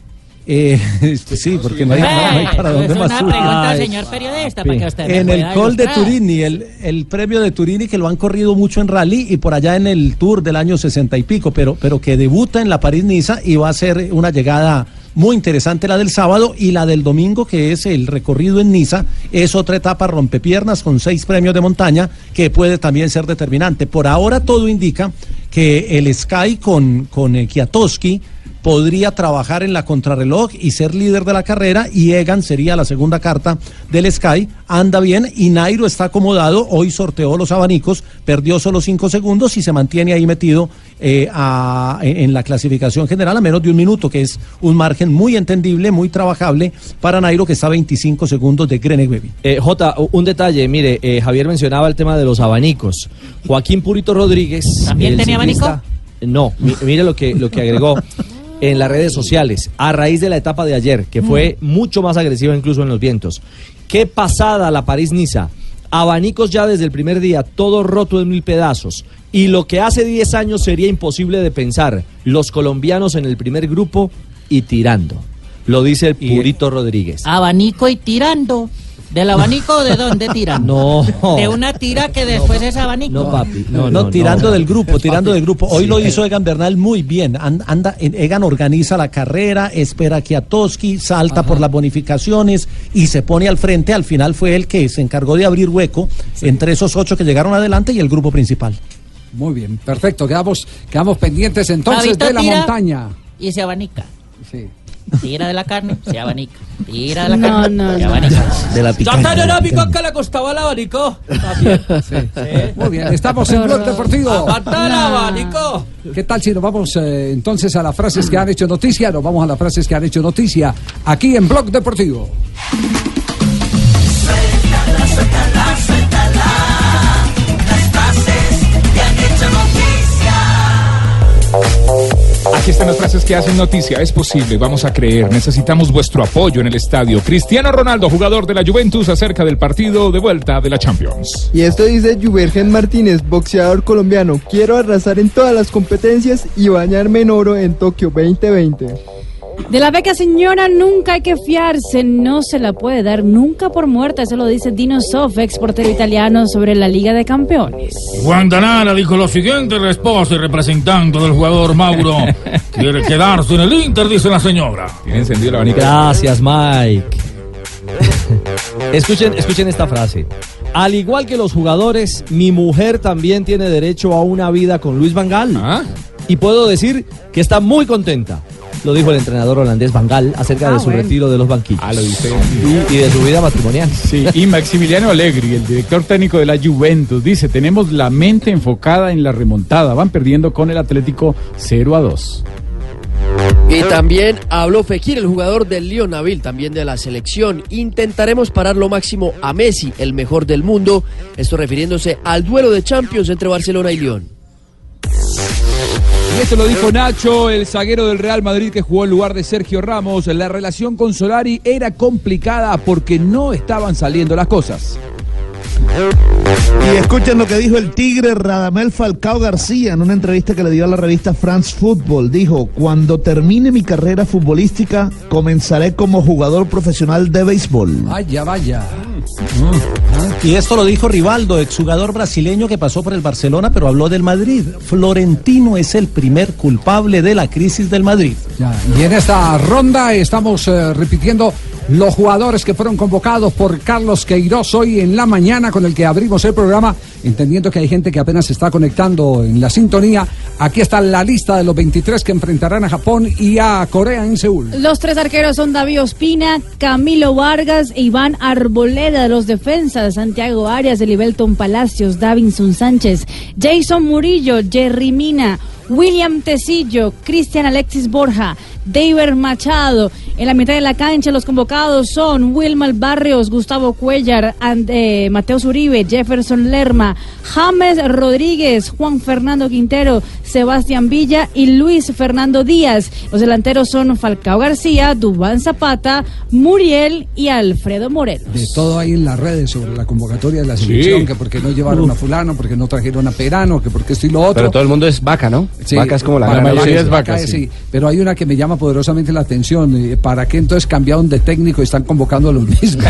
Eh, sí, porque no hay, no hay para Ve, dónde es más una subir. pregunta al Ay, señor periodista para que usted me en el pueda Col de ilustrar. Turini, el, el premio de Turini, que lo han corrido mucho en rally y por allá en el Tour del año sesenta y pico, pero, pero que debuta en la París-Niza y va a ser una llegada muy interesante la del sábado, y la del domingo, que es el recorrido en Niza, es otra etapa rompepiernas con seis premios de montaña que puede también ser determinante. Por ahora todo indica que el Sky con, con eh, Kwiatkowski podría trabajar en la contrarreloj y ser líder de la carrera, y Egan sería la segunda carta del Sky. Anda bien y Nairo está acomodado, hoy sorteó los abanicos, perdió solo cinco segundos y se mantiene ahí metido eh, a, en la clasificación general a menos de un minuto, que es un margen muy entendible, muy trabajable para Nairo, que está a veinticinco segundos de Grenewebi. Eh, Jota, un detalle, mire, eh, Javier mencionaba el tema de los abanicos. Joaquín Purito Rodríguez... ¿También tenía ciclista, abanico? No, mi, mire lo que, lo que agregó en las redes sociales, a raíz de la etapa de ayer, que fue mm. mucho más agresiva incluso en los vientos. Qué pasada la París-Niza. Abanicos ya desde el primer día, todo roto en mil pedazos. Y lo que hace diez años sería imposible de pensar, los colombianos en el primer grupo y tirando. Lo dice el Purito Rodríguez. Abanico y tirando. ¿Del abanico o de dónde tiran? No. De una tira que después es abanico. No, papi. No, no, no tirando no, del grupo, tirando papi. del grupo. Hoy sí. Lo hizo Egan Bernal muy bien. Anda, Egan organiza la carrera, espera a Kwiatkowski, salta Ajá. por las bonificaciones y se pone al frente. Al final fue él que se encargó de abrir hueco sí. entre esos ocho que llegaron adelante y el grupo principal. Muy bien, perfecto. Quedamos, quedamos pendientes entonces Fabito de la tira montaña. Y se abanica. Sí. Tira de la carne, se abanica. Tira de la No, carne, no, se no. abanica. De la Ya tan arábico que le costaba el abanico. Sí. Sí. Muy bien, estamos en Blog Deportivo. ¡Aguanta el abanico! ¿Qué tal si nos vamos eh, entonces a las frases que han hecho noticia? Nos vamos a las frases que han hecho noticia aquí en Blog Deportivo. Suéltala, suéltala, suéltala. Las frases que han hecho noticia. Aquí están las frases que hacen noticia. Es posible, vamos a creer. Necesitamos vuestro apoyo en el estadio. Cristiano Ronaldo, jugador de la Juventus, acerca del partido de vuelta de la Champions. Y esto dice Juvergen Martínez, boxeador colombiano. Quiero arrasar en todas las competencias y bañarme en oro en Tokio veinte veinte. De la beca señora nunca hay que fiarse, no se la puede dar nunca por muerta, eso lo dice Dino Zoff, ex portero italiano, sobre la Liga de Campeones. Juan Danara dijo lo siguiente, respuesta y representante del jugador Mauro. Quiere quedarse en el Inter, dice la señora. Tiene encendido la abanico. Gracias, Mike. Escuchen, escuchen esta frase. Al igual que los jugadores, mi mujer también tiene derecho a una vida con Luis Van Gaal. ¿Ah? Y puedo decir que está muy contenta. Lo dijo el entrenador holandés Van Gaal acerca ah, de su bueno. retiro de los banquillos. Ah, lo dice. Y, y de su vida matrimonial. Sí, y Maximiliano Allegri, el director técnico de la Juventus, dice, tenemos la mente enfocada en la remontada. Van perdiendo con el Atlético cero a dos. Y también habló Fekir, el jugador del Lyon Nabil, también de la selección. Intentaremos parar lo máximo a Messi, el mejor del mundo. Esto refiriéndose al duelo de Champions entre Barcelona y Lyon. Y esto lo dijo Nacho, el zaguero del Real Madrid que jugó en lugar de Sergio Ramos. La relación con Solari era complicada porque no estaban saliendo las cosas. Y escuchen lo que dijo el Tigre Radamel Falcao García en una entrevista que le dio a la revista France Football. Dijo, cuando termine mi carrera futbolística, comenzaré como jugador profesional de béisbol. Vaya, vaya. Mm. Y esto lo dijo Rivaldo, exjugador brasileño que pasó por el Barcelona, pero habló del Madrid. Florentino es el primer culpable de la crisis del Madrid. Ya, y en esta ronda estamos eh, repitiendo los jugadores que fueron convocados por Carlos Queiroz hoy en la mañana, con el que abrimos el programa, entendiendo que hay gente que apenas se está conectando en la sintonía. Aquí está la lista de los veintitrés que enfrentarán a Japón y a Corea en Seúl. Los tres arqueros son David Ospina, Camilo Vargas e Iván Arboleda. Los defensas, Santiago Arias, Elibelton Palacios, Davinson Sánchez, Jason Murillo, Jerry Mina, William Tecillo, Cristian Alexis Borja, David Machado. En la mitad de la cancha los convocados son Wilmar Barrios, Gustavo Cuellar, And, eh, Mateo Uribe, Jefferson Lerma, James Rodríguez, Juan Fernando Quintero, Sebastián Villa y Luis Fernando Díaz. Los delanteros son Falcao García, Duván Zapata, Muriel y Alfredo Morelos. De todo hay en las redes sobre la convocatoria de la selección, sí. Que porque no llevaron a fulano, porque no trajeron a Perano, que porque esto y lo otro. Pero todo el mundo es vaca, ¿no? Sí, vaca es como la, la gran mayoría es vaca, sí. Sí. Pero hay una que me llama llama poderosamente la atención. eh, ¿Para qué entonces cambiaron de técnico y están convocando a los mismos?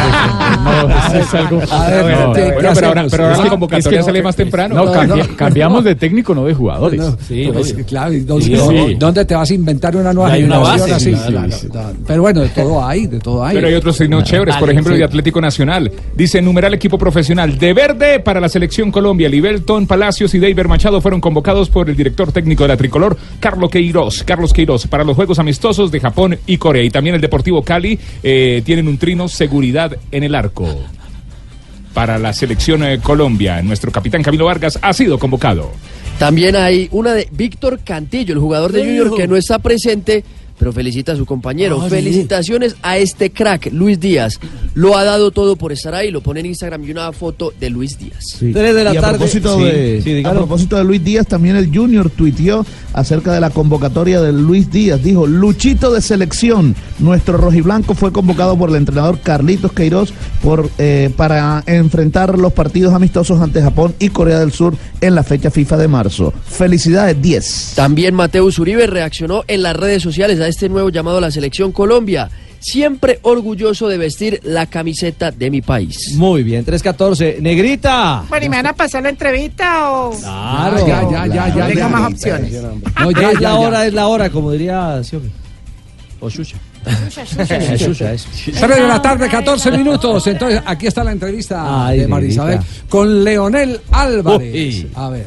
No, es algo- A ver, No, ¿qué- bueno, qué pero ahora- hacemos? pero ahora Es la que- convocatoria es que- sale más temprano. No, No, cambi- cambi- cambiamos de técnico, no de jugadores. No, Sí, pues, obvio. claro, y no- Sí, no- sí. ¿dónde te vas a inventar una nueva Ya hay una generación base, así? sí, No, no, sí. no. Pero bueno, de todo hay, de todo hay. Pero hay otros signos chéveres, por Vale, ejemplo, el sí. de Atlético Nacional. Dice, numeral equipo profesional. De verde para la selección Colombia. Libelton Palacios y David Machado fueron convocados por el director técnico de la tricolor, Carlos Queiroz. Carlos Queiroz, para los Juegos Amistosos de Japón y Corea. Y también el Deportivo Cali eh, tienen un trino, seguridad en el arco. Para la selección eh, Colombia, nuestro capitán Camilo Vargas ha sido convocado. También hay una de Víctor Cantillo, el jugador de Junior que no está presente, pero felicita a su compañero. Ah, sí. Felicitaciones a este crack, Luis Díaz. Lo ha dado todo por estar ahí. Lo pone en Instagram y una foto de Luis Díaz. Y a propósito de, a propósito de Luis Díaz, también el Junior tuiteó acerca de la convocatoria de Luis Díaz. Dijo, Luchito de selección. Nuestro rojiblanco fue convocado por el entrenador Carlitos Queiroz por, eh, para enfrentar los partidos amistosos ante Japón y Corea del Sur en la fecha FIFA de marzo. Felicidades, diez. También Mateus Uribe reaccionó en las redes sociales a este nuevo llamado a la selección Colombia. Siempre orgulloso de vestir la camiseta de mi país. Muy bien, tres catorce. Negrita. Bueno, ¿y me van a pasar la entrevista o...? Claro. Ya, ya, ya, ya, Tengo ya. más opciones. No, ya, Ya, es ya, la ya. hora, es la hora, como diría Xiomí. O Xuxa. Es Xuxa, es. tres de la tarde, catorce minutos. Entonces, aquí está la entrevista Ay, de Marisabel negrita. con Leonel Álvarez. Uy. A ver.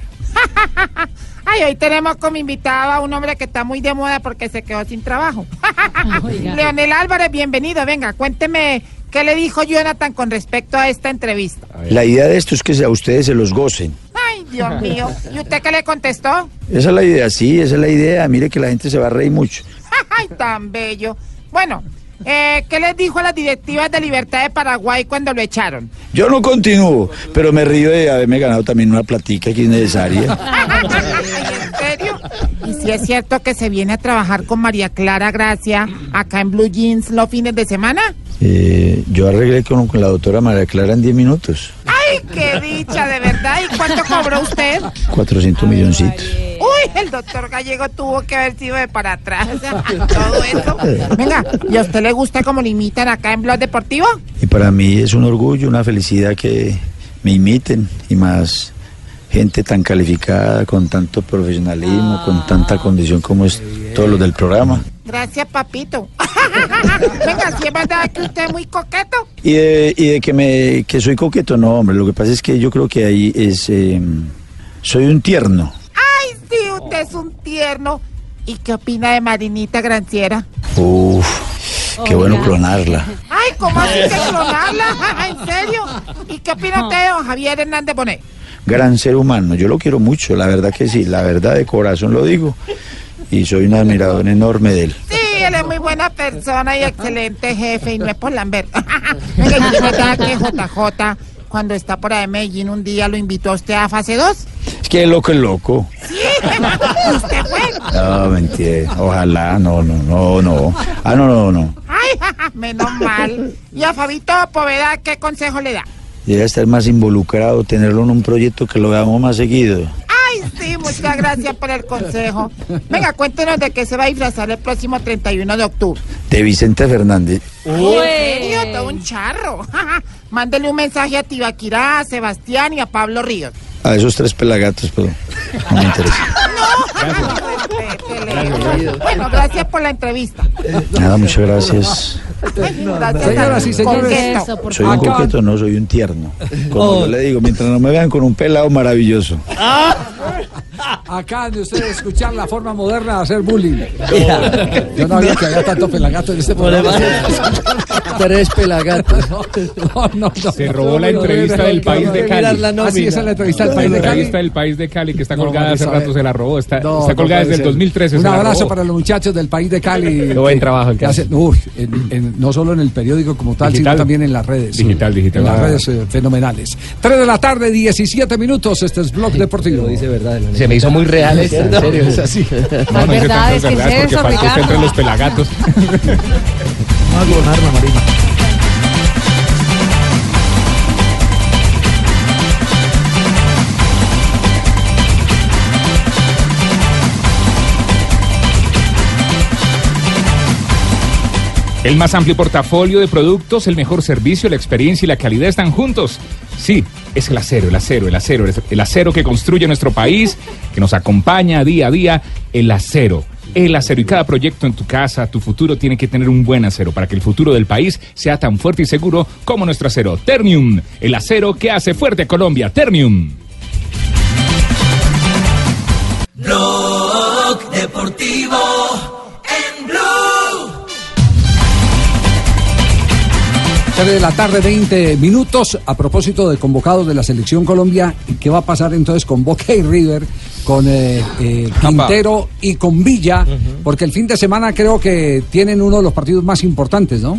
Ay, hoy tenemos como invitado a un hombre que está muy de moda porque se quedó sin trabajo. Leonel Álvarez, bienvenido. Venga, cuénteme qué le dijo Jonathan con respecto a esta entrevista. La idea de esto es que a ustedes se los gocen. Ay, Dios mío. ¿Y usted qué le contestó? Esa es la idea, sí, esa es la idea. Mire que la gente se va a reír mucho. Ay, tan bello. Bueno, eh, ¿qué les dijo a las directivas de Libertad de Paraguay cuando lo echaron? Yo no continúo, pero me río de haberme ganado también una platica que es necesaria. ¿En serio? ¿Y si es cierto que se viene a trabajar con María Clara Gracia acá en Blue Jeans los fines de semana? Eh, yo arreglé con, con la doctora María Clara en diez minutos. ¡Ay, qué dicha, de verdad! ¿Y cuánto cobró usted? cuatrocientos milloncitos. Uy, el doctor Gallego tuvo que haber sido de para atrás. Todo eso. Venga, ¿y a usted le gusta cómo le imitan acá en Blog Deportivo? Y para mí es un orgullo, una felicidad que me imiten y más gente tan calificada, con tanto profesionalismo, con tanta condición como es todos los del programa. Gracias, papito. Venga, si es verdad que usted es muy coqueto. Y de, y de que me que soy coqueto, no, hombre, lo que pasa es que yo creo que ahí es eh, soy un tierno. Ay, sí, usted es un tierno. ¿Y qué opina de Marinita Granciera? Uf, qué bueno clonarla. Ay, ¿cómo así que clonarla? ¿En serio? ¿Y qué opina usted de don Javier Hernández Bonet? Gran ser humano, yo lo quiero mucho, la verdad que sí, la verdad de corazón lo digo. Y soy un admirador enorme de él. Sí, él es muy buena persona y excelente jefe y no es por Lambert. Venga, ¿y es verdad que J J, cuando está por ahí en Medellín, un día lo invitó a usted a fase dos? Es que el loco es loco. Sí, ¿usted fue? No, mentira, ojalá, no, no, no, no. Ah, no, no, no. Ay, menos mal. ¿Y a Fabito Poveda qué consejo le da? Debería estar más involucrado, tenerlo en un proyecto que lo veamos más seguido. Ay, sí, muchas gracias por el consejo. Venga, cuéntenos de qué se va a disfrazar el próximo treinta y uno de octubre. De Vicente Fernández. ¿En serio? Todo un charro. Mándele un mensaje a Tibaquirá, a Sebastián y a Pablo Ríos. A esos tres pelagatos, pero no me interesa. Bueno, gracias por la entrevista. Nada, muchas gracias. Señoras y señores, Soy un Acaban- coqueto, no, soy un tierno. Como yo le digo, mientras no me vean con un pelado maravilloso. Acaban de ustedes escuchar la forma moderna de hacer bullying. Yo no había que había tanto pelagato en este programa. Tres pelagatos. No, no, no. Se robó la entrevista del País de Cali. Así es la entrevista del País de La Cali. entrevista del País de Cali que está No, colgada hace Marisabel. rato, se la robó. Está, No, está no colgada puede desde el ser. dos mil trece. Un se la abrazo robó. para los muchachos del País de Cali. Qué buen trabajo el que que hacen, uy, en- en- no solo en el periódico como tal, Digital. sino también en las redes. Digital, digital. En las Ah. redes eh, fenomenales. tres de la tarde, diecisiete minutos. Este es Blog Deportivo. Dice verdad. Se me hizo muy real esta, en serio. Es así. No, no dice verdad, tantas es que es verdades porque eso, faltó usted Ricardo. entre los pelagatos. No a clonarla, Marina. El más amplio portafolio de productos, el mejor servicio, la experiencia y la calidad están juntos. Sí, es el acero, el acero, el acero, el acero que construye nuestro país, que nos acompaña día a día, el acero. El acero, y cada proyecto en tu casa, tu futuro, tiene que tener un buen acero para que el futuro del país sea tan fuerte y seguro como nuestro acero. Ternium, el acero que hace fuerte a Colombia. Ternium. Blog Deportivo en Blue. tres de la tarde, veinte minutos. A propósito de convocados de la Selección Colombia, ¿qué va a pasar entonces con Boca y River? Con eh, eh, Quintero y con Villa, uh-huh. Porque el fin de semana creo que tienen uno de los partidos más importantes, ¿no?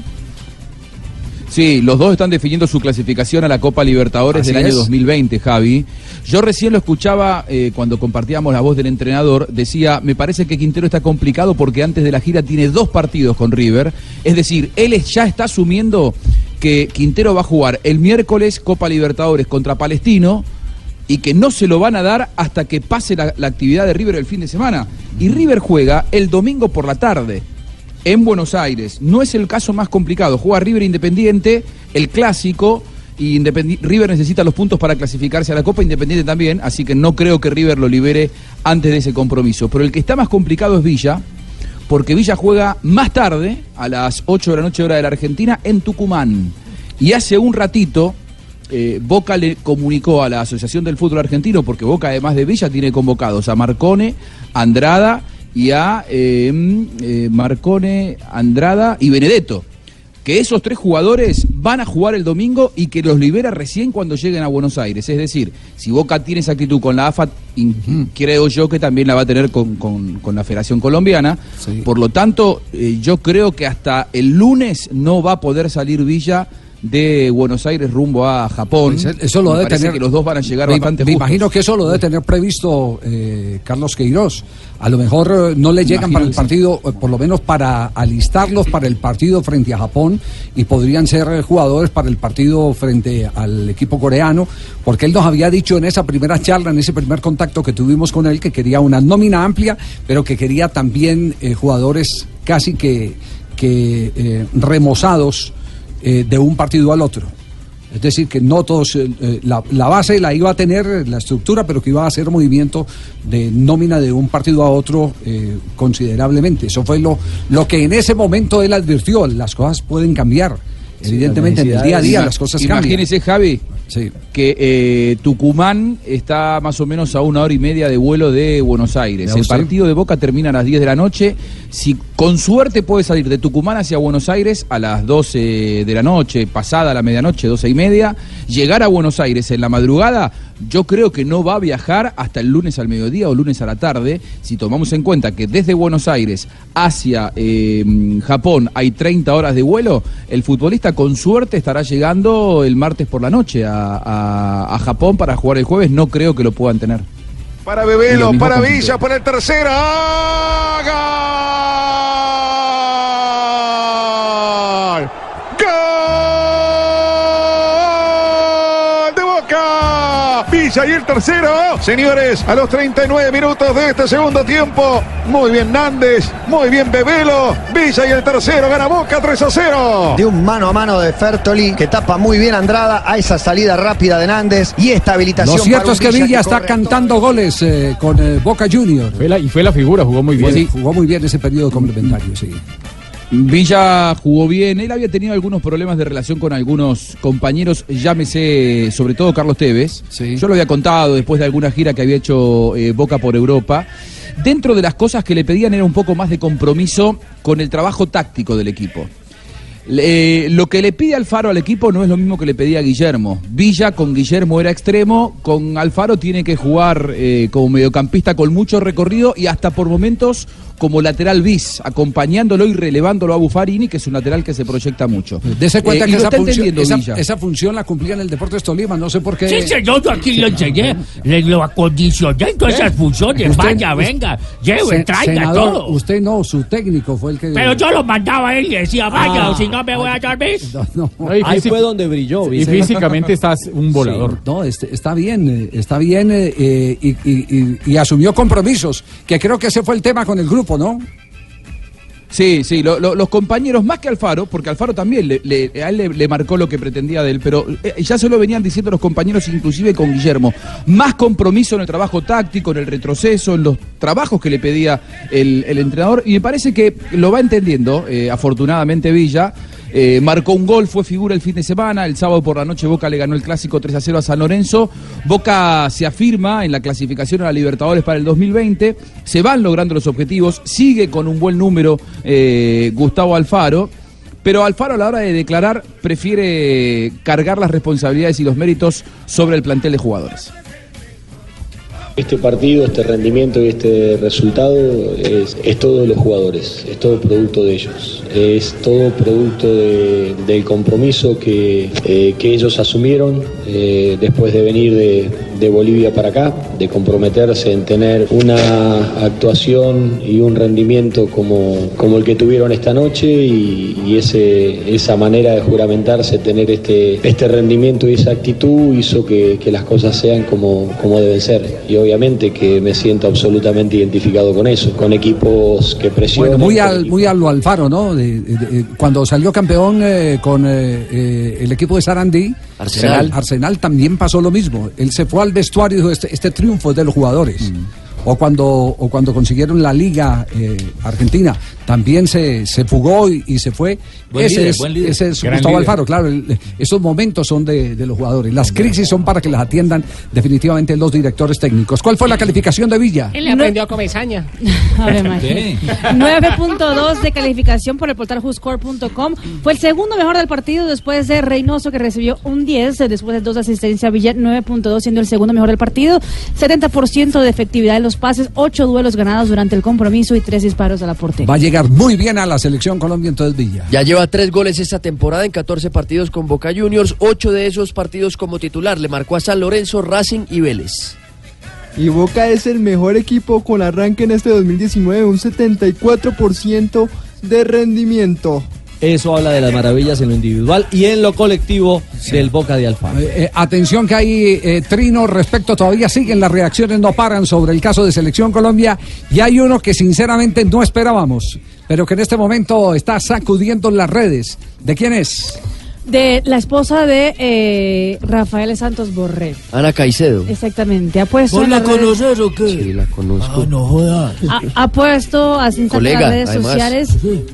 Sí, los dos están definiendo su clasificación a la Copa Libertadores Así del año es. dos mil veinte, Javi. Yo recién lo escuchaba eh, cuando compartíamos la voz del entrenador, decía, me parece que Quintero está complicado porque antes de la gira tiene dos partidos con River, es decir, él ya está asumiendo que Quintero va a jugar el miércoles Copa Libertadores contra Palestino, y que no se lo van a dar hasta que pase la, la actividad de River el fin de semana. Y River juega el domingo por la tarde en Buenos Aires. No es el caso más complicado. Juega River Independiente, el clásico, y Independi- River necesita los puntos para clasificarse a la Copa, Independiente también, así que no creo que River lo libere antes de ese compromiso. Pero el que está más complicado es Villa, porque Villa juega más tarde, a las ocho de la noche hora de la Argentina, en Tucumán. Y hace un ratito... Eh, Boca le comunicó a la Asociación del Fútbol Argentino, porque Boca además de Villa tiene convocados a Marcone, Andrada y a eh, eh, Marcone, Andrada y Benedetto, que esos tres jugadores van a jugar el domingo y que los libera recién cuando lleguen a Buenos Aires. Es decir, si Boca tiene esa actitud con la A F A, uh-huh. creo yo que también la va a tener con, con, con la Federación Colombiana. Sí. Por lo tanto, eh, yo creo que hasta el lunes no va a poder salir Villa de Buenos Aires rumbo a Japón. Pues eso lo me debe tener, que los dos van a llegar me, bastante me justos. imagino que eso lo debe tener previsto eh, Carlos Queiroz. A lo mejor no le llegan para el partido, sí. por lo menos para alistarlos para el partido frente a Japón, y podrían ser jugadores para el partido frente al equipo coreano, porque él nos había dicho en esa primera charla, en ese primer contacto que tuvimos con él, que quería una nómina amplia, pero que quería también eh, jugadores casi que, que eh, remozados Eh, de un partido al otro. Es decir, que no todos, eh, la, la base la iba a tener, la estructura, pero que iba a hacer movimiento de nómina de un partido a otro eh, considerablemente. Eso fue lo, lo que en ese momento él advirtió. Las cosas pueden cambiar. Sí, evidentemente en el día a día las cosas cambian. Imagínese, Javi, sí. que eh, Tucumán está más o menos a una hora y media de vuelo de Buenos Aires. El partido de Boca termina a las diez de la noche. Si con suerte puede salir de Tucumán hacia Buenos Aires a las doce de la noche, pasada la medianoche, doce y media, llegar a Buenos Aires en la madrugada, yo creo que no va a viajar hasta el lunes al mediodía o lunes a la tarde, si tomamos en cuenta que desde Buenos Aires hacia eh, Japón hay treinta horas de vuelo. El futbolista con suerte estará llegando el martes por la noche a, a, a Japón para jugar el jueves. No creo que lo puedan tener. Para Bebelo, para Villa, para el tercero. ¡Gol! ¡Gol de Boca! Villa y el tercero. Señores, a los treinta y nueve minutos de este segundo tiempo. Muy bien Nández, muy bien Bebelo. Villa y el tercero, gana Boca tres a cero. De un mano a mano de Fertoli, que tapa muy bien Andrada a esa salida rápida de Nández y esta habilitación. Lo cierto es que Villa, Villa está cantando goles eh, con eh, Boca Juniors. Fue la, y fue la figura, jugó muy bien. Sí, jugó muy bien ese periodo complementario, sí. Villa jugó bien, él había tenido algunos problemas de relación con algunos compañeros, llámese sobre todo Carlos Tevez. Sí. Yo lo había contado después de alguna gira que había hecho eh, Boca por Europa. Dentro de las cosas que le pedían era un poco más de compromiso con el trabajo táctico del equipo. Eh, lo que le pide Alfaro al equipo no es lo mismo que le pedía a Guillermo. Villa con Guillermo era extremo, con Alfaro tiene que jugar eh, como mediocampista con mucho recorrido y hasta por momentos como lateral bis, acompañándolo y relevándolo a Buffarini, que es un lateral que se proyecta mucho. Dese cuenta eh, que esa función, esa, esa función la cumplía en el Deportes Tolima, no sé por qué. Sí, señor, yo aquí lo enseñé, le lo acondicioné en todas ¿Eh? esas funciones. Usted, vaya, venga, lleve, traiga senador, todo. Usted no, su técnico fue el que... Pero yo lo mandaba a él y decía, vaya, ah, o si no me voy a dormir. No, no. No, ahí fue donde brilló. Y físicamente estás un volador. Sí, no, este, está bien, está bien eh, y, y, y, y asumió compromisos, que creo que ese fue el tema con el grupo, ¿no? Sí, sí, lo, lo, los compañeros más que Alfaro, porque Alfaro también le, le, a él le, le marcó lo que pretendía de él, pero eh, ya se lo venían diciendo los compañeros, inclusive con Guillermo. Más compromiso en el trabajo táctico, en el retroceso, en los trabajos que le pedía el, el entrenador, y me parece que lo va entendiendo, eh, afortunadamente Villa. Eh, marcó un gol, fue figura el fin de semana. El sábado por la noche Boca le ganó el clásico tres a cero a San Lorenzo. Boca se afirma en la clasificación a la Libertadores para el dos mil veinte. Se van logrando los objetivos. Sigue con un buen número eh, Gustavo Alfaro. Pero Alfaro a la hora de declarar prefiere cargar las responsabilidades y los méritos sobre el plantel de jugadores. Este partido, este rendimiento y este resultado es, es todo de los jugadores, es todo producto de ellos, es todo producto de, del compromiso que, eh, que ellos asumieron eh, después de venir de, de Bolivia para acá, de comprometerse en tener una actuación y un rendimiento como, como el que tuvieron esta noche y, y ese, esa manera de juramentarse, tener este, este rendimiento y esa actitud hizo que, que las cosas sean como, como deben ser. Y obviamente que me siento absolutamente identificado con eso, con equipos que presionan. Bueno, muy al, muy a lo Alfaro, ¿no? De, de, de, cuando salió campeón eh, con eh, eh, el equipo de Sarandí, Arsenal. Arsenal también pasó lo mismo. Él se fue al vestuario y dijo, este, este triunfo es de los jugadores. Mm. O cuando, o cuando consiguieron la Liga eh, Argentina, también se, se fugó y, y se fue. Buen ese, líder, es, buen líder. ese es Gran Gustavo líder. Alfaro, claro. El, esos momentos son de, de los jugadores. Las crisis son para que las atiendan definitivamente los directores técnicos. ¿Cuál fue la calificación de Villa? Él le aprendió a comer saña. Ave María. nueve punto dos de calificación por el portal whoscore punto com. Fue el segundo mejor del partido después de Reynoso, que recibió un diez, después de dos asistencias. Villa nueve punto dos, siendo el segundo mejor del partido. setenta por ciento de efectividad en los pases, ocho duelos ganados durante el compromiso y tres disparos a la portería. Va a llegar muy bien a la selección Colombia entonces Villa. Ya lleva tres goles esta temporada en catorce partidos con Boca Juniors, ocho de esos partidos como titular. Le marcó a San Lorenzo, Racing y Vélez. Y Boca es el mejor equipo con arranque en este dos mil diecinueve, un setenta y cuatro por ciento de rendimiento. Eso habla de las maravillas en lo individual y en lo colectivo sí. del Boca de Alfaro. Eh, eh, atención que hay eh, trino respecto, todavía siguen las reacciones, no paran sobre el caso de Selección Colombia y hay uno que sinceramente no esperábamos, pero que en este momento está sacudiendo las redes. ¿De quién es? De la esposa de eh, Rafael Santos Borré. Ana Caicedo. Exactamente. Ha puesto ¿Vos la conoces o qué? Sí, la conozco. Ah, no jodas. Ha, ha puesto así en Colega, las redes además. sociales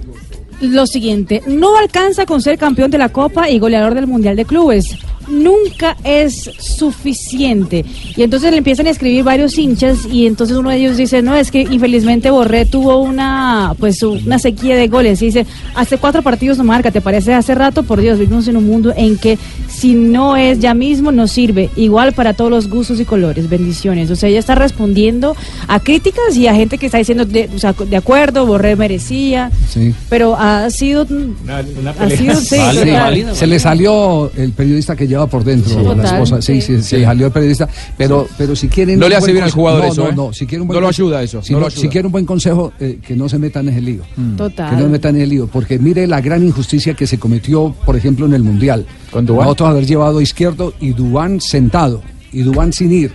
lo siguiente: no alcanza con ser campeón de la Copa y goleador del Mundial de Clubes. Nunca es suficiente. Y entonces le empiezan a escribir varios hinchas y entonces uno de ellos dice, no, es que infelizmente Borré tuvo una pues una sequía de goles. Y dice, hace cuatro partidos no marca, ¿te parece hace rato? Por Dios, vivimos en un mundo en que si no es ya mismo, no sirve. Igual para todos los gustos y colores. Bendiciones. O sea, ella está respondiendo a críticas y a gente que está diciendo, de, o sea, de acuerdo, Borré merecía. Sí. Pero ha sido... Una, una ha sido sí, vale, total. vale. Se le salió el periodista que lleva por dentro, sí, la total, esposa. Sí, sí, sí, sí, salió el periodista. Pero, sí. pero si quieren. No le hace bien al jugador no, eso, no, ¿eh? no, si quieren un buen no lo consejo, ayuda eso. Si, no no, lo ayuda. si quieren un buen consejo, eh, que no se metan en el lío. Mm. Total. Que no se metan en el lío. Porque mire la gran injusticia que se cometió, por ejemplo, en el Mundial. Con Duván. Nosotros haber llevado a Izquierdo y Duván sentado. Y Duván sin ir.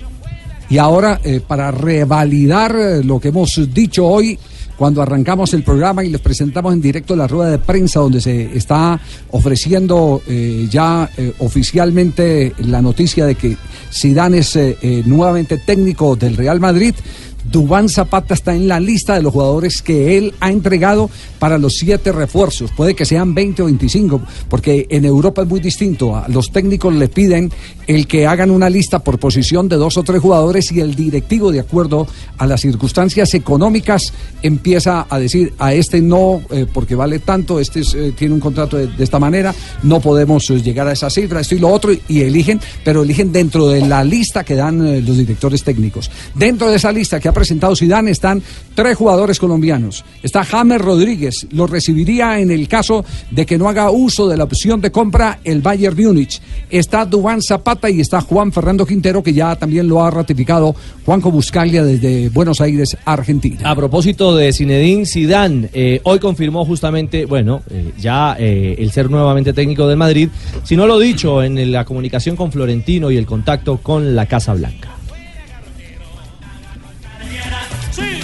Y ahora, eh, para revalidar eh, lo que hemos dicho hoy, cuando arrancamos el programa y les presentamos en directo la rueda de prensa donde se está ofreciendo eh, ya eh, oficialmente la noticia de que Zidane es eh, eh, nuevamente técnico del Real Madrid, Duván Zapata está en la lista de los jugadores que él ha entregado para los siete refuerzos. Puede que sean veinte o veinticinco, porque en Europa es muy distinto. A los técnicos les piden el que hagan una lista por posición de dos o tres jugadores y el directivo, de acuerdo a las circunstancias económicas, empieza a decir a este no, eh, porque vale tanto, este es, eh, tiene un contrato de, de esta manera, no podemos eh, llegar a esa cifra, esto y lo otro, y, y eligen, pero eligen dentro de la lista que dan eh, los directores técnicos. Dentro de esa lista que ha presentado Zidane están tres jugadores colombianos. Está James Rodríguez, lo recibiría en el caso de que no haga uso de la opción de compra el Bayern Múnich. Está Duván Zapata y está Juan Fernando Quintero, que ya también lo ha ratificado Juanjo Buscaglia desde Buenos Aires, Argentina. A propósito de Zinedine Zidane, eh, hoy confirmó justamente, bueno, eh, ya eh, el ser nuevamente técnico del Madrid, sino lo dicho en la comunicación con Florentino y el contacto con la Casa Blanca.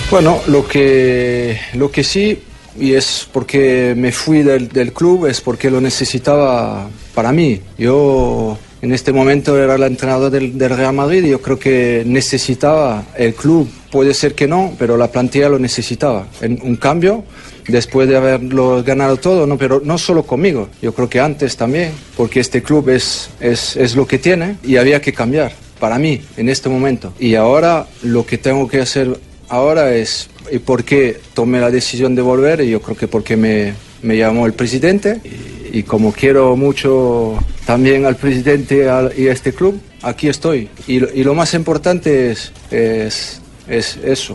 Bueno, lo que, lo que sí, y es porque me fui del, del club, es porque lo necesitaba para mí. Yo en este momento era el entrenador del, del Real Madrid y yo creo que necesitaba el club. Puede ser que no, pero la plantilla lo necesitaba. En un cambio, después de haberlo ganado todo, no, pero no solo conmigo, yo creo que antes también, porque este club es, es, es lo que tiene y había que cambiar para mí en este momento. Y ahora lo que tengo que hacer ahora es, ¿y por qué tomé la decisión de volver? Y yo creo que porque me, me llamó el presidente y, y como quiero mucho también al presidente al, y a este club, aquí estoy. Y, y lo más importante es, es, es eso.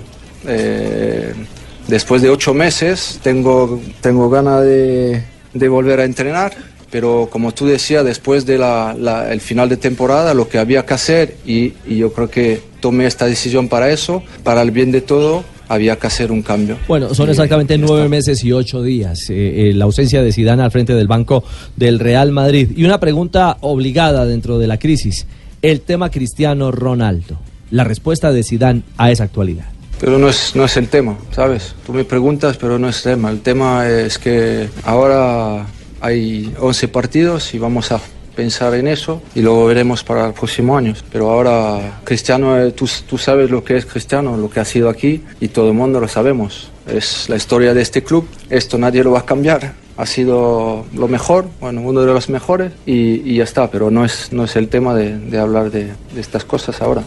Eh, después de ocho meses tengo, tengo ganas de, de volver a entrenar. Pero como tú decías, después del de final de temporada, lo que había que hacer, y, y yo creo que tomé esta decisión para eso, para el bien de todo, había que hacer un cambio. Bueno, son exactamente nueve meses y ocho días, eh, eh, la ausencia de Zidane al frente del banco del Real Madrid. Y una pregunta obligada dentro de la crisis, el tema Cristiano Ronaldo, la respuesta de Zidane a esa actualidad. Pero no es, no es el tema, ¿sabes? Tú me preguntas, pero no es el tema. El tema es que ahora hay once partidos y vamos a pensar en eso y luego veremos para los próximos años. Pero ahora Cristiano, tú, tú sabes lo que es Cristiano, lo que ha sido aquí y todo el mundo lo sabemos. Es la historia de este club, esto nadie lo va a cambiar. Ha sido lo mejor, bueno, uno de los mejores y, y ya está, pero no es, no es el tema de, de hablar de, de estas cosas ahora.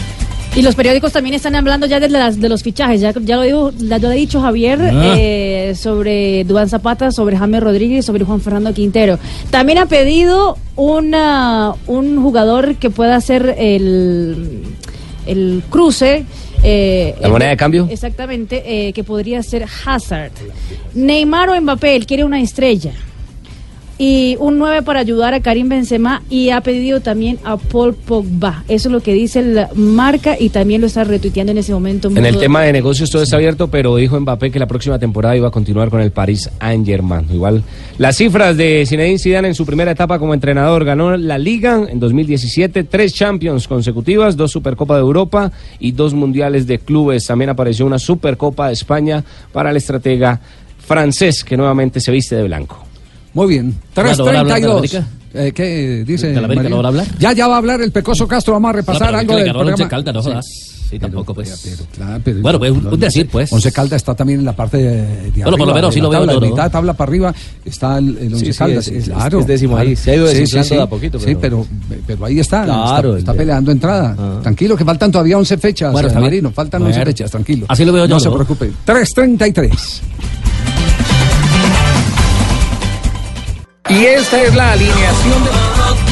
Y los periódicos también están hablando ya de, las, de los fichajes, ya, ya lo, digo, ya lo ha dicho Javier, ah. eh, sobre Duván Zapata, sobre James Rodríguez, sobre Juan Fernando Quintero. También ha pedido una, un jugador que pueda hacer el, el cruce. Eh, ¿La moneda de cambio? Exactamente, eh, que podría ser Hazard. Neymar o Mbappé, él quiere una estrella. Y un nueve para ayudar a Karim Benzema y ha pedido también a Paul Pogba. Eso es lo que dice la Marca y también lo está retuiteando en ese momento. En el tema de negocios todo está abierto, pero dijo Mbappé que la próxima temporada iba a continuar con el Paris Saint-Germain. Igual, las cifras de Zinedine Zidane en su primera etapa como entrenador: ganó la Liga en dos mil diecisiete, tres Champions consecutivas, dos Supercopa de Europa y dos Mundiales de Clubes. También apareció una Supercopa de España para el estratega francés, que nuevamente se viste de blanco. Muy bien, tres treinta y dos. Eh, ¿Qué dice? ¿De la América no va a hablar? Ya, ya va a hablar el Pecoso Castro. Vamos a repasar no, algo del programa. Once Caldas, no jodas. Sí. Sí, tampoco, pues. Pero, claro, pero, bueno, pues un decir, pues. Once Caldas está también en la parte de, de bueno, por lo menos sí lo veo. La yo, mitad de tabla para arriba está el, el Once sí, sí, Caldas. Es, claro. Es décimo ahí. Se ha ido desinflando sí, sí, de a poquito. Pero... Sí, pero, pero ahí está. Claro, está, está peleando entrada. Ah. Tranquilo, que faltan todavía once fechas. Bueno, está Marino, faltan bueno. once fechas, tranquilo. Así lo veo yo. No se preocupe. tres treinta y tres. Y esta es la alineación de...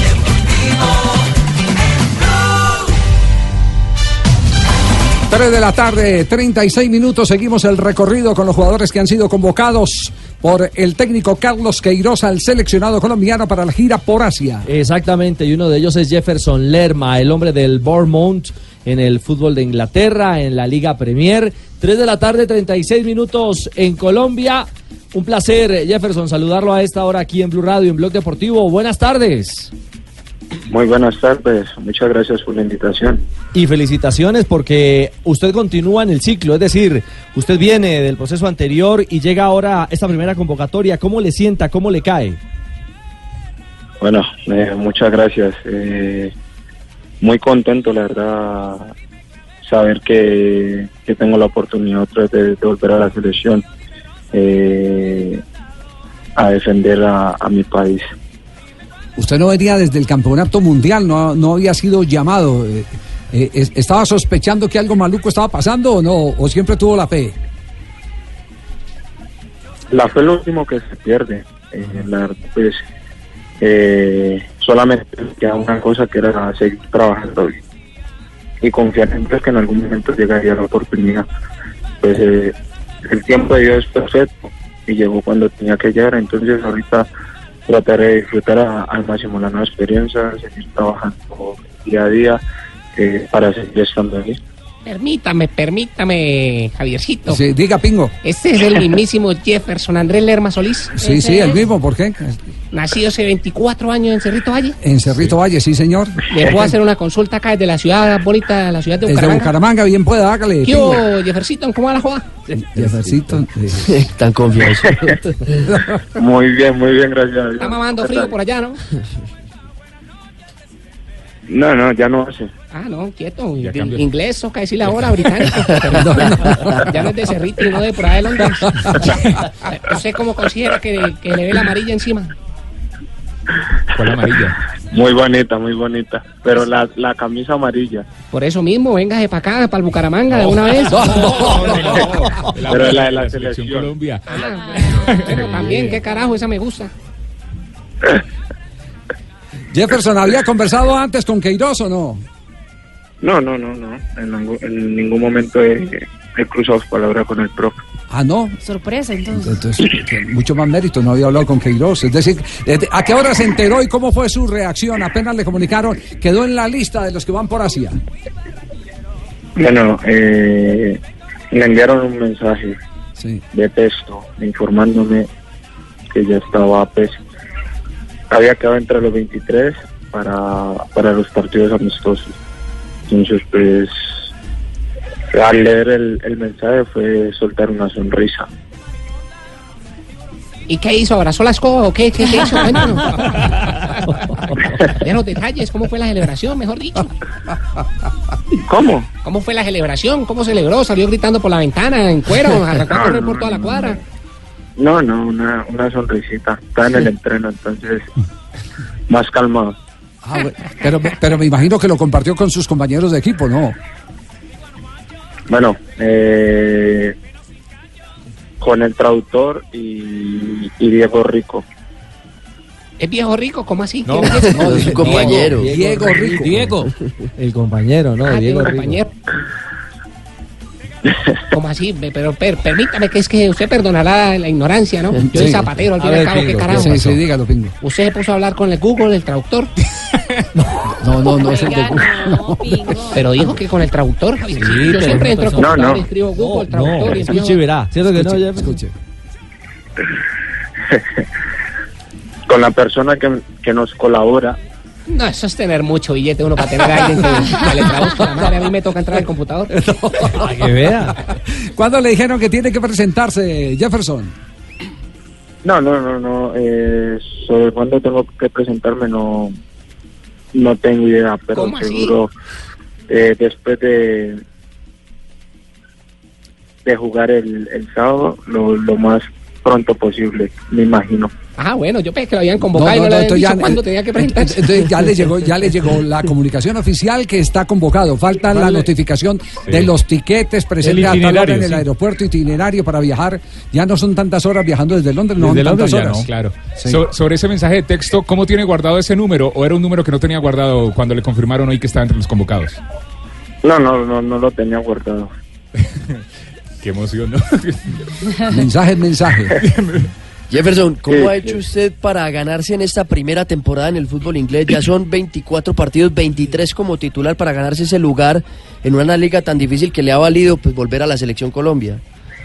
tres de la tarde, treinta y seis minutos. Seguimos el recorrido con los jugadores que han sido convocados por el técnico Carlos Queiroz al seleccionado colombiano para la gira por Asia. Exactamente, y uno de ellos es Jefferson Lerma, el hombre del Bournemouth en el fútbol de Inglaterra, en la Liga Premier. tres de la tarde, treinta y seis minutos en Colombia. Un placer, Jefferson, saludarlo a esta hora aquí en Blue Radio, en Blog Deportivo. Buenas tardes. Muy buenas tardes, muchas gracias por la invitación. Y felicitaciones porque usted continúa en el ciclo, es decir, usted viene del proceso anterior y llega ahora a esta primera convocatoria. ¿Cómo le sienta, cómo le cae? Bueno, eh, muchas gracias. Eh, muy contento, la verdad, saber que, que tengo la oportunidad otra vez de, de volver a la selección. Eh, a defender a, a mi país. Usted no venía desde el campeonato mundial, no, no había sido llamado. Eh, eh, ¿Estaba sospechando que algo maluco estaba pasando o no? ¿O siempre tuvo la fe? La fe es lo último que se pierde. Eh, la verdad, pues, eh, solamente queda una cosa, que era seguir trabajando y, y confiar en que en algún momento llegaría la oportunidad. Pues eh, el tiempo de Dios es perfecto y llegó cuando tenía que llegar, entonces ahorita trataré de disfrutar a, al máximo la nueva experiencia, seguir trabajando día a día eh, para seguir estando ahí. Permítame, permítame, Javiercito. Sí, diga, Pingo. Este es el mismísimo Jefferson Andrés Lerma Solís. Sí, sí, el mismo, ¿por qué? Nacido hace veinticuatro años en Cerrito Valle. En Cerrito Valle, sí, señor. ¿Le puedo hacer una consulta acá desde la ciudad bonita, la ciudad de Desde Bucaramanga? Bucaramanga, bien pueda, hágale. ¿Qué Pingo. hubo, Jefferson? ¿Cómo va la joda? Jeffercito. Tan confianza. Muy bien, muy bien, gracias a Dios. Está mamando frío por allá, ¿no? No, no, ya no hace. Ah, no, quieto. Ya In- cambió. Inglés, toca decirle ahora, británico. Pero ya no es de Cerrito y no de por ahí de Londres. ¿Usted cómo considera que, que le ve la amarilla encima? ¿Cuál amarilla? Muy bonita, muy bonita. Pero la, la camisa amarilla. Por eso mismo, véngase para acá, para el Bucaramanga de una vez. Pero la de la selección Colombia. Ah, bueno, también, qué carajo, esa me gusta. Jefferson, ¿había conversado antes con Queiroz o no? No, no, no, no. En, ningún- en ningún momento he, he cruzado palabras con el profe. Ah, no. Sorpresa, entonces. Entonces, que mucho más mérito, no había hablado con Queiroz. Es decir, ¿desde- ¿a qué hora se enteró y cómo fue su reacción? Apenas le comunicaron, quedó en la lista de los que van por Asia. Bueno, eh, me enviaron un mensaje Sí. de texto informándome que ya estaba, pues, había quedado entre los veintitrés para, para los partidos amistosos. Entonces, pues, al leer el, el mensaje fue soltar una sonrisa. ¿Y qué hizo? ¿Abrazó la escoba o qué? ¿Qué, qué hizo? Cuéntanos. De los detalles, ¿cómo fue la celebración, mejor dicho? ¿Cómo? ¿Cómo fue la celebración? ¿Cómo celebró? ¿Salió gritando por la ventana, en cuero? ¿Arrancó a correr por toda la cuadra? No, no, una, una sonrisita. Está en el entreno, entonces, más calmado. Ah, bueno, pero, pero me imagino que lo compartió con sus compañeros de equipo, ¿no? Bueno, eh, con el traductor y, y Diego Rico. ¿Es viejo rico? ¿Cómo así? No, ¿Quién es ese? no, es su compañero. Diego Rico. Diego. El compañero, ¿no? Ah, Diego tengo Rico. compañero. ¿Cómo así? Pe- Pero per- permítame que es que usted perdonará la ignorancia, ¿no? Yo Sí. soy zapatero, al fin A y al ver, cabo, ¿qué Pingo, carajo? sí, sí, dígalo, Pingo. Usted se puso a hablar con el Google, el traductor. No, no, no es el de Pero dijo que con el traductor, Javier. Sí, Yo pero siempre no entro al pasó. computador No, no. y escribo Google, No, el traductor. no, y escuche empiezo- y verá. ¿Cierto que no, Escuche, Jefferson? escuche. Con la persona que, que nos colabora. No, eso es tener mucho billete uno para tener a alguien que, que le traduzca la madre. A mí me toca entrar al computador. Para que vea. ¿Cuándo le dijeron que tiene que presentarse, Jefferson? No, no, no, no. Eh, sobre cuándo tengo que presentarme no, no tengo idea, pero ¿Cómo así? seguro eh, después de de jugar el, el sábado lo, lo más pronto posible, me imagino. Ah, bueno, yo pensé que lo habían convocado y no, le habían entonces dicho ya- cuándo tenía que presentarse. Entonces ya le llegó, ya le llegó la comunicación oficial que está convocado. Falta la Vale. notificación Sí. de los tiquetes presentes El a tal hora itinerario, en el sí. aeropuerto, itinerario para viajar. Ya no son tantas horas viajando desde Londres, no Desde son Londres tantas ya horas. no, claro. Sí. So- sobre ese mensaje de texto, ¿cómo tiene guardado ese número? ¿O era un número que no tenía guardado cuando le confirmaron hoy que estaba entre los convocados? No, no, no, no lo tenía guardado. Qué emoción, ¿no? Mensaje, mensaje. Jefferson, ¿cómo Sí, ha hecho usted para ganarse en esta primera temporada en el fútbol inglés? Ya son veinticuatro partidos, veintitrés como titular para ganarse ese lugar en una liga tan difícil que le ha valido pues volver a la selección Colombia.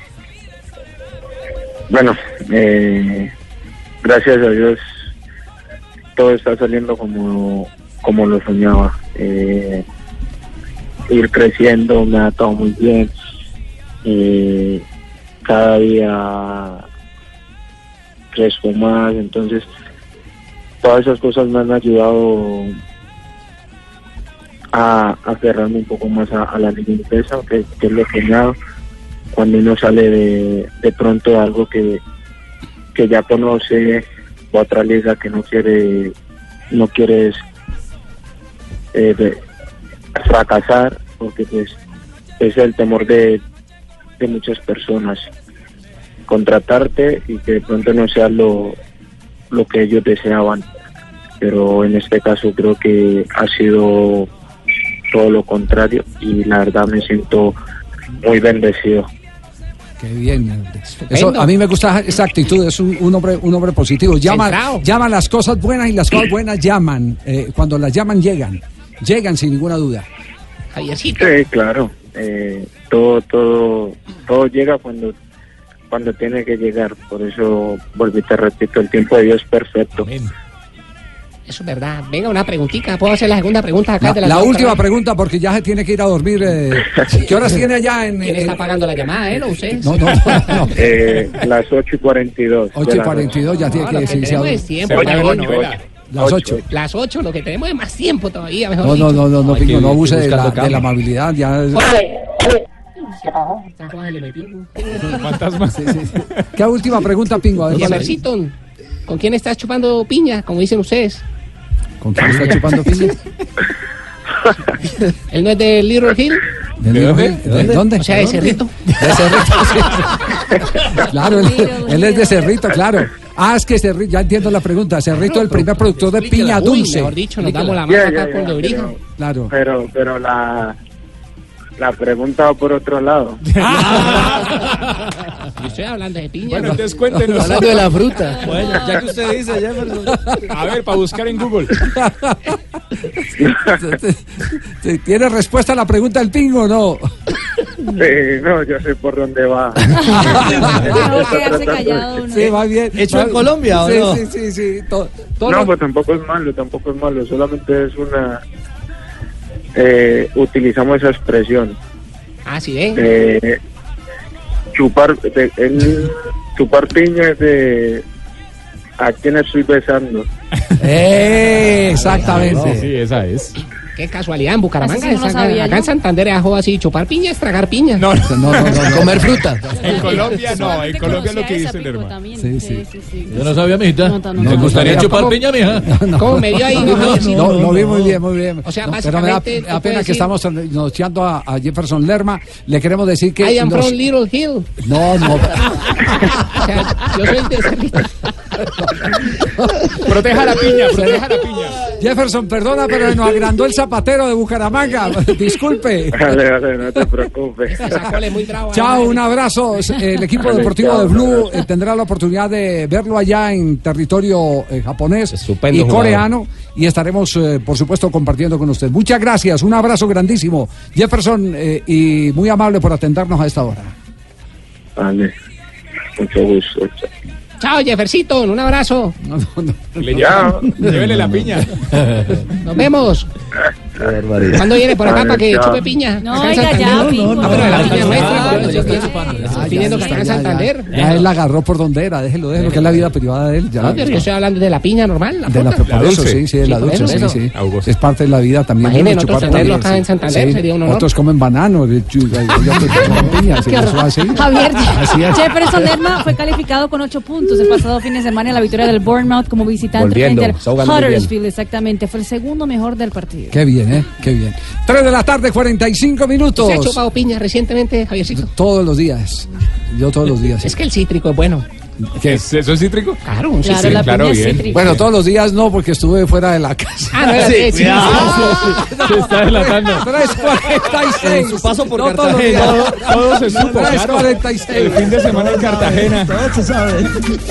Bueno, eh, gracias a Dios todo está saliendo como, como lo soñaba. Eh, ir creciendo me ha estado muy bien. Eh, cada día crezco más, entonces todas esas cosas me han ayudado a aferrarme un poco más a, a la liga inglesa, que, que es lo soñado. Cuando uno sale de, de pronto de algo que, que ya conoce, o otra liga que no quiere no quieres eh, de- fracasar, porque pues es el temor de, de muchas personas, contratarte y que de pronto no sea lo, lo que ellos deseaban, pero en este caso creo que ha sido todo lo contrario y la verdad me siento muy bendecido. Qué bien. Eso, a mí me gusta esa actitud, es un, un hombre un hombre positivo. Llama, Centrado. llama las cosas buenas y las cosas buenas llaman. Eh, cuando las llaman, llegan. Llegan sin ninguna duda. Javiercito. Sí, claro. Eh, todo, todo, todo llega cuando, cuando tiene que llegar. Por eso, volví, te repito, el tiempo de Dios es perfecto. Eso es verdad. Venga, una preguntita. ¿Puedo hacer la segunda pregunta acá? La, de las la dos, última caray? pregunta, porque ya se tiene que ir a dormir. Eh, ¿Qué horas tiene allá en...? ¿Quién en- está pagando la llamada, él o usted? No, no, no. Eh, las ocho y cuarenta y dos. ocho y cuarenta y dos ya tiene No, que lo que decirse. tenemos es tiempo, Ocho, ya, ocho, no, ocho. Las ocho. Las ocho, lo que tenemos es más tiempo todavía, mejor No, no, dicho. no, no, no, Hay Pingo, que- no hay que abuse de buscar la, tu cambio. de la amabilidad. Ya. Fantasma. Sí, sí, sí. ¿Qué última pregunta, Pingo? A ver, ¿cuál es? Jeffercito, ¿con quién estás chupando piña, como dicen ustedes? ¿Con quién está chupando piña? ¿Él no es de Little Hill? ¿De dónde? ¿De dónde? O sea, de ¿De dónde? Cerrito. De Cerrito, sí. Claro, él, él es de Cerrito, claro. Ah, es que Cerrito, ya entiendo la pregunta. Cerrito es el primer productor de piña Uy, dulce. mejor dicho, nos damos la Ya, mano ya, acá ya, con Lebrija. pero- Claro. Pero, pero la, la pregunta va por otro lado. Yo estoy hablando de piña. Bueno, entonces cuéntenos. Hablando de la fruta. Bueno, ya que usted dice, Jefferson. A ver, para buscar en Google. ¿Tiene respuesta a la pregunta del Pingo o no? Sí, no, yo sé por dónde va. No, quedarse callado. Sí, va bien. ¿Hecho Va- en Colombia o sí, no? Sí, sí, sí. To- todo No, lo- pues tampoco es malo, tampoco es malo, solamente es una... Eh, utilizamos esa expresión. Ah, sí, ven. Eh, chupar, de, el, chupar piña es de... ¿A quién estoy besando? Eh, exactamente. Sí, sí, esa es. Qué casualidad, en Bucaramanga. Así sí no lo acá- sabía acá yo. en Santander es ajo así, chupar piña es tragar piña. No, no. No, no, no, no. Comer fruta. En Colombia no, en Colombia lo que dice el Pingo hermano. también. Sí, Sí, sí. sí, sí. Yo no sabía, mijita. No, no, no. ¿Te gustaría no, chupar ¿cómo? piña, mija? ¿Cómo me vio ahí? No, No, sí, no, no, lo vi muy bien, muy bien. O sea, No, pero me da, básicamente, me tú da pena puedes que decir- estamos anunciando a, a Jefferson Lerma. Le queremos decir que... I am nos- from Little Hill. No, no. O sea, yo soy de Cerrito. Proteja la piña, proteja la piña. Jefferson, perdona, pero nos agrandó el zapatero de Bucaramanga. Disculpe. Dale, dale, no te preocupes. Esa cole es muy brava. Chao, un abrazo. El equipo Vale, deportivo chao, de un Blue abrazo. eh, tendrá la oportunidad de verlo allá en territorio eh, japonés Estupendo y jugador. coreano y estaremos, eh, por supuesto, compartiendo con usted. Muchas gracias, un abrazo grandísimo, Jefferson, eh, y muy amable por atendernos a esta hora. Vale, mucho gusto. Chao, Jeffercito, un abrazo. No, no, no. Le Ya. Llévele la piña. Nos vemos. Qué barbaridad. ¿Cuándo viene por acá Vale, para que chao. chupe piña? No, Acá en oiga, ya, Santander. Pingo. Ah, pero la piña Ya, nuestra, ya, por eso ya, estoy- ya, estoy Ya, pidiendo ya, que acá en ya, ya. Santander. Ya él la agarró por donde era, déjelo, déjelo, que es la vida privada de él. Ya. No, pero yo estoy hablando de la piña normal, la De la, fruta. por eso, dulce. sí, sí, de la Sí, por dulce, sí, eso. sí. Augusto. Es parte de la vida también. Imaginen uno nosotros chupar tenerlo piña, acá sí. en Santander, Sí, sería un honor. Otros comen banano, de chu- y otros comen piña, sí, Qué eso horror. así. Javier, Así es. Jefferson Lerma fue calificado con ocho puntos el pasado fin de semana en la victoria del Bournemouth como visitante Volviendo, frente está al jugando muy bien. Huddersfield, exactamente. Fue el segundo mejor del partido. Qué bien, ¿eh? Qué bien. Tres de la tarde, cuarenta y cinco minutos. ¿Se ha chupado piña recientemente, Javiercito? Todos los días. Yo todos los días. Es que el cítrico es bueno. ¿Qué es eso, es cítrico? Claro, un Claro, cítrico. la claro, piña es bien. cítrica. Bueno, todos los días no, porque estuve fuera de la casa. Ah, no, era Sí, de cuidado. Se está delatando. tres cuarenta y seis. En su paso por No todos los Cartagena. días. Todo, todo se supo, tres claro. cuarenta y seis. El fin de semana en Cartagena. Todo se sabe.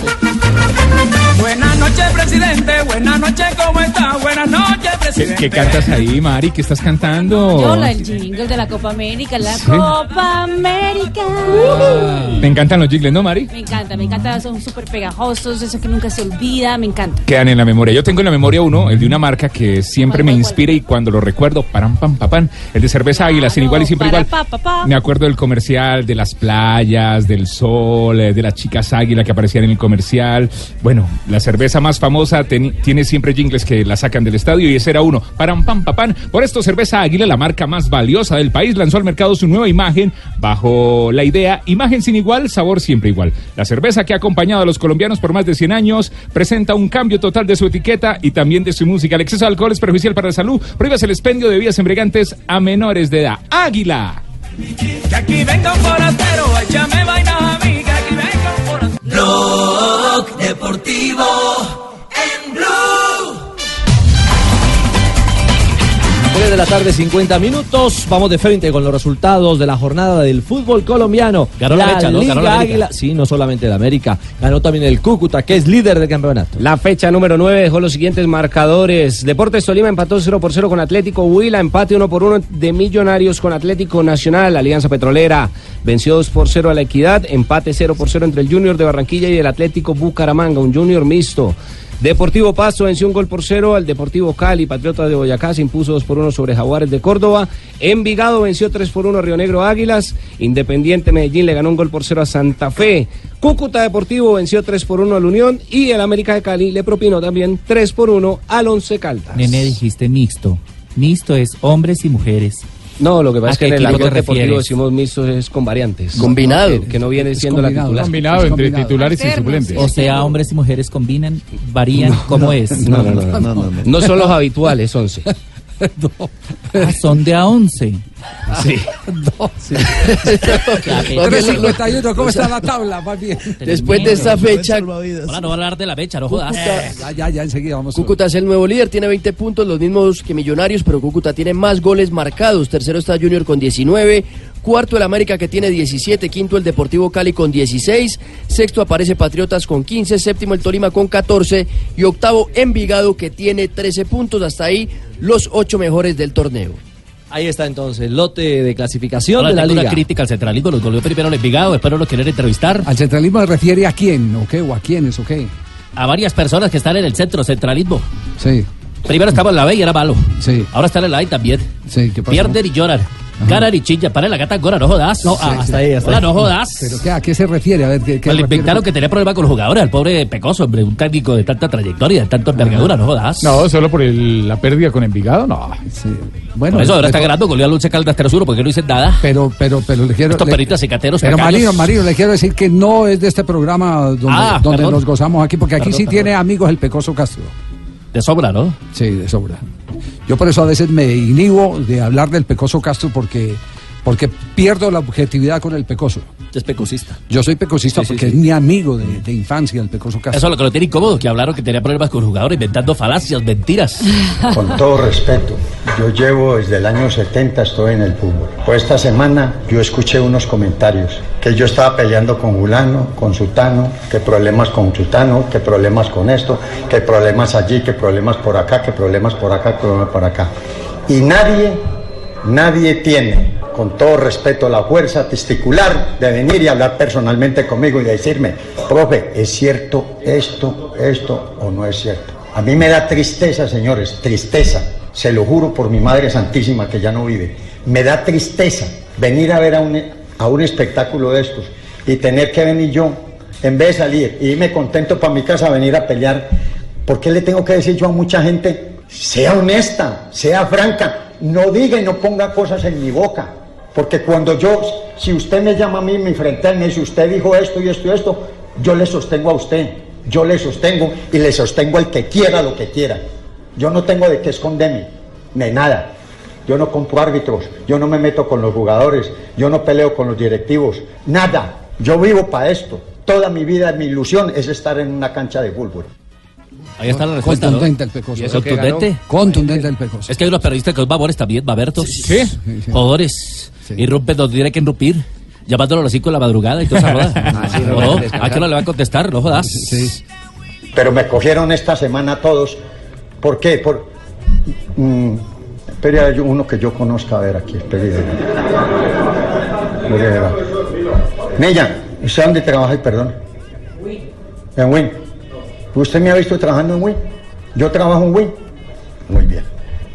Buenas noches, presidente. Buenas noches, ¿cómo está? Buenas noches, ¿Qué, presidente. qué cantas ahí, Mari? ¿Qué estás cantando? Yo, la, el jingle de la Copa América, la Sí. Copa América. Me encantan los jingles, ¿no, Mari? Me encanta, me encanta, son súper pegajosos, eso que nunca se olvida, me encanta. Quedan en la memoria. Yo tengo en la memoria uno, el de una marca que siempre me inspira y cuando lo recuerdo, param, pam, papán, el de cerveza Águila, sin igual y siempre Para, igual. pa, pa, pa. Me acuerdo del comercial, de las playas, del sol, eh, de las chicas Águila que aparecían en el comercial. Bueno, la cerveza más famosa teni- tiene siempre jingles que la sacan del estadio y ese era uno. Param, pam, papán. Por esto, Cerveza Águila, la marca más valiosa del país, lanzó al mercado su nueva imagen bajo la idea imagen sin igual, sabor siempre igual. La cerveza que ha acompañado a los colombianos por más de cien años presenta un cambio total de su etiqueta y también de su música. El exceso de alcohol es perjudicial para la salud. Prohíbas el expendio de bebidas embriagantes a menores de edad. Águila. Que aquí venga un forastero, échame vainas a mí, que aquí venga un forastero. Blog Deportivo en Blue. tres de la tarde, cincuenta minutos. Vamos de frente con los resultados de la jornada del fútbol colombiano. Ganó la fecha, ¿no? Liga Ganó la América. Águila. Sí, no solamente la América. Ganó también el Cúcuta, que es líder del campeonato. La fecha número nueve dejó los siguientes marcadores. Deportes Tolima empató cero por cero con Atlético Huila. Empate uno por uno de Millonarios con Atlético Nacional. Alianza Petrolera venció dos por cero a La Equidad. Empate cero por cero entre el Junior de Barranquilla y el Atlético Bucaramanga. Un Junior mixto. Deportivo Pasto venció un gol por cero al Deportivo Cali. Patriotas de Boyacá se impuso dos por uno sobre Jaguares de Córdoba. Envigado venció tres por uno a Río Negro Águilas. Independiente Medellín le ganó un gol por cero a Santa Fe. Cúcuta Deportivo venció tres por uno al Unión. Y el América de Cali le propinó también tres por uno al Once Caldas. Nene, dijiste mixto. Mixto es hombres y mujeres. No, lo que pasa ¿A es que qué en el equipo ámbito te deportivo refieres? decimos mixtos es con variantes. Combinado. Que, que no viene siendo la titular. Combinado entre titulares y suplentes. O sea, hombres y mujeres combinan, varían, ¿cómo es? No, no, no, no, no, no. No son los habituales, once. Ah, son de a once. Sí. tres cincuenta y uno, ¿cómo está la tabla? Más bien. Después de esta fecha, Hola, no va a hablar de la fecha, no jodas. Ya, ya, ya, enseguida vamos. Cúcuta es el nuevo líder, tiene veinte puntos, los mismos que Millonarios, pero Cúcuta tiene más goles marcados. Tercero está Junior con diecinueve, cuarto el América que tiene diecisiete, quinto el Deportivo Cali con dieciséis, sexto aparece Patriotas con quince, séptimo el Tolima con catorce y octavo Envigado que tiene trece puntos. Hasta ahí los ocho mejores del torneo. Ahí está entonces el lote de clasificación Ahora de la tengo liga. una crítica al centralismo, los volvió primero el Envigado, espero no querer entrevistar. ¿Al centralismo se refiere a quién o qué? ¿O a quiénes o qué? A varias personas que están en el centro, centralismo. Sí. Primero estaba en la B y era malo. Sí. Ahora están en la A y también. Sí, ¿qué pasó? Pierden y lloran. Ganan y chillan. Para la gata Gora, no jodas. No, ah, hasta ahí, hasta Hola, ahí. no jodas. ¿Pero qué, a qué se refiere? A ver, ¿qué, qué Pues le refiere? inventaron que tenía problemas con los jugadores, el pobre Pecoso, hombre, un técnico de tanta trayectoria, de tanta envergadura, no jodas. No, solo por el- la pérdida con Envigado, no. Bueno, Por eso ahora pero- está ganando, goleó al Once Caldas tres uno, porque no dicen nada. Pero, pero, pero le quiero. Estos le- peritas cicateros Pero tacaños. Marino, Marino, le quiero decir que no es de este programa donde, Ah, donde perdón. nos gozamos aquí, porque aquí Perdón, sí perdón. tiene amigos el Pecoso Castro. De sobra, ¿no? Sí, de sobra. Yo por eso a veces me inhibo de hablar del Pecoso Castro porque, porque pierdo la objetividad con el Pecoso. Es pecosista. Yo soy pecosista Sí, sí, porque sí. es mi amigo de, de infancia, el Pecoso Castro. Eso es lo que lo tiene incómodo, que hablaron que tenía problemas con jugadores, inventando falacias, mentiras. Con todo respeto, yo llevo desde el año setenta, estoy en el fútbol. Pues esta semana yo escuché unos comentarios que yo estaba peleando con Julano, con Sutano, que problemas con Sutano, que problemas con esto, que problemas allí, que problemas por acá, que problemas por acá, que problemas por acá. Y nadie, nadie tiene, con todo respeto, la fuerza testicular de venir y hablar personalmente conmigo y decirme, profe, ¿es cierto esto, esto o no es cierto? A mí me da tristeza, señores, tristeza, se lo juro por mi Madre Santísima que ya no vive, me da tristeza venir a ver a un, a un espectáculo de estos y tener que venir yo, en vez de salir y irme contento para mi casa a venir a pelear. ¿Por qué le tengo que decir yo a mucha gente, sea honesta, sea franca, no diga y no ponga cosas en mi boca? Porque cuando yo, si usted me llama a mí, me frente a mí, si usted dijo esto y esto y esto, yo le sostengo a usted, yo le sostengo y le sostengo al que quiera lo que quiera. Yo no tengo de qué esconderme, de nada. Yo no compro árbitros, yo no me meto con los jugadores, yo no peleo con los directivos, nada. Yo vivo para esto. Toda mi vida, mi ilusión es estar en una cancha de fútbol. Ahí está la respuesta, ¿no? Contundente el Pecoso. ¿Y eso que ¿Contundente? Contundente el Pecoso. Es que hay unos periodistas que son babores también, babertos. ¿Sí? Jugadores. Irrumpen donde tiene que irrumpir. Llamándolo a las cinco de la madrugada y toda esa joda. Ah, sí, no no, me no, dejan ¿a qué no le va a contestar? No jodas. Pero me cogieron esta semana todos. ¿Por qué? Por... Mm, espere, hay uno que yo conozca, a ver aquí, espere. Espere, a ver. Mella, ¿usted dónde trabaja? Ay, perdón. En Win. ¿Usted me ha visto trabajando en Win? Yo trabajo en Win. Muy bien.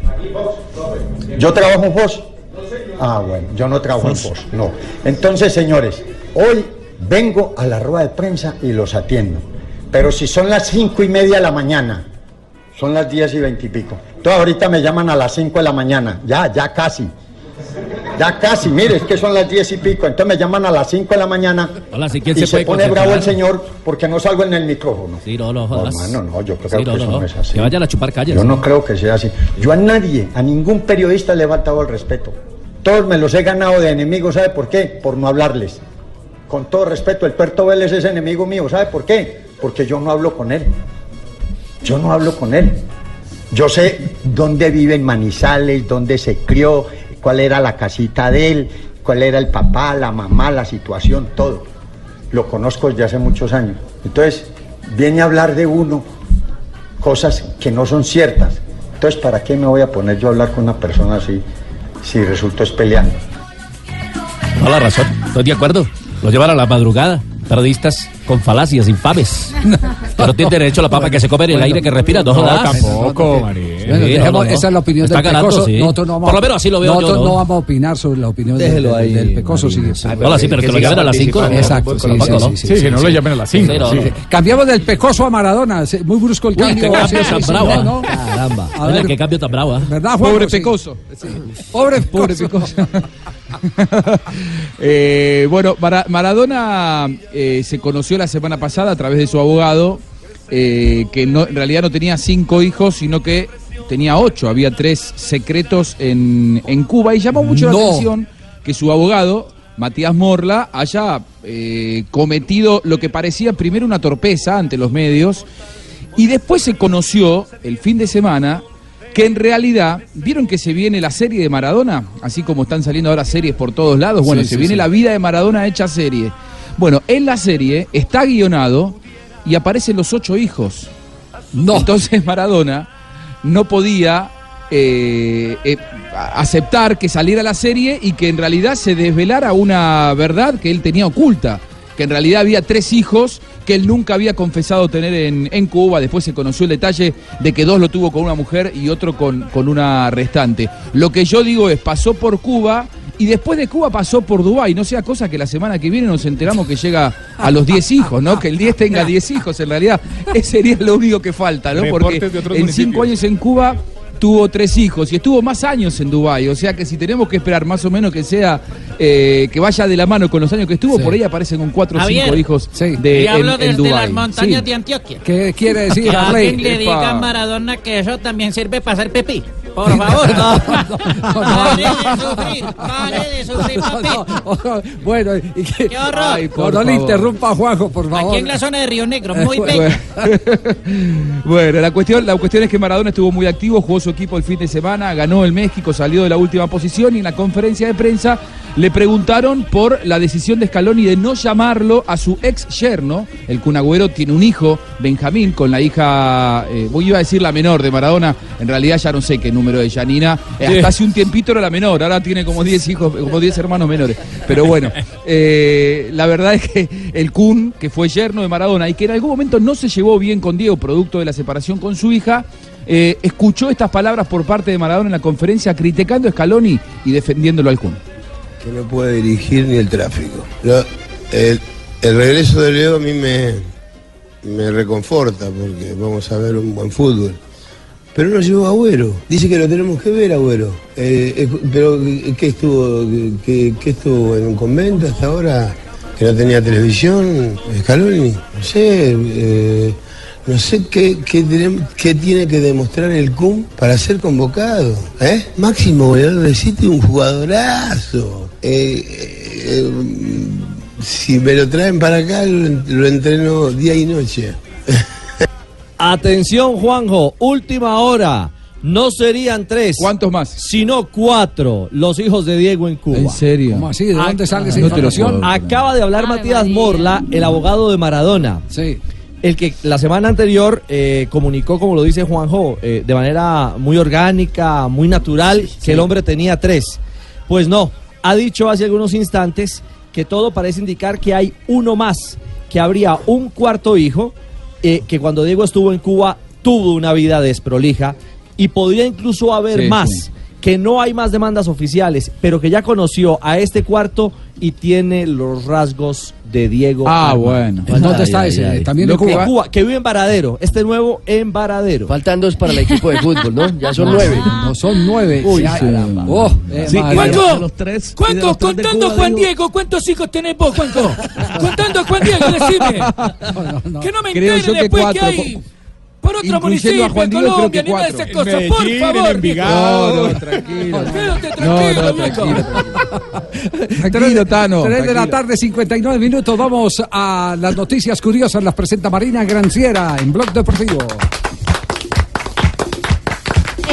¿Yo trabajo en Fox? Ah, bueno, yo no trabajo en Fox, no. Entonces, señores, hoy vengo a la rueda de prensa y los atiendo. Pero si son las cinco y media de la mañana, son las diez y veinte y pico. Entonces ahorita me llaman a las cinco de la mañana, ya, ya casi. Ya casi, mire, es que son las diez y pico. Entonces me llaman a las cinco de la mañana Hola, ¿sí? ¿Quién y se se, puede pone bravo el concentrar? señor porque no salgo en el micrófono. Sí, no, no jodas. No, hermano, no, yo creo Sí, que no, eso no, no no. es así. Que vayan a chupar calles. Yo no creo que sea así. Yo a nadie, a ningún periodista le he faltado el respeto. Todos me los he ganado de enemigos, ¿sabe por qué? Por no hablarles. Con todo respeto, el Puerto Vélez es enemigo mío, ¿sabe por qué? Porque yo no hablo con él. Yo no hablo con él. Yo sé dónde vive en Manizales, dónde se crió, cuál era la casita de él, cuál era el papá, la mamá, la situación, todo. Lo conozco desde hace muchos años. Entonces, viene a hablar de uno cosas que no son ciertas. Entonces, ¿para qué me voy a poner yo a hablar con una persona así si resulto es peleando? No, la razón, estoy de acuerdo. Lo llevan a la madrugada. Periodistas con falacias infames. Pero tiene derecho a la papa que se come en el aire que respira. No, no, jodas. tampoco, María. Bueno, dejemos, esa es la opinión Está del ganando, Pecoso. sí. Nosotros no vamos, Por lo menos así lo veo nosotros yo, ¿no? no vamos a opinar sobre la opinión del, Déjelo del, ahí, del Pecoso. Sí, sí. Hola, sí, pero que lo llamen a las cinco. Exacto. Sí, sí, sí, sí, Sí, sí, que no sí. lo llamen a las cinco. Sí, no, sí. no. Cambiamos del Pecoso a Maradona. Muy brusco el Uy, cambio. qué cambio Sí, tan sí, bravo. no, no. Caramba. A Oye, ver, qué cambio tan bravo, ¿eh? ¿verdad, Juan? Pobre Sí. Pecoso. Pobre Pobre Pecoso. Eh, bueno, Mara- Maradona eh, se conoció la semana pasada a través de su abogado, eh, que no, en realidad no tenía cinco hijos, sino que tenía ocho. Había tres secretos en, en Cuba y llamó mucho No. la atención que su abogado, Matías Morla, haya eh, cometido lo que parecía primero una torpeza ante los medios y después se conoció el fin de semana que en realidad, ¿vieron que se viene la serie de Maradona? Así como están saliendo ahora series por todos lados. Bueno, Sí, se sí, viene sí. la vida de Maradona hecha serie. Bueno, en la serie está guionado y aparecen los ocho hijos. No. Entonces Maradona no podía eh, eh, aceptar que saliera la serie y que en realidad se desvelara una verdad que él tenía oculta. Que en realidad había tres hijos que él nunca había confesado tener en, en Cuba. Después se conoció el detalle de que dos lo tuvo con una mujer y otro con, con una restante. Lo que yo digo es, pasó por Cuba y después de Cuba pasó por Dubái. No sea cosa que la semana que viene nos enteramos que llega a los diez hijos, ¿no? Que el diez tenga diez hijos. En realidad, ese sería lo único que falta, ¿no? Porque Reportes de otros en cinco municipios. años en Cuba tuvo tres hijos y estuvo más años en Dubái. O sea que si tenemos que esperar más o menos que sea eh, que vaya de la mano con los años que estuvo, Sí. por ahí aparecen con cuatro o Javier, cinco hijos sí. de y hablo en, en desde Dubái. las montañas Sí. de Antioquia. ¿Qué quiere decir, Que Arley? alguien le diga a Epa. Maradona que eso también sirve para hacer pipí. Por favor. Pare de sufrir, pare de sufrir, papi. Bueno, y que, ¡Qué horror! Ay, no, por no le favor. interrumpa a Juanjo, por favor. Aquí en la zona de Río Negro, muy Bueno. bello. Bueno, la cuestión, la cuestión es que Maradona estuvo muy activo, jugó su equipo el fin de semana, ganó el México, salió de la última posición y en la conferencia de prensa le preguntaron por la decisión de Scaloni de no llamarlo a su ex yerno. El Kun Agüero tiene un hijo, Benjamín, con la hija, eh, voy a decir la menor de Maradona, en realidad ya no sé qué número de Janina, eh, hasta hace un tiempito era la menor, ahora tiene como diez hijos, como diez hermanos menores. Pero bueno, eh, la verdad es que el Kun, que fue yerno de Maradona y que en algún momento no se llevó bien con Diego, producto de la separación con su hija, eh, escuchó estas palabras por parte de Maradona en la conferencia criticando a Scaloni y defendiéndolo al Kun. Que no puede dirigir ni el tráfico. Lo- el, el regreso de Leo a mí me, me reconforta porque vamos a ver un buen fútbol. Pero no llegó Agüero. Dice que lo tenemos que ver, Agüero. Eh, eh, pero ¿qué estuvo, qué, qué estuvo en un convento hasta ahora? Que no tenía televisión, Scaloni. No sé, eh, no sé qué, qué, tenemos- qué tiene que demostrar el Kun para ser convocado. ¿Eh? Máximo goleador de City, un jugadorazo. Eh, eh, eh, si me lo traen para acá, lo, lo entreno día y noche. Atención, Juanjo, última hora. No serían tres. ¿Cuántos más? Sino cuatro los hijos de Diego en Cuba. ¿En serio? ¿Cómo así? ¿De dónde sale esa no te lo información? puedo. Acaba de hablar Ay, Matías María. Morla, el abogado de Maradona. Sí. El que la semana anterior eh, comunicó, como lo dice Juanjo, eh, de manera muy orgánica, muy natural, que el hombre tenía tres. Pues no, ha dicho hace algunos instantes que todo parece indicar que hay uno más, que habría un cuarto hijo, eh, que cuando Diego estuvo en Cuba tuvo una vida desprolija y podría incluso haber Sí, más. sí. Que no hay más demandas oficiales, pero que ya conoció a este cuarto y tiene los rasgos de Diego. Ah, Armando. bueno. ¿En dónde Ay, está ay, ese? ay. También de Lo que Cuba. En Cuba, que vive en Varadero, este nuevo en Varadero. Faltan dos para el equipo de fútbol, ¿no? Ya son nueve. No, son nueve. Uy, Sí, caramba. oh, eh, Sí, madre. Juanco, los tres, y de Juanco, los tres de contando Cuba, Juan digo- Diego, ¿cuántos hijos tenés vos, Juanco? Contando Juan Diego, decime. Que no me Creo entere yo que después cuatro, que hay por otro incluyendo municipio a Juan en Diego, creo Colombia, que ni nada de cuatro. esas cosas, En por Medellín, en favor. Envigado. No, no, tranquilo. Quédate No, tranquilo, no, viejo. tranquilo. Tranquilo, Tano. Tres de la tranquilo. tarde, cincuenta y nueve minutos. Vamos a las noticias curiosas. Las presenta Marina Granciera en Blog Deportivo.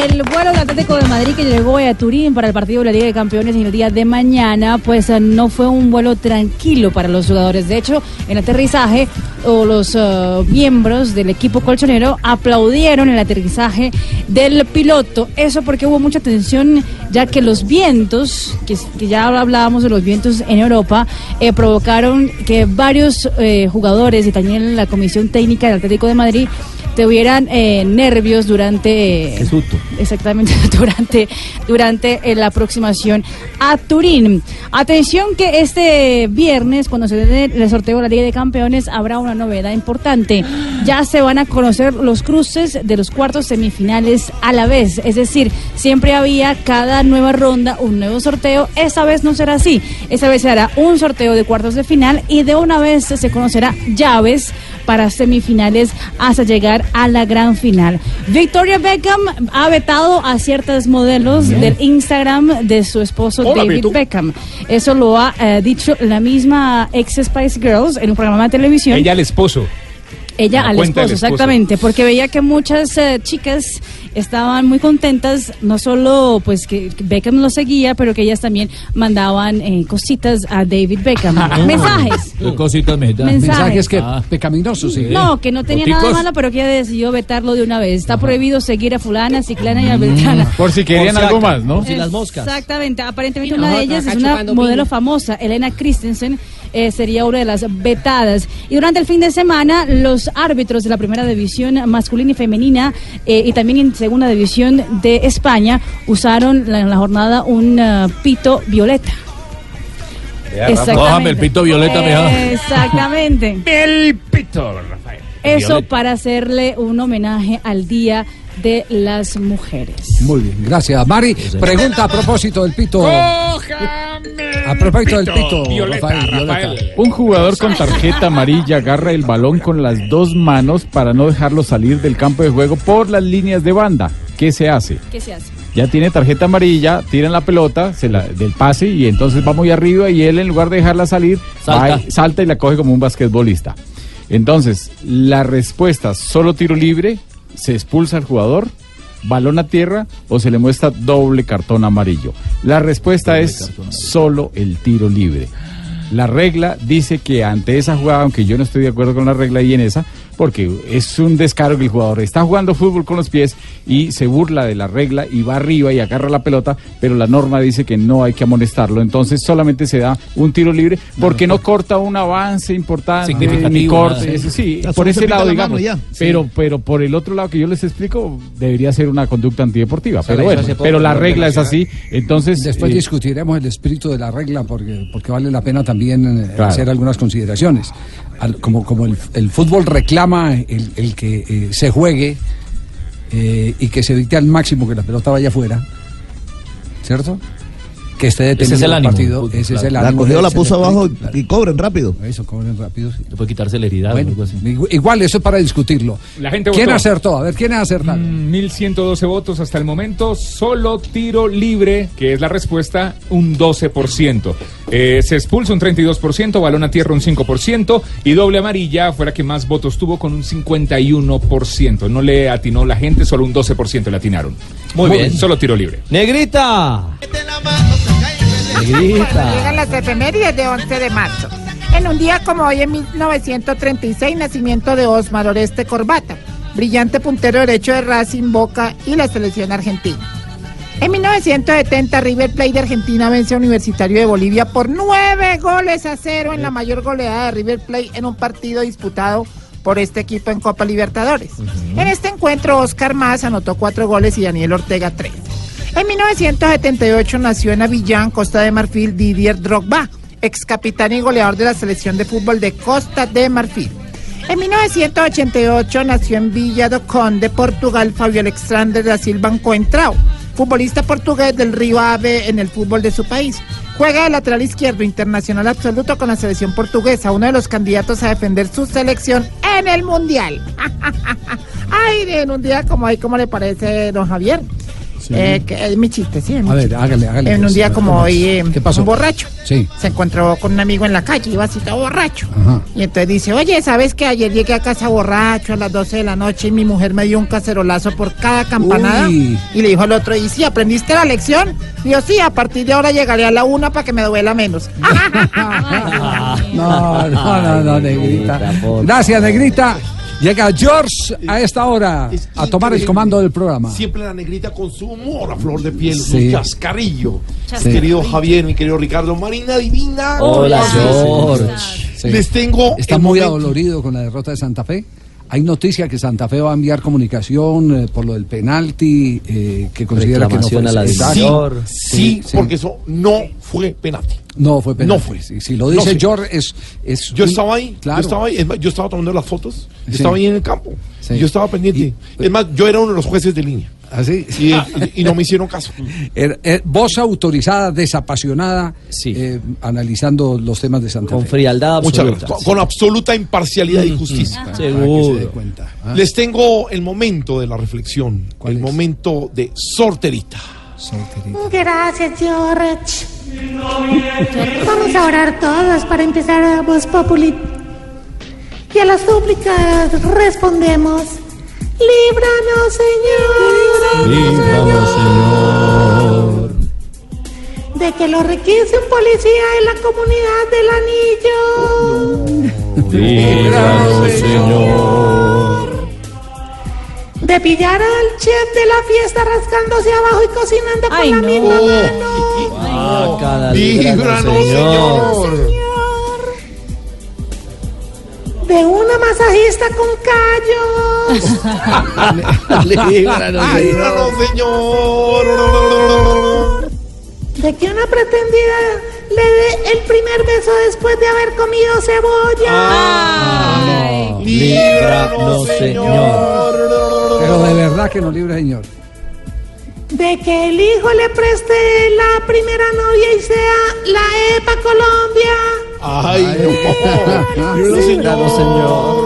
El vuelo del Atlético de Madrid que llegó a Turín para el partido de la Liga de Campeones en el día de mañana, pues no fue un vuelo tranquilo para los jugadores. De hecho, en el aterrizaje, o los uh, miembros del equipo colchonero aplaudieron el aterrizaje del piloto. Eso porque hubo mucha tensión, ya que los vientos, que, que ya hablábamos de los vientos en Europa, eh, provocaron que varios eh, jugadores y también la comisión técnica del Atlético de Madrid tuvieran eh, nervios durante Qué susto. exactamente durante durante eh, la aproximación a Turín. Atención que este viernes, cuando se dé el sorteo de la Liga de Campeones, habrá una novedad importante. Ya se van a conocer los cruces de los cuartos semifinales a la vez, es decir, siempre había cada nueva ronda un nuevo sorteo. Esta vez no será así. Esta vez se hará un sorteo de cuartos de final y de una vez se conocerá llaves para semifinales hasta llegar a la gran final. Victoria Beckham ha vetado a ciertos modelos Bien. del Instagram de su esposo Hola, David Beto. Beckham. Eso lo ha eh, dicho la misma ex Spice Girls en un programa de televisión. Ella al esposo. Ella La al cuenta esposo, del esposo, exactamente, porque veía que muchas eh, chicas estaban muy contentas, no solo pues que Beckham lo seguía, pero que ellas también mandaban eh, cositas a David Beckham. Mensajes. ¿Qué cositas me dan? Mensajes. Mensajes que Ah. pecaminosos, sí. No, que no tenía ¿Foticos? nada malo, pero que ella decidió vetarlo de una vez. Está prohibido seguir a fulana, ciclana y a beltrana. Por si querían Por si algo acá. más, ¿no? Si las moscas. Exactamente, aparentemente Y una de nosotros ellas acá es una chupando modelo vino. famosa, Elena Christensen, eh, sería una de las vetadas. Y durante el fin de semana, los árbitros de la primera división masculina y femenina eh, y también en segunda división de España usaron la- en la jornada un uh, pito violeta. Cójame el pito violeta, mejor. Exactamente. El pito, Rafael. Eso Violeta. para hacerle un homenaje al Día de las Mujeres. Muy bien, gracias. Mari, pregunta a propósito del pito. Cójame A propósito del pito, Violeta, Rafael, Rafael. Violeta. Un jugador con tarjeta amarilla agarra el balón con las dos manos para no dejarlo salir del campo de juego por las líneas de banda. ¿Qué se hace? ¿Qué se hace? Ya tiene tarjeta amarilla, tiran la pelota se la, del pase y entonces va muy arriba y él en lugar de dejarla salir, Salta. va y- salta y la coge como un basquetbolista. Entonces, la respuesta, solo tiro libre, se expulsa al jugador, balón a tierra o se le muestra doble cartón amarillo. La respuesta Doble es cartón amarillo. solo el tiro libre. La regla dice que ante esa jugada, aunque yo no estoy de acuerdo con la regla y en esa, porque es un descaro que el jugador está jugando fútbol con los pies y se burla de la regla y va arriba y agarra la pelota, pero la norma dice que no hay que amonestarlo, entonces solamente se da un tiro libre porque no, corta un avance importante, Significativo, ni corta, nada. ese sí, Ya por solo ese se pita lado la digamos, mano ya. pero pero por el otro lado que yo les explico debería ser una conducta antideportiva, Se pero la hizo bueno, hace poco pero la el regla es Nacional. así, entonces Después eh, discutiremos el espíritu de la regla porque, porque vale la pena también eh, Claro. hacer algunas consideraciones. Al- como como el, el fútbol reclama el, el que eh, se juegue eh, y que se evite al máximo que la pelota vaya afuera, ¿cierto? Que esté detenido Ese es el ánimo, partido. fútbol, Ese es claro. el La ánimo cogió, de- la se puso le- abajo claro. y cobren rápido. Eso, cobren rápido. sí. Le puede quitar celeridad Bueno, o algo así. igu- igual, eso es para discutirlo. La gente ¿Quién votó. acertó? A ver, ¿quién ha acertado? Mm, mil ciento doce votos hasta el momento, solo tiro libre, que es la respuesta, un doce por ciento. Eh, se expulsa un treinta y dos por ciento, balón a tierra un cinco por ciento y doble amarilla fue la que más votos tuvo con un cincuenta y uno por ciento. No le atinó la gente, solo un doce por ciento le atinaron. Muy bien. Solo tiro libre. Negrita. Negrita. Llegan las efemérides de once de marzo. En un día como hoy, en mil novecientos treinta y seis, nacimiento de Osmar Oreste Corbata, brillante puntero derecho de Racing, Boca y la selección argentina. En mil novecientos setenta, River Plate de Argentina vence a Universitario de Bolivia por nueve goles a cero en la mayor goleada de River Plate en un partido disputado por este equipo en Copa Libertadores. En este encuentro, Oscar Mas anotó cuatro goles y Daniel Ortega tres. En mil novecientos setenta y ocho nació en Abiyán, Costa de Marfil, Didier Drogba, ex capitán y goleador de la selección de fútbol de Costa de Marfil. En mil novecientos ochenta y ocho nació en Villa do Conde, Portugal, Fabio Alexandre da Silva Coentrao, futbolista portugués del Río Ave en el fútbol de su país. Juega de lateral izquierdo, internacional absoluto con la selección portuguesa, uno de los candidatos a defender su selección en el Mundial. Ay, en un día como hoy, ¿cómo le parece, don Javier? Eh, que es mi chiste, sí. es mi A ver, chiste. hágale, hágale. En un pues, día a ver, como ¿cómo hoy, eh, ¿Qué pasó? un borracho Sí. se encontró con un amigo en la calle, iba así todo borracho. Ajá. Y entonces dice, oye, ¿sabes que ayer llegué a casa borracho a las doce de la noche y mi mujer me dio un cacerolazo por cada campanada? Uy. Y le dijo al otro, ¿y sí, aprendiste la lección? Dijo, sí, a partir de ahora llegaré a la una para que me duela menos. No, no, no, no, Negrita. Gracias, Negrita. Llega George a esta hora a tomar el comando del programa. Siempre la Negrita con su humor a flor de piel, Sí. su chascarrillo. Sí. Mi querido Javier, mi querido Ricardo, Marina Divina. Hola, George. Sí. Les tengo Está el muy momento. adolorido con la derrota de Santa Fe. Hay noticia que Santa Fe va a enviar comunicación eh, por lo del penalti, eh, que considera que no fue Reclamación a la necesario. director. Sí, porque eso no fue penalti. No fue penalti. No fue. Si, si lo No dice sé. George, es, es. Yo un- estaba ahí, Claro. yo estaba ahí, es más, yo estaba tomando las fotos, yo Sí. estaba ahí en el campo, Sí. yo estaba pendiente. es más, yo era uno de los jueces de línea. ¿Así? Y, y- y no me hicieron caso. Er- er- voz autorizada, desapasionada, eh, analizando los temas de Santa Fe. Con frialdad Muchas absoluta. gracias. Con, con absoluta imparcialidad y justicia. Para que se dé cuenta. Ah. Les tengo el momento de la reflexión, el momento de sorterita. Gracias, George. Vamos a orar todos para empezar a Voz Populi. Y a las súplicas respondemos: líbranos, Señor. Líbranos, Señor. De que lo requise un policía en la comunidad del anillo. Líbranos, Señor. De pillar al chef de la fiesta rascándose abajo y cocinando con la misma mano. Guácala, Líbranos, Señor. De una masajista con callos. Líbranos, Líbranos, Señor. De que una pretendida le dé el primer beso después de haber comido cebolla. Líbranos, Señor. Pero de verdad que nos libre, Señor. De que el hijo le preste la primera novia y sea la E P A Colombia. Ay, no. Líbranos, Líbranos, Señor.